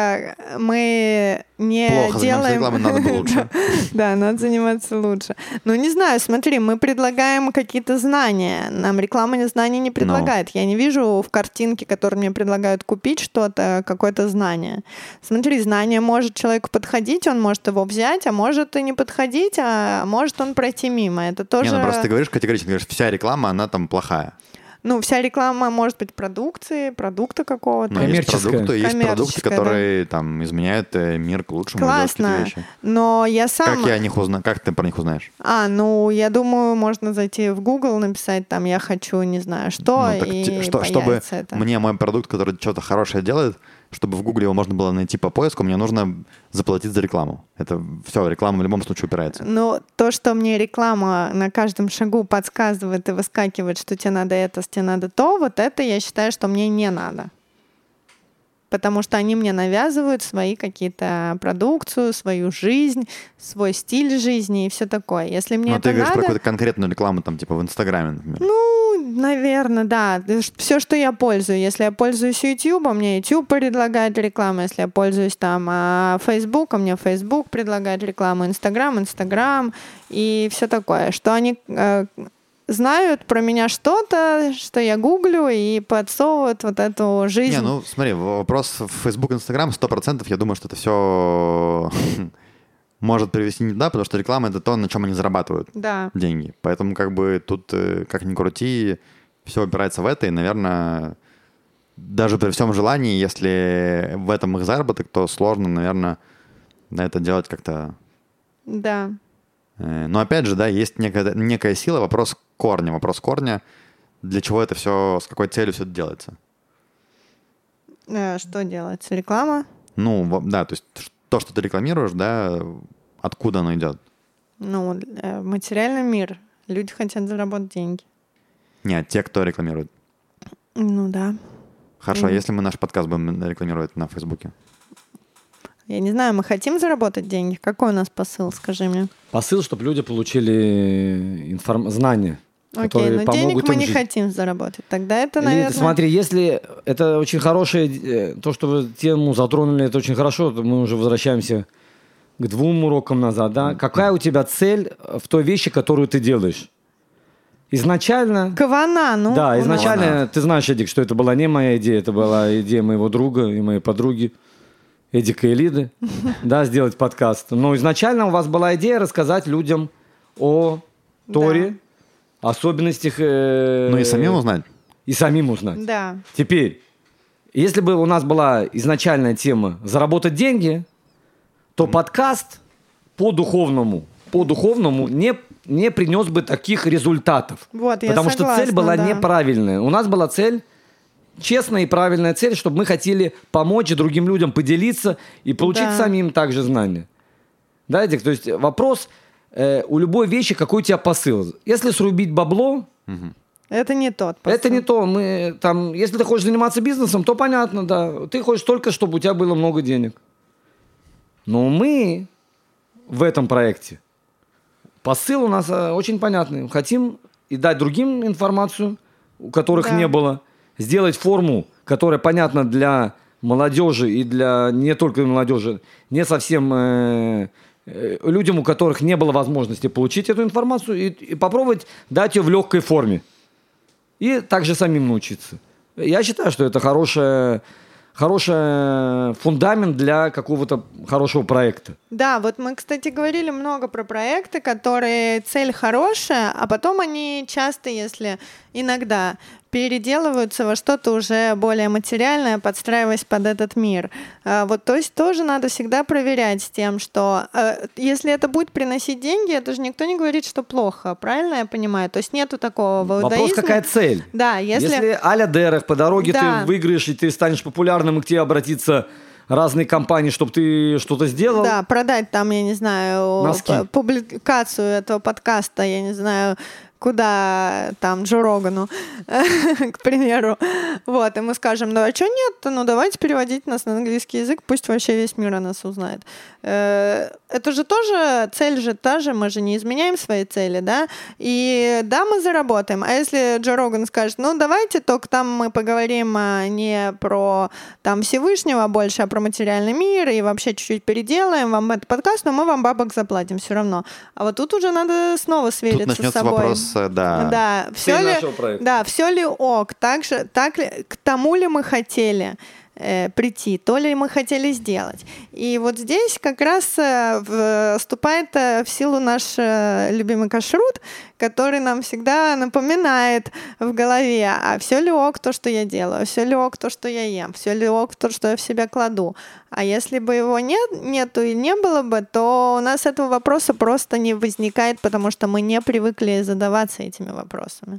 Speaker 3: мы не
Speaker 2: Плохо
Speaker 3: делаем...
Speaker 2: Плохо заниматься рекламой, надо было лучше.
Speaker 3: Да, надо заниматься лучше. Ну, не знаю, смотри, мы предлагаем какие-то знания. Нам реклама знаний не предлагает. Я не вижу в картинке, которую мне предлагают купить что-то, какое-то знание. Смотри, знание может человеку подходить, он может его взять, а может и не подходить, а может он пройти мимо. Это тоже...
Speaker 2: Не, ну просто ты говоришь категорично, говоришь, вся реклама, она там плохая.
Speaker 3: Ну, вся реклама может быть продукции, продукта какого-то.
Speaker 2: Ну, есть продукты, есть продукты, которые да. там изменяют мир к лучшему.
Speaker 3: Классно, но я сам...
Speaker 2: Как я о них узнаю? Как ты про них узнаешь?
Speaker 3: А, ну, я думаю, можно зайти в Google, написать там «я хочу, не знаю, что», ну, и
Speaker 2: что, чтобы
Speaker 3: это.
Speaker 2: Мне мой продукт, который что-то хорошее делает, чтобы в Гугле его можно было найти по поиску, мне нужно заплатить за рекламу. Это все, реклама в любом случае упирается.
Speaker 3: Ну, то, что мне реклама на каждом шагу подсказывает и выскакивает, что тебе надо это, тебе надо то, вот это я считаю, что мне не надо. Потому что они мне навязывают свои какие-то продукцию, свою жизнь, свой стиль жизни и все такое. Если мне
Speaker 2: Но
Speaker 3: это
Speaker 2: ты говоришь
Speaker 3: надо...
Speaker 2: про какую-то конкретную рекламу, там, типа в Инстаграме, например.
Speaker 3: Ну, наверное, да. Все, что я пользую. Если я пользуюсь YouTube, мне YouTube предлагает рекламу. Если я пользуюсь там Facebook, мне Facebook предлагает рекламу. Instagram, Instagram и все такое. Что они... знают про меня что-то, что я гуглю, и подсовывают вот эту жизнь.
Speaker 2: Не, ну смотри, вопрос в Facebook, Instagram сто процентов, я думаю, что это все может привести не туда, потому что реклама — это то, на чем они зарабатывают
Speaker 3: да. деньги.
Speaker 2: Поэтому как бы тут, как ни крути, все упирается в это, и, наверное, даже при всем желании, если в этом их заработок, то сложно, наверное, это делать как-то...
Speaker 3: Да.
Speaker 2: Но опять же, да, есть некая, некая сила, вопрос корня. Вопрос корня, для чего это все, с какой целью все это делается.
Speaker 3: Что делается? Реклама?
Speaker 2: Ну, да, то есть то, что ты рекламируешь, да, откуда оно идет?
Speaker 3: Ну, материальный мир. Люди хотят заработать деньги.
Speaker 2: Нет, те, кто рекламирует.
Speaker 3: Ну, да.
Speaker 2: Хорошо, mm. а если мы наш подкаст будем рекламировать на Фейсбуке?
Speaker 3: Я не знаю, мы хотим заработать деньги? Какой у нас посыл, скажи мне?
Speaker 1: Посыл, чтобы люди получили информ... знания,
Speaker 3: Окей,
Speaker 1: которые
Speaker 3: но
Speaker 1: помогут
Speaker 3: денег мы
Speaker 1: им
Speaker 3: не
Speaker 1: жить.
Speaker 3: хотим заработать. Тогда это,
Speaker 1: Или,
Speaker 3: наверное...
Speaker 1: Смотри, если это очень хорошее, то, что вы тему затронули, это очень хорошо, то мы уже возвращаемся к двум урокам назад. Да? Какая у тебя цель в той вещи, которую ты делаешь? Изначально...
Speaker 3: Кавана, ну...
Speaker 1: Да, изначально,
Speaker 2: Кавана.
Speaker 1: Ты знаешь, Эдик, что это была не моя идея, это была идея моего друга и моей подруги. Эдика и Лиды, да, сделать подкаст. Но изначально у вас была идея рассказать людям о Торе, да. особенностях... Э,
Speaker 2: ну и самим узнать.
Speaker 1: И самим узнать.
Speaker 3: Да.
Speaker 1: Теперь, Если бы у нас была изначальная тема заработать деньги, то mm-hmm. подкаст по духовному, по духовному не, не принес бы таких результатов.
Speaker 3: Вот, я
Speaker 1: потому
Speaker 3: согласна,
Speaker 1: что цель была
Speaker 3: да.
Speaker 1: неправильная. У нас была цель, честная и правильная цель, чтобы мы хотели помочь другим людям поделиться и получить
Speaker 3: да.
Speaker 1: самим также знания. Да, Эдик? То есть вопрос э, у любой вещи, какой у тебя посыл. Если срубить бабло...
Speaker 2: Mm-hmm.
Speaker 3: Это не тот посыл.
Speaker 1: Это не то. Мы, там, если ты хочешь заниматься бизнесом, то понятно, да. Ты хочешь только, чтобы у тебя было много денег. Но мы в этом проекте, посыл у нас очень понятный. Хотим и дать другим информацию, у которых да. не было. Сделать форму, которая понятна для молодежи и для не только молодежи, не совсем э, э, людям, у которых не было возможности получить эту информацию, и, и попробовать дать ее в легкой форме. И также самим научиться. Я считаю, что это хороший, хороший фундамент для какого-то хорошего проекта.
Speaker 3: Да, вот мы, кстати, говорили много про проекты, которые цель хорошая, а потом они часто, если иногда переделываются во что-то уже более материальное, подстраиваясь под этот мир. Вот, то есть тоже надо всегда проверять с тем, что если это будет приносить деньги, это же никто не говорит, что плохо, правильно я понимаю? То есть нету такого в иудаизме.
Speaker 1: Вопрос, какая цель?
Speaker 3: Да, если...
Speaker 1: Если а-ля Дерех, по дороге
Speaker 3: да.
Speaker 1: ты выиграешь, и ты станешь популярным, и к тебе обратиться разные компании, чтобы ты что-то сделал.
Speaker 3: Да, продать там, я не знаю,
Speaker 1: носки.
Speaker 3: Публикацию этого подкаста, я не знаю, куда там Джо Рогану, к примеру. Вот, и мы скажем, ну а что нет? Ну давайте переводить нас на английский язык, пусть вообще весь мир о нас узнает. Это же тоже, цель же та же, мы же не изменяем свои цели, да? И да, мы заработаем. А если Джо Роган скажет, ну давайте только там мы поговорим не про там Всевышнего больше, а про материальный мир, и вообще чуть-чуть переделаем вам этот подкаст, но мы вам бабок заплатим все равно. А вот тут уже надо снова свериться
Speaker 2: тут начнется
Speaker 3: с собой.
Speaker 2: Вопрос, да.
Speaker 3: Да, все ли, да, все ли ок, так же, так ли, к тому ли мы хотели э, прийти, то ли мы хотели сделать. И вот здесь как раз э, вступает э, в силу наш э, любимый кашрут, который нам всегда напоминает в голове, а все ли ок то, что я делаю, все ли ок то, что я ем, все ли ок то, что я в себя кладу. А если бы его нет, нету и не было бы, то у нас этого вопроса просто не возникает, потому что мы не привыкли задаваться этими вопросами.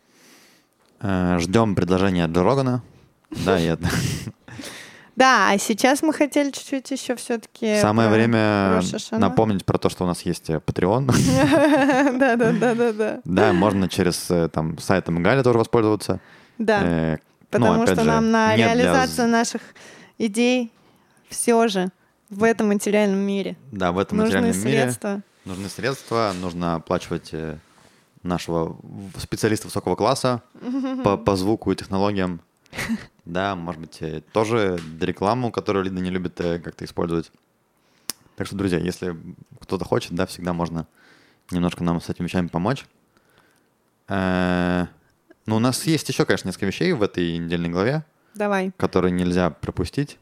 Speaker 2: Ждем предложения Джо Рогана. Да, я...
Speaker 3: Да, а сейчас мы хотели чуть-чуть еще все-таки...
Speaker 2: Самое время напомнить про то, что у нас есть Patreon.
Speaker 3: Да-да-да-да-да.
Speaker 2: Да, можно через там сайт Мгаля тоже воспользоваться.
Speaker 3: Да, потому что нам на реализацию наших идей все же в этом материальном мире.
Speaker 2: Да, в этом
Speaker 3: нужны
Speaker 2: материальном мире
Speaker 3: средства.
Speaker 2: нужны средства, нужно оплачивать нашего специалиста высокого класса по, по звуку и технологиям. Да, может быть, тоже рекламу, которую Лида не любит как-то использовать. Так что, друзья, если кто-то хочет, да, всегда можно немножко нам с этими вещами помочь. Но у нас есть еще, конечно, несколько вещей в этой недельной главе,
Speaker 3: Давай.
Speaker 2: которые нельзя пропустить.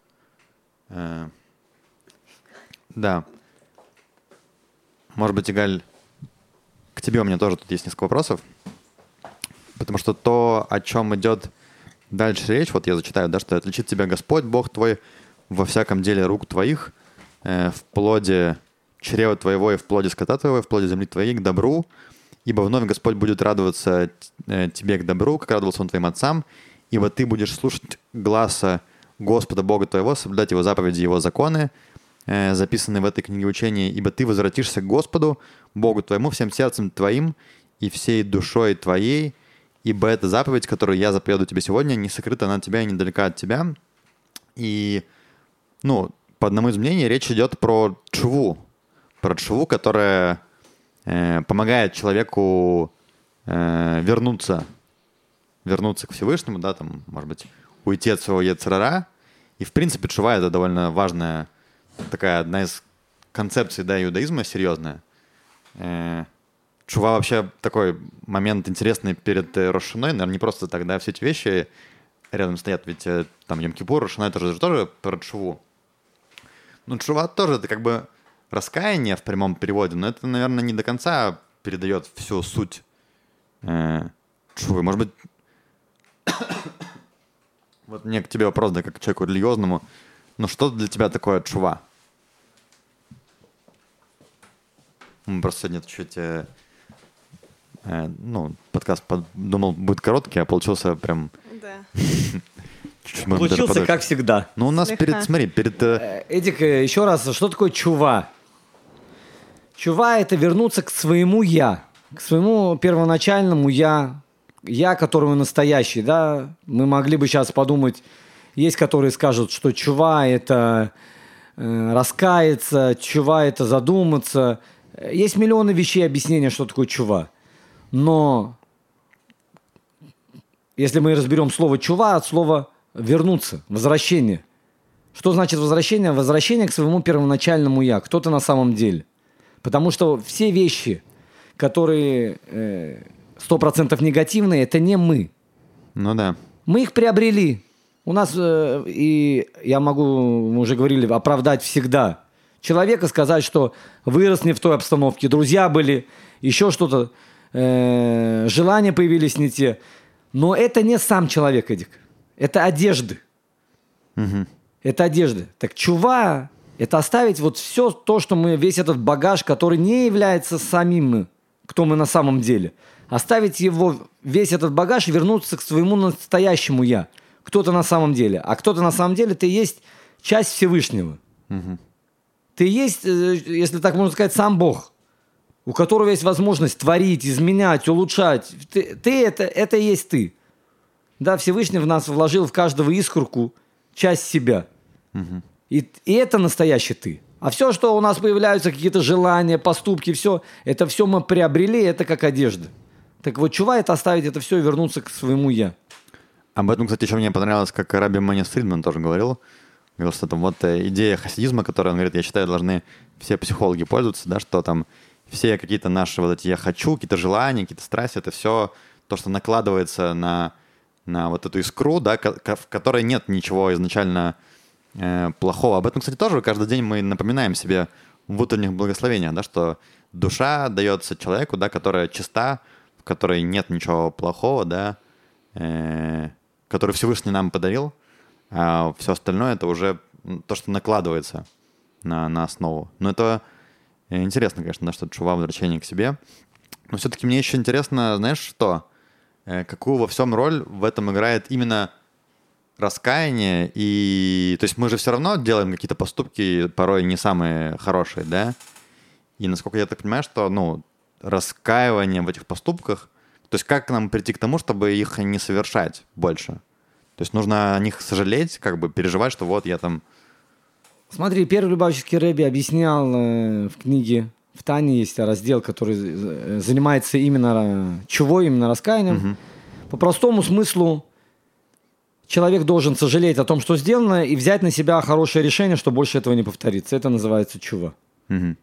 Speaker 2: Да. Может быть, Игаль, к тебе у меня тоже тут есть несколько вопросов. Потому что то, о чем идет дальше речь, вот я зачитаю, да, что отличит тебя Господь, Бог твой, во всяком деле рук твоих, э, в плоде чрева твоего и в плоде скота твоего, и в плоде земли твоей к добру, ибо вновь Господь будет радоваться э, тебе к добру, как радовался он твоим отцам, ибо ты будешь слушать гласа Господа Бога твоего, соблюдать его заповеди, его законы, э, записанные в этой книге учения, ибо ты возвратишься к Господу, Богу твоему, всем сердцем твоим и всей душой твоей, ибо эта заповедь, которую я заповедую тебе сегодня, не сокрыта она от тебя и недалека от тебя. И, ну, по одному из мнений, речь идет про тшуву, про тшуву, которая э, помогает человеку э, вернуться, вернуться к Всевышнему, да, там, может быть, уйти от своего йецер ара. И, в принципе, тшува — это довольно важная, такая одна из концепций, да, иудаизма, серьезная. Э, Тшува вообще такой момент интересный перед Рош ха-Шаной. Наверное, не просто тогда все эти вещи рядом стоят. Ведь там Йом-Кипур, Рош ха-Шана — это же тоже про тшуву. Ну, тшува тоже это как бы раскаяние в прямом переводе, но это, наверное, не до конца передает всю суть э, тшувы. Может быть, Вот мне к тебе вопрос, да, как к человеку религиозному. Ну, что для тебя такое чува? Мы просто сегодня чуть... Э, э, ну, подкаст думал, будет короткий, а получился прям...
Speaker 3: Да.
Speaker 1: Получился, как всегда.
Speaker 2: Ну, у нас
Speaker 3: Слегка.
Speaker 2: перед... Смотри, перед...
Speaker 1: Э, Эдик, э, еще раз, что такое чува? Чува — это вернуться к своему «я», к своему первоначальному «я», «я», который настоящий, да? Мы могли бы сейчас подумать, есть, которые скажут, что чува — это э, раскаяться, чува — это задуматься. Есть миллионы вещей, объяснения, что такое чува. Но если мы разберем слово чува от слова вернуться, возвращение. Что значит возвращение? Возвращение к своему первоначальному «я», кто ты на самом деле. Потому что все вещи, которые сто процентов негативные, это не мы.
Speaker 2: Ну да.
Speaker 1: Мы их приобрели. У нас, э, и я могу, мы уже говорили, оправдать всегда человека, сказать, что вырос не в той обстановке, друзья были, еще что-то, э, желания появились не те. Но это не сам человек, Эдик. Это одежды.
Speaker 2: Угу.
Speaker 1: Это одежды. Так чува – это оставить вот все то, что мы, весь этот багаж, который не является самим мы, кто мы на самом деле. Оставить его, весь этот багаж и вернуться к своему настоящему «я». Кто ты на самом деле. А кто ты на самом деле, ты есть часть Всевышнего.
Speaker 2: Угу.
Speaker 1: Ты есть, если так можно сказать, сам Бог, у которого есть возможность творить, изменять, улучшать. Ты, ты это, это и есть ты. Да, Всевышний в нас вложил в каждого искорку часть себя.
Speaker 2: Угу.
Speaker 1: И, и это настоящий ты. А все, что у нас появляются, какие-то желания, поступки, все, это все мы приобрели, это как одежда. Так вот, чува — это оставить это все и вернуться к своему «я».
Speaker 2: Об этом, кстати, еще мне понравилось, как Раби Манис Фридман тоже говорил. Говорил, что там вот идея хасидизма, которую он говорит, я считаю, должны все психологи пользоваться, да, что там все какие-то наши вот эти «я хочу», какие-то желания, какие-то страсти, это все то, что накладывается на, на вот эту искру, да, в которой нет ничего изначально э, плохого. Об этом, кстати, тоже каждый день мы напоминаем себе в утренних благословениях, да, что душа дается человеку, да, которая чиста, в которой нет ничего плохого, да, э, который Всевышний нам подарил, а все остальное это уже то, что накладывается на, на основу. Но это интересно, конечно, да, что чува — возвращение к себе. Но все-таки мне еще интересно, знаешь что? Какую во всем роль в этом играет именно раскаяние? И то есть мы же все равно делаем какие-то поступки, порой не самые хорошие, да? И насколько я так понимаю, что, ну, раскаивание в этих поступках, то есть как нам прийти к тому, чтобы их не совершать больше? То есть нужно о них сожалеть, как бы переживать, что вот я там...
Speaker 1: Смотри, первый Любавческий Рэбби объяснял э, в книге, в Тане есть раздел, который занимается именно чего, именно раскаянием.
Speaker 2: Угу.
Speaker 1: По простому смыслу человек должен сожалеть о том, что сделано, и взять на себя хорошее решение, что больше этого не повторится. Это называется чува.
Speaker 2: Угу.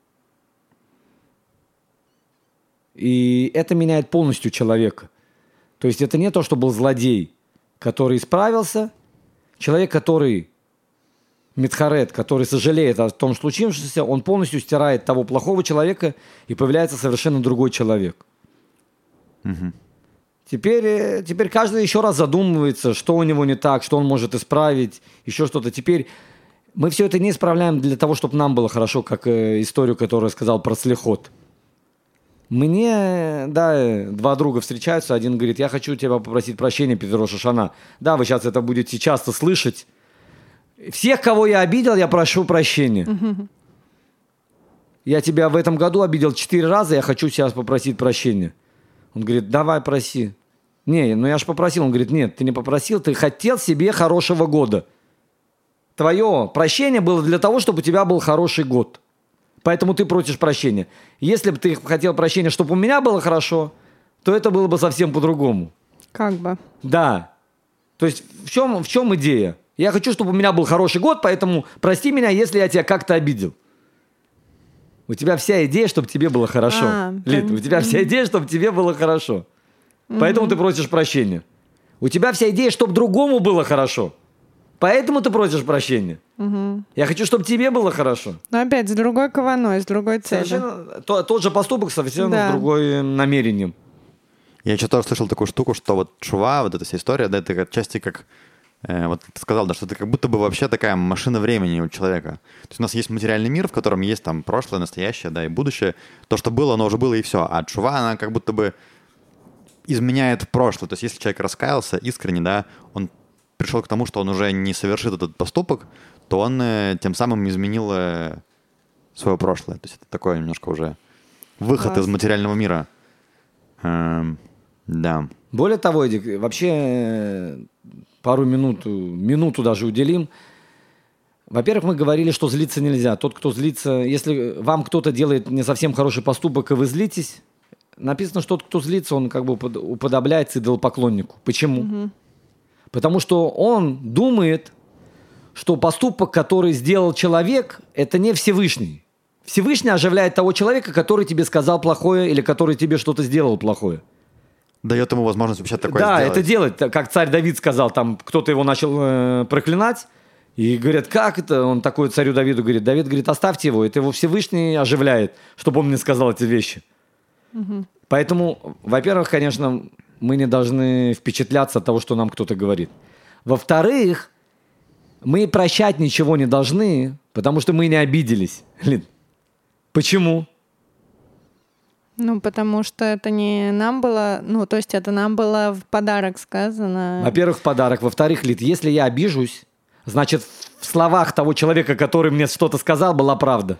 Speaker 1: И это меняет полностью человека. То есть это не то, что был злодей, который исправился, человек, который митхарет, который сожалеет о том, что случившемся, он полностью стирает того плохого человека, и появляется совершенно другой человек.
Speaker 2: Угу.
Speaker 1: Теперь, теперь каждый еще раз задумывается, что у него не так, что он может исправить, еще что-то. Теперь мы все это не исправляем для того, чтобы нам было хорошо, как э, историю, которую я сказал про слихот. Мне, да, два друга встречаются, один говорит, я хочу тебя попросить прощения перед Рош ха-Шана. Да, вы сейчас это будете часто слышать. Всех, кого я обидел, я прошу прощения. Mm-hmm. Я тебя в этом году обидел четыре раза, я хочу сейчас попросить прощения. Он говорит, давай проси. Не, ну я же попросил. Он говорит, нет, ты не попросил, ты хотел себе хорошего года. Твое прощение было для того, чтобы у тебя был хороший год. Поэтому ты просишь прощения. Если бы ты хотел прощения, чтобы у меня было хорошо, то это было бы совсем по-другому.
Speaker 3: Как бы.
Speaker 1: Да. То есть в чем, в чем идея? Я хочу, чтобы у меня был хороший год, поэтому прости меня, если я тебя как-то обидел. У тебя вся идея, чтобы тебе было хорошо. А, Лид, у тебя вся идея, чтобы тебе было хорошо. Поэтому ты просишь прощения. У тебя вся идея, чтобы другому было хорошо. Поэтому ты просишь прощения.
Speaker 3: Угу.
Speaker 1: Я хочу, чтобы тебе было хорошо.
Speaker 3: Но опять с другой кованой, с другой целью.
Speaker 1: Совершенно, то, тот же поступок совсем да. с другой намерением.
Speaker 2: Я еще тоже слышал такую штуку, что вот чува, вот эта вся история, да, это отчасти как э, вот ты сказал, да, что ты как будто бы вообще такая машина времени у человека. То есть у нас есть материальный мир, в котором есть там прошлое, настоящее, да, и будущее. То, что было, оно уже было, и все. А тшува, она как будто бы изменяет прошлое. То есть если человек раскаялся искренне, да, он пришел к тому, что он уже не совершит этот поступок, то он э, тем самым изменил э, свое прошлое. То есть это такое немножко уже выход Класс. Из материального мира. Эм, да.
Speaker 1: Более того, Эдик, вообще пару минут, минуту даже уделим. Во-первых, мы говорили, что злиться нельзя. Тот, кто злится, если вам кто-то делает не совсем хороший поступок, и вы злитесь, написано, что тот, кто злится, он как бы уподобляется идолопоклоннику. Почему? Угу. Потому что он думает, что поступок, который сделал человек, это не Всевышний. Всевышний оживляет того человека, который тебе сказал плохое или который тебе что-то сделал плохое.
Speaker 2: Дает ему возможность вообще такое
Speaker 1: да,
Speaker 2: сделать.
Speaker 1: Да, это делать. Как царь Давид сказал, там кто-то его начал э, проклинать, и говорят, как это? Он такой царю Давиду говорит. Давид говорит, оставьте его, это его Всевышний оживляет, чтобы он мне сказал эти вещи. Угу. Поэтому, во-первых, конечно, мы не должны впечатляться от того, что нам кто-то говорит. Во-вторых, мы прощать ничего не должны, потому что мы не обиделись. Лин, почему?
Speaker 3: Ну, потому что это не нам было, ну, то есть это нам было в подарок сказано.
Speaker 1: Во-первых, в подарок. Во-вторых, Лид, если я обижусь, значит, в словах того человека, который мне что-то сказал, была правда.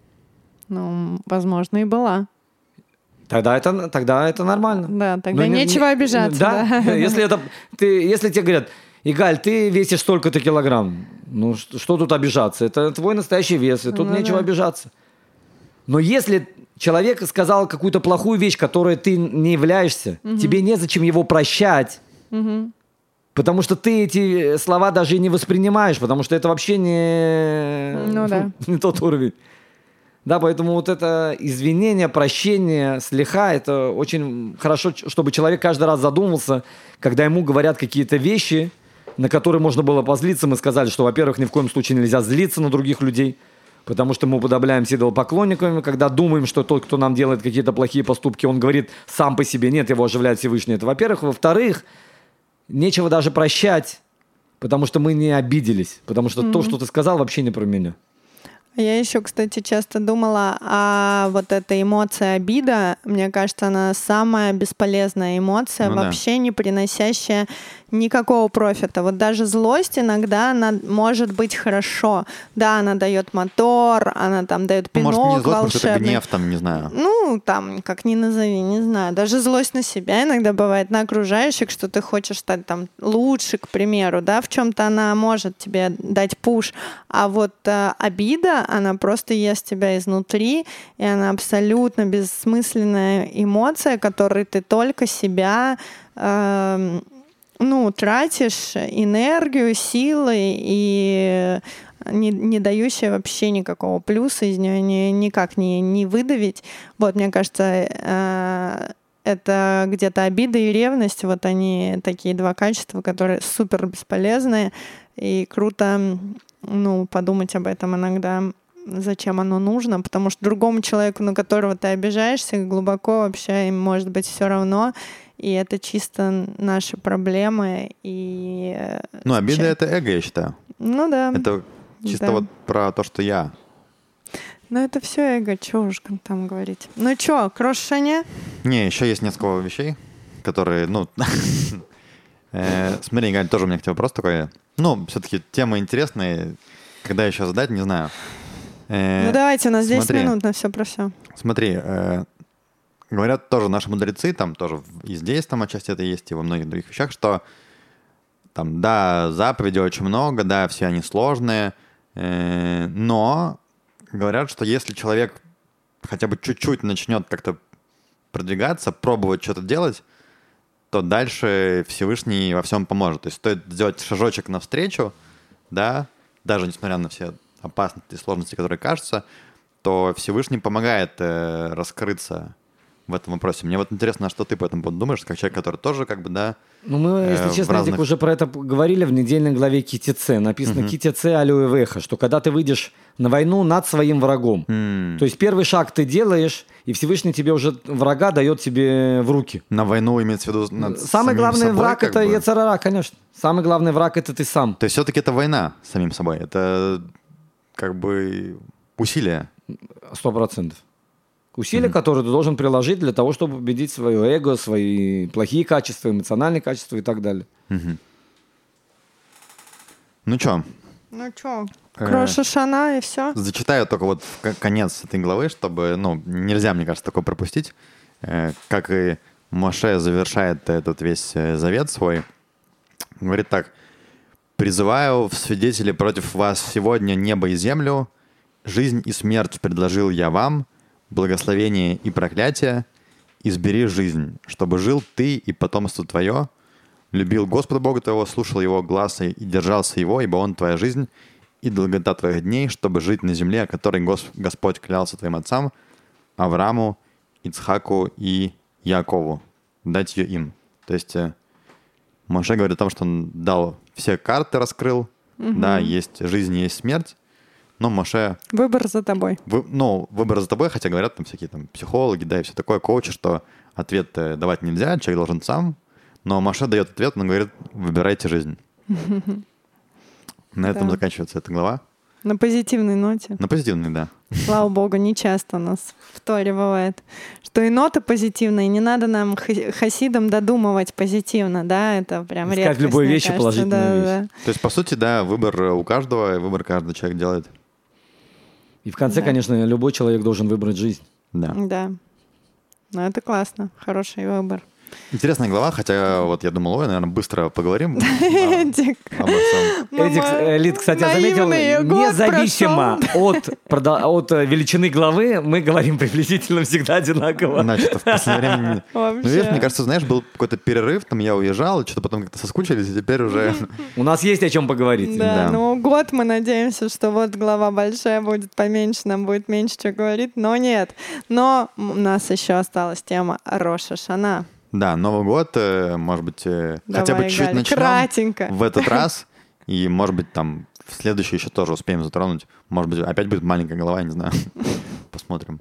Speaker 3: Ну, возможно, и была.
Speaker 1: Тогда это, тогда это нормально.
Speaker 3: Да, тогда Но нечего не, обижаться.
Speaker 1: Да, да. Если, это, ты, если тебе говорят, Игаль, ты весишь столько-то килограмм, ну что, что тут обижаться? Это твой настоящий вес, и тут ну, нечего да. обижаться. Но если человек сказал какую-то плохую вещь, которой ты не являешься, угу. тебе незачем его прощать, угу. потому что ты эти слова даже и не воспринимаешь, потому что это вообще не,
Speaker 3: ну, да.
Speaker 1: не тот уровень. Да, поэтому вот это извинение, прощение, слиха, это очень хорошо, чтобы человек каждый раз задумался, когда ему говорят какие-то вещи, на которые можно было позлиться. Мы сказали, что, во-первых, ни в коем случае нельзя злиться на других людей, потому что мы уподобляемся идолопоклонникам, когда думаем, что тот, кто нам делает какие-то плохие поступки, он говорит сам по себе, нет, его оживляет Всевышний. Это, во-первых. Во-вторых, нечего даже прощать, потому что мы не обиделись, потому что mm-hmm. то, что ты сказал, вообще не про меня.
Speaker 3: Я еще, кстати, часто думала, а вот эта эмоция обида, мне кажется, она самая бесполезная эмоция, ну, вообще да. не приносящая никакого профита. Вот даже злость иногда, она может быть хорошо. Да, она дает мотор, она там дает пинок волшебный.
Speaker 2: Может, не злость, может, это гнев, там, не знаю.
Speaker 3: Ну, там, как ни назови, не знаю. Даже злость на себя иногда бывает, на окружающих, что ты хочешь стать там лучше, к примеру, да, в чем-то она может тебе дать пуш. А вот э, обида, она просто ест тебя изнутри, и она абсолютно бессмысленная эмоция, которой ты только себя... Э, ну, тратишь энергию, силы и не, не дающая вообще никакого плюса из нее ни, никак не, не выдавить. Вот, мне кажется, э, это где-то обида и ревность, вот они такие два качества, которые супер бесполезные, и круто, ну, подумать об этом иногда, зачем оно нужно, потому что другому человеку, на которого ты обижаешься, глубоко вообще им может быть все равно, и это чисто наши проблемы. И...
Speaker 2: Ну, обида — это эго, я считаю.
Speaker 3: Ну да.
Speaker 2: Это чисто да. вот про то, что я.
Speaker 3: Ну это все эго, что уж там говорить. Ну что, к Рош-ха-Шане?
Speaker 2: Не, еще есть несколько вещей, которые, ну... Смотри, Галь, тоже у меня к тебе вопрос такой. Ну, все-таки тема интересная. Когда еще задать, не знаю.
Speaker 3: Ну давайте, у нас десять минут на все про все.
Speaker 2: Смотри, говорят тоже наши мудрецы, там тоже и здесь там отчасти это есть, и во многих других вещах, что там, да, заповедей очень много, да, все они сложные, э, но говорят, что если человек хотя бы чуть-чуть начнет как-то продвигаться, пробовать что-то делать, то дальше Всевышний во всем поможет. То есть стоит сделать шажочек навстречу, да, даже несмотря на все опасности и сложности, которые кажутся, то Всевышний помогает э, раскрыться в этом вопросе. Мне вот интересно, что ты по этому поводу думаешь, как человек, который тоже как бы, да...
Speaker 1: Ну, мы, если
Speaker 2: э,
Speaker 1: честно,
Speaker 2: разных...
Speaker 1: Эдик, уже про это говорили в недельной главе Китице. Написано uh-huh. Китице алюэ веха, что когда ты выйдешь на войну над своим врагом. Mm. То есть первый шаг ты делаешь, и Всевышний тебе уже врага дает тебе в руки.
Speaker 2: На войну имеется в виду над
Speaker 1: Самый главный
Speaker 2: собой,
Speaker 1: враг — это
Speaker 2: бы?
Speaker 1: Йецер ара, конечно. Самый главный враг — это ты сам.
Speaker 2: То есть все-таки это война с самим собой. Это как бы усилие.
Speaker 1: Сто процентов. Усилия, mm-hmm. которые ты должен приложить для того, чтобы победить свое эго, свои плохие качества, эмоциональные качества и так далее.
Speaker 2: Mm-hmm. Ну что?
Speaker 3: Ну что, Рош ха-Шана и все.
Speaker 2: Зачитаю только вот конец этой главы, чтобы, ну, нельзя, мне кажется, такое пропустить. Как и Моше завершает этот весь завет свой. Говорит так: «Призываю в свидетели против вас сегодня небо и землю. Жизнь и смерть предложил я вам, благословение и проклятие. Избери жизнь, чтобы жил ты и потомство твое. Любил Господа Бога твоего, слушал его гласа и держался его, ибо он твоя жизнь и долгота твоих дней, чтобы жить на земле, о которой Гос- Господь клялся твоим отцам, Аврааму, Ицхаку и Якову, дать ее им». То есть Моше говорит о том, что он дал все карты, раскрыл. Угу. Да, есть жизнь, есть смерть. Но Моше...
Speaker 3: Выбор за тобой.
Speaker 2: Вы, ну, выбор за тобой, хотя говорят там всякие там психологи, да, и все такое, коучи, что ответ давать нельзя, человек должен сам. Но Моше дает ответ, он говорит: выбирайте жизнь. На этом заканчивается эта глава.
Speaker 3: На позитивной ноте.
Speaker 2: На позитивной, да.
Speaker 3: Слава богу, не часто у нас в Торе бывает, что и нота позитивная, и не надо нам хасидам додумывать позитивно, да, это прям редкость.
Speaker 1: Искать в любой вещи положительную вещь.
Speaker 3: Да, да.
Speaker 2: То есть, по сути, да, выбор у каждого, выбор каждый человек делает.
Speaker 1: И в конце, да. конечно, любой человек должен выбрать жизнь.
Speaker 2: Да.
Speaker 3: Да. Ну, это классно, хороший выбор.
Speaker 2: Интересная глава, хотя вот я думал, ой, наверное, быстро поговорим Эдик. обо всем.
Speaker 1: Эдик, Лид, кстати, я заметил, независимо от, от величины главы, мы говорим приблизительно всегда одинаково.
Speaker 2: Значит, в последнее время... Ну, видишь, мне кажется, знаешь, был какой-то перерыв, там я уезжал, что-то потом как-то соскучились, и теперь уже...
Speaker 1: У нас есть о чем поговорить.
Speaker 3: Да, ну год мы надеемся, что вот глава большая будет поменьше, нам будет меньше что говорить, но нет. Но у нас еще осталась тема Рош ха-Шана.
Speaker 2: Да, Новый год, может быть, Давай, хотя бы чуть-чуть
Speaker 3: Галя,
Speaker 2: начнем
Speaker 3: кратенько.
Speaker 2: в этот раз. И, может быть, там в следующий еще тоже успеем затронуть. Может быть, опять будет маленькая голова, я не знаю. Посмотрим.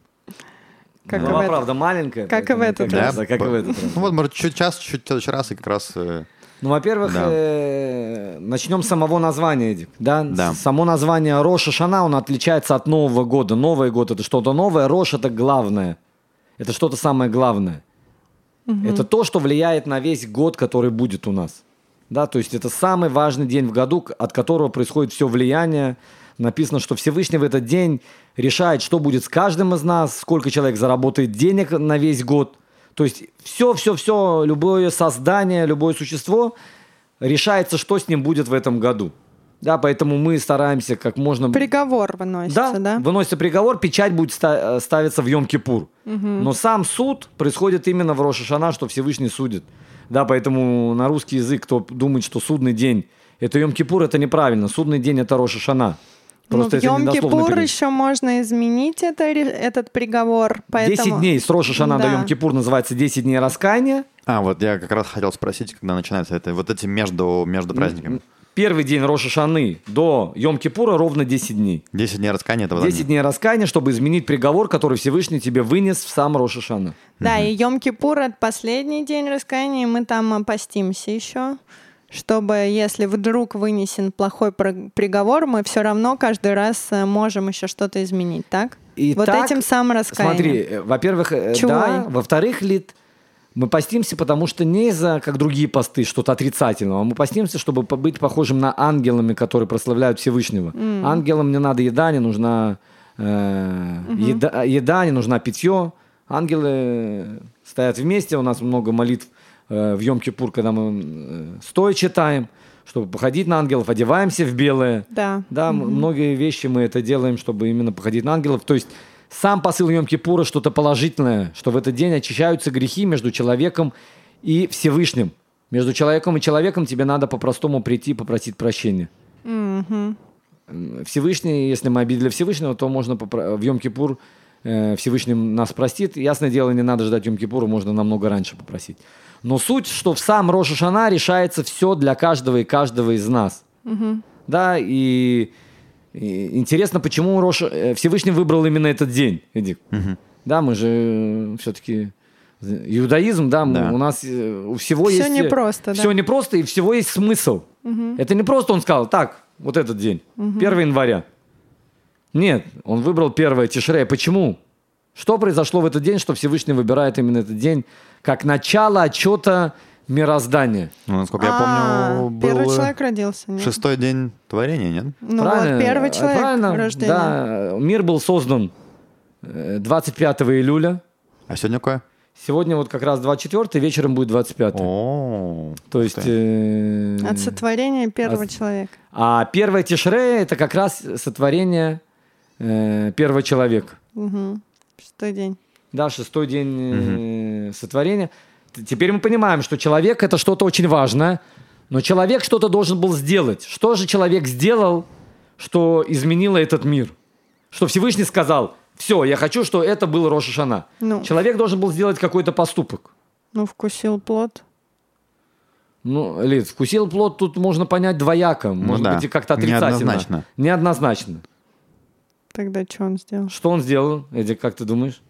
Speaker 1: Как да. Голова, правда, маленькая.
Speaker 3: Как и в этот
Speaker 2: да,
Speaker 3: раз.
Speaker 2: Да,
Speaker 1: как
Speaker 2: по...
Speaker 1: и в этот раз.
Speaker 2: Ну вот, может, чуть час, чуть в следующий раз, и как раз...
Speaker 1: Ну, во-первых, да. э, начнем с самого названия, Эдик. Да?
Speaker 2: Да.
Speaker 1: Само название Рош ха-Шана, он отличается от Нового года. Новый год — это что-то новое, Рош — это главное. Это что-то самое главное. Угу. Это то, что влияет на весь год, который будет у нас. Да, то есть это самый важный день в году, от которого происходит все влияние. Написано, что Всевышний в этот день решает, что будет с каждым из нас, сколько человек заработает денег на весь год. То есть все-все-все, любое создание, любое существо решается, что с ним будет в этом году. Да, поэтому мы стараемся как можно...
Speaker 3: Приговор выносится, да?
Speaker 1: Да, выносится приговор, печать будет ста- ставиться в Йом-Кипур. Угу. Но сам суд происходит именно в Рош ха-Шана, что Всевышний судит. Да, поэтому на русский язык, кто думает, что судный день – это Йом-Кипур, это неправильно. Судный день – это Рош ха-Шана.
Speaker 3: Просто ну, в Йом-Кипур еще можно изменить это, этот приговор. Поэтому...
Speaker 1: десять дней с Рош ха-Шана да. до Йом-Кипур называется десять дней раскаяния.
Speaker 2: А, вот я как раз хотел спросить, когда начинается это, вот эти между, между праздниками.
Speaker 1: Первый день Рош ха-Шаны до Йом-Кипура ровно десять дней.
Speaker 2: десять дней раскаяния. Это
Speaker 1: десять дней раскаяния, чтобы изменить приговор, который Всевышний тебе вынес в сам Рош ха-Шана.
Speaker 3: Да, угу. И Йом-Кипур — это последний день раскаяния, и мы там постимся еще, чтобы, если вдруг вынесен плохой приговор, мы все равно каждый раз можем еще что-то изменить, так?
Speaker 1: И
Speaker 3: вот
Speaker 1: так,
Speaker 3: этим самым раскаянием.
Speaker 1: Смотри, во-первых, Чего? да, во-вторых, Лид, мы постимся, потому что не из-за, как другие посты, что-то отрицательного. Мы постимся, чтобы быть похожим на ангелами, которые прославляют Всевышнего. Mm. Ангелам не надо еда, не нужна э, mm-hmm. еда, еда, не нужна питье. Ангелы стоят вместе. У нас много молитв э, в Йом-Кипур, когда мы э, стоя читаем, чтобы походить на ангелов, одеваемся в белое.
Speaker 3: Да.
Speaker 1: Да, mm-hmm. многие вещи мы это делаем, чтобы именно походить на ангелов. То есть сам посыл Йом-Кипура что-то положительное, что в этот день очищаются грехи между человеком и Всевышним. Между человеком и человеком тебе надо по-простому прийти и попросить прощения.
Speaker 3: Mm-hmm.
Speaker 1: Всевышний, если мы обидели Всевышнего, то можно попро- в Йом-Кипур э, Всевышний нас простит. Ясное дело, не надо ждать Йом-Кипура, можно намного раньше попросить. Но суть, что в сам Рош ха-Шана решается все для каждого и каждого из нас.
Speaker 3: Угу.
Speaker 1: Да, и, и интересно, почему Рош... Всевышний выбрал именно этот день, Эдик.
Speaker 2: Мгм.
Speaker 1: Да, мы же все-таки... Иудаизм, да, мы-
Speaker 2: Да.
Speaker 1: у нас э, у всего
Speaker 3: Всё
Speaker 1: есть...
Speaker 3: непросто, да.
Speaker 1: Все непросто, и всего есть смысл.
Speaker 3: Мгм.
Speaker 1: Это не просто он сказал, так, вот этот день, первого января. Нет, он выбрал первое Тишрея. Почему? Что произошло в этот день, что Всевышний выбирает именно этот день как начало отчета мироздания?
Speaker 2: Ну, насколько я
Speaker 3: А,
Speaker 2: помню,
Speaker 3: первый
Speaker 2: был
Speaker 3: человек родился, нет?
Speaker 2: шестой день творения, нет?
Speaker 3: Ну
Speaker 1: Правильно?
Speaker 3: вот, первый
Speaker 1: Э,
Speaker 3: человек
Speaker 1: правильно,
Speaker 3: рождения.
Speaker 1: да. Мир был создан э, двадцать пятого июля.
Speaker 2: А сегодня какое?
Speaker 1: Сегодня вот как раз двадцать четвёртое, вечером будет двадцать пятое.
Speaker 2: О,
Speaker 1: То есть... э,
Speaker 3: От сотворения первого
Speaker 1: от-
Speaker 3: человека.
Speaker 1: А первое Тишрея – это как раз сотворение э, первого человека.
Speaker 3: Угу. Шестой день.
Speaker 1: Да, шестой день э, сотворения. Т- Теперь мы понимаем, что человек – это что-то очень важное, но человек что-то должен был сделать. Что же человек сделал, что изменило этот мир? Что Всевышний сказал, все, я хочу, что это был Рош ха-Шана.
Speaker 3: Ну.
Speaker 1: Человек должен был сделать какой-то поступок.
Speaker 3: Ну, вкусил плод.
Speaker 1: Ну, Лид, вкусил плод, тут можно понять двояко. Может
Speaker 2: да.
Speaker 1: быть, и как-то отрицательно.
Speaker 2: Неоднозначно.
Speaker 1: Неоднозначно.
Speaker 3: Тогда что он сделал?
Speaker 1: Что он сделал, Эдик, как ты думаешь?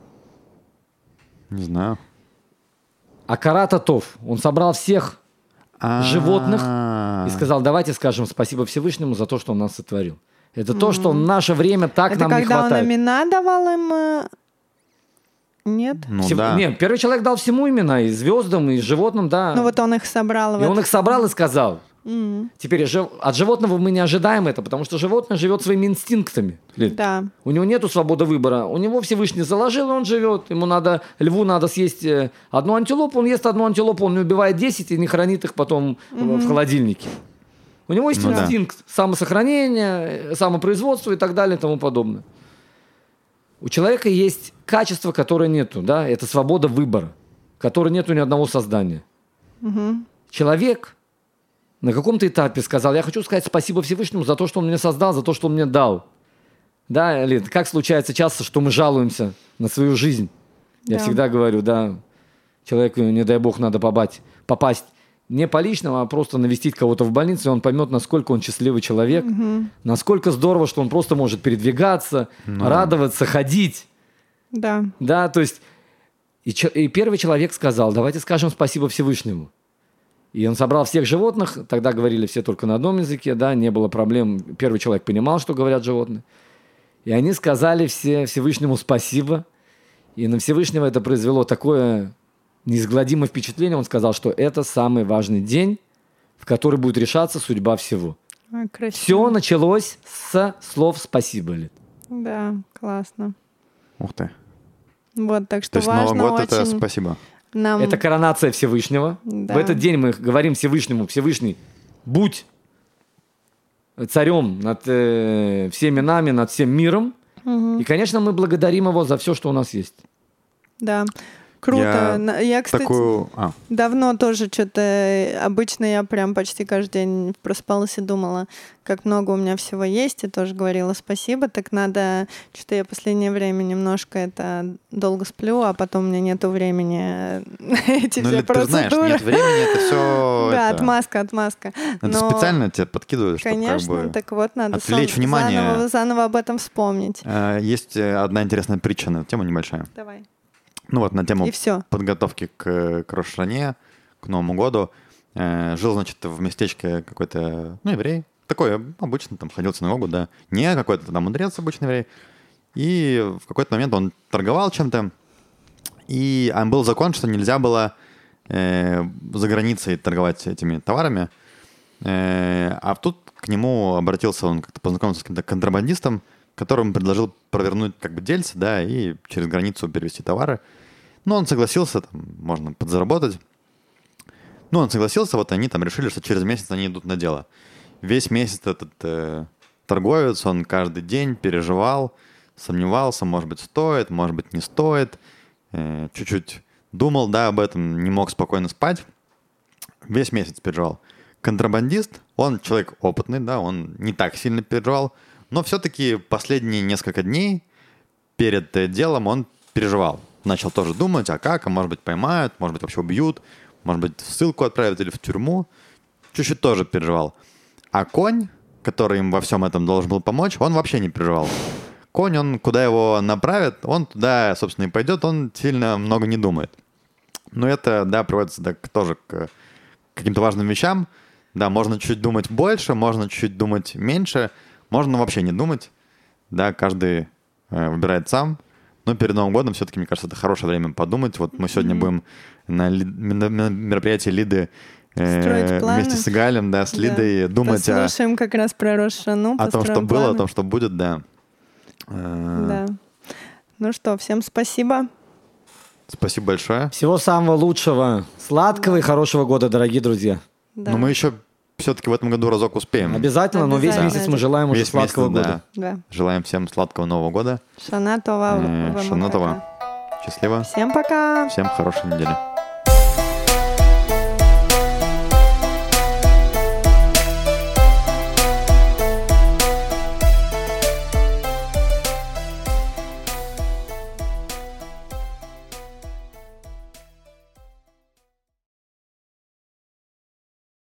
Speaker 2: не знаю.
Speaker 1: Акарата Тов. Он собрал всех животных
Speaker 2: А,
Speaker 1: и сказал, давайте скажем спасибо Всевышнему за то, что он нас сотворил. Это то, что в наше время так
Speaker 3: Это
Speaker 1: нам не
Speaker 3: когда он
Speaker 1: хватает.
Speaker 3: имена давал им? э, Нет?
Speaker 2: Ну
Speaker 1: Всем-
Speaker 2: да.
Speaker 1: Нет, первый человек дал всему имена, и звездам, и животным, да.
Speaker 3: Ну вот он их собрал. в
Speaker 1: и он
Speaker 3: этот-
Speaker 1: их собрал и сказал.
Speaker 3: М,
Speaker 1: Теперь жив- от животного мы не ожидаем это, потому что животное живет своими инстинктами. Лид.
Speaker 3: Да.
Speaker 1: У него нету свободы выбора. У него Всевышний заложил, и он живет. Ему надо, льву надо съесть э, одну антилопу, он ест одну антилопу, он не убивает десять и не хранит их потом э, в холодильнике. У него есть
Speaker 2: Ну да.
Speaker 1: инстинкт самосохранения, э, самопроизводства и так далее и тому подобное. У человека есть качество, которое нету, да, это свобода выбора, которой нету ни одного создания. Человек на каком-то этапе сказал, я хочу сказать спасибо Всевышнему за то, что он меня создал, за то, что он мне дал. Да, Лид, как случается часто, что мы жалуемся на свою жизнь. Я
Speaker 3: Да.
Speaker 1: всегда говорю, да, человеку, не дай бог, надо попасть, попасть не по личному, а просто навестить кого-то в больницу, и он поймет, насколько он счастливый человек, насколько здорово, что он просто может передвигаться, радоваться, ходить.
Speaker 3: Да.
Speaker 1: Да, то есть и, чё- и первый человек сказал, давайте скажем спасибо Всевышнему. И он собрал всех животных, тогда говорили все только на одном языке, да, не было проблем, первый человек понимал, что говорят животные. И они сказали все Всевышнему спасибо, и на Всевышнего это произвело такое неизгладимое впечатление, он сказал, что это самый важный день, в который будет решаться судьба всего.
Speaker 3: Ой, красиво.
Speaker 1: Все началось с слов «спасибо». Лид.
Speaker 3: Да, классно.
Speaker 2: Ух ты.
Speaker 3: Вот, так
Speaker 2: То
Speaker 3: что
Speaker 2: есть Новый
Speaker 3: важно
Speaker 2: год это
Speaker 3: очень
Speaker 2: спасибо.
Speaker 3: нам...
Speaker 1: Это коронация Всевышнего.
Speaker 3: Да.
Speaker 1: В этот день мы говорим Всевышнему, Всевышний, будь царем над э, всеми нами, над всем миром. И, конечно, мы благодарим его за все, что у нас есть.
Speaker 3: Да. Круто.
Speaker 2: Я
Speaker 3: На- Я, кстати,
Speaker 2: Такую... А,
Speaker 3: давно тоже что-то... Обычно я прям почти каждый день просыпалась и думала, как много у меня всего есть, и тоже говорила спасибо. Так надо... Что-то я последнее время немножко это долго сплю, а потом у меня нету времени на эти
Speaker 2: ну
Speaker 3: все
Speaker 2: или ты же знаешь,
Speaker 3: процедуры.
Speaker 2: нет времени, это все...
Speaker 3: Да, отмазка, отмазка.
Speaker 2: Это
Speaker 3: Но,
Speaker 2: специально тебе подкидывают, чтобы
Speaker 3: конечно,
Speaker 2: как бы...
Speaker 3: так вот надо
Speaker 2: отвлечь
Speaker 3: сан-
Speaker 2: внимание.
Speaker 3: заново, заново об этом вспомнить.
Speaker 2: Э, Есть э, одна интересная притча на эту тему небольшая.
Speaker 3: Давай.
Speaker 2: Ну вот на тему
Speaker 3: И все.
Speaker 2: подготовки к, к Рош-ха-Шане, к Новому году. Э, жил, значит, в местечке какой-то, ну, еврей. Такой обычно там ходил на Новый год, да. Не какой-то там мудрец, обычный еврей. И в какой-то момент он торговал чем-то. И а, был закон, что нельзя было э, за границей торговать этими товарами. Э, а тут к нему обратился, он как-то познакомился с каким-то контрабандистом, которому предложил провернуть как бы дельце, да, и через границу перевести товары. Ну, он согласился, там, можно подзаработать. Ну, он согласился, вот они там решили, что через месяц они идут на дело. Весь месяц этот э, торговец, он каждый день переживал, сомневался, может быть, стоит, может быть, не стоит. Э, чуть-чуть думал, да, об этом, не мог спокойно спать. Весь месяц переживал. Контрабандист, он человек опытный, да, он не так сильно переживал, но все-таки последние несколько дней перед делом он переживал. Начал тоже думать, а как, а может быть поймают, может быть вообще убьют, может быть в ссылку отправят или в тюрьму. Чуть-чуть тоже переживал. А конь, который им во всем этом должен был помочь, он вообще не переживал. Конь, он куда его направит, он туда, собственно, и пойдет, он сильно много не думает. Но это, да, приводится да, тоже к каким-то важным вещам. Да, можно чуть-чуть думать больше, можно чуть-чуть думать меньше, можно вообще не думать. Да, каждый э, выбирает сам. Но перед Новым годом все-таки, мне кажется, это хорошее время подумать. Вот мы сегодня mm-hmm. будем на, ли, на, на мероприятии Лиды э, вместе с Галем, да, с да. Лидой думать о...
Speaker 3: Послушаем как раз про Рош ха-Шану,
Speaker 2: о том, что
Speaker 3: планы.
Speaker 2: было, о том, что будет, да.
Speaker 3: Да. Ну что, всем спасибо.
Speaker 2: Спасибо большое.
Speaker 1: Всего самого лучшего, сладкого да. и хорошего года, дорогие друзья.
Speaker 2: Да. Но мы еще все-таки в этом году разок успеем.
Speaker 1: Обязательно, но весь месяц мы желаем уже сладкого года.
Speaker 3: Да.
Speaker 2: Желаем всем сладкого Нового года.
Speaker 3: Шана Това.
Speaker 2: Шана Това. Счастливо.
Speaker 3: Всем пока.
Speaker 2: Всем хорошей недели.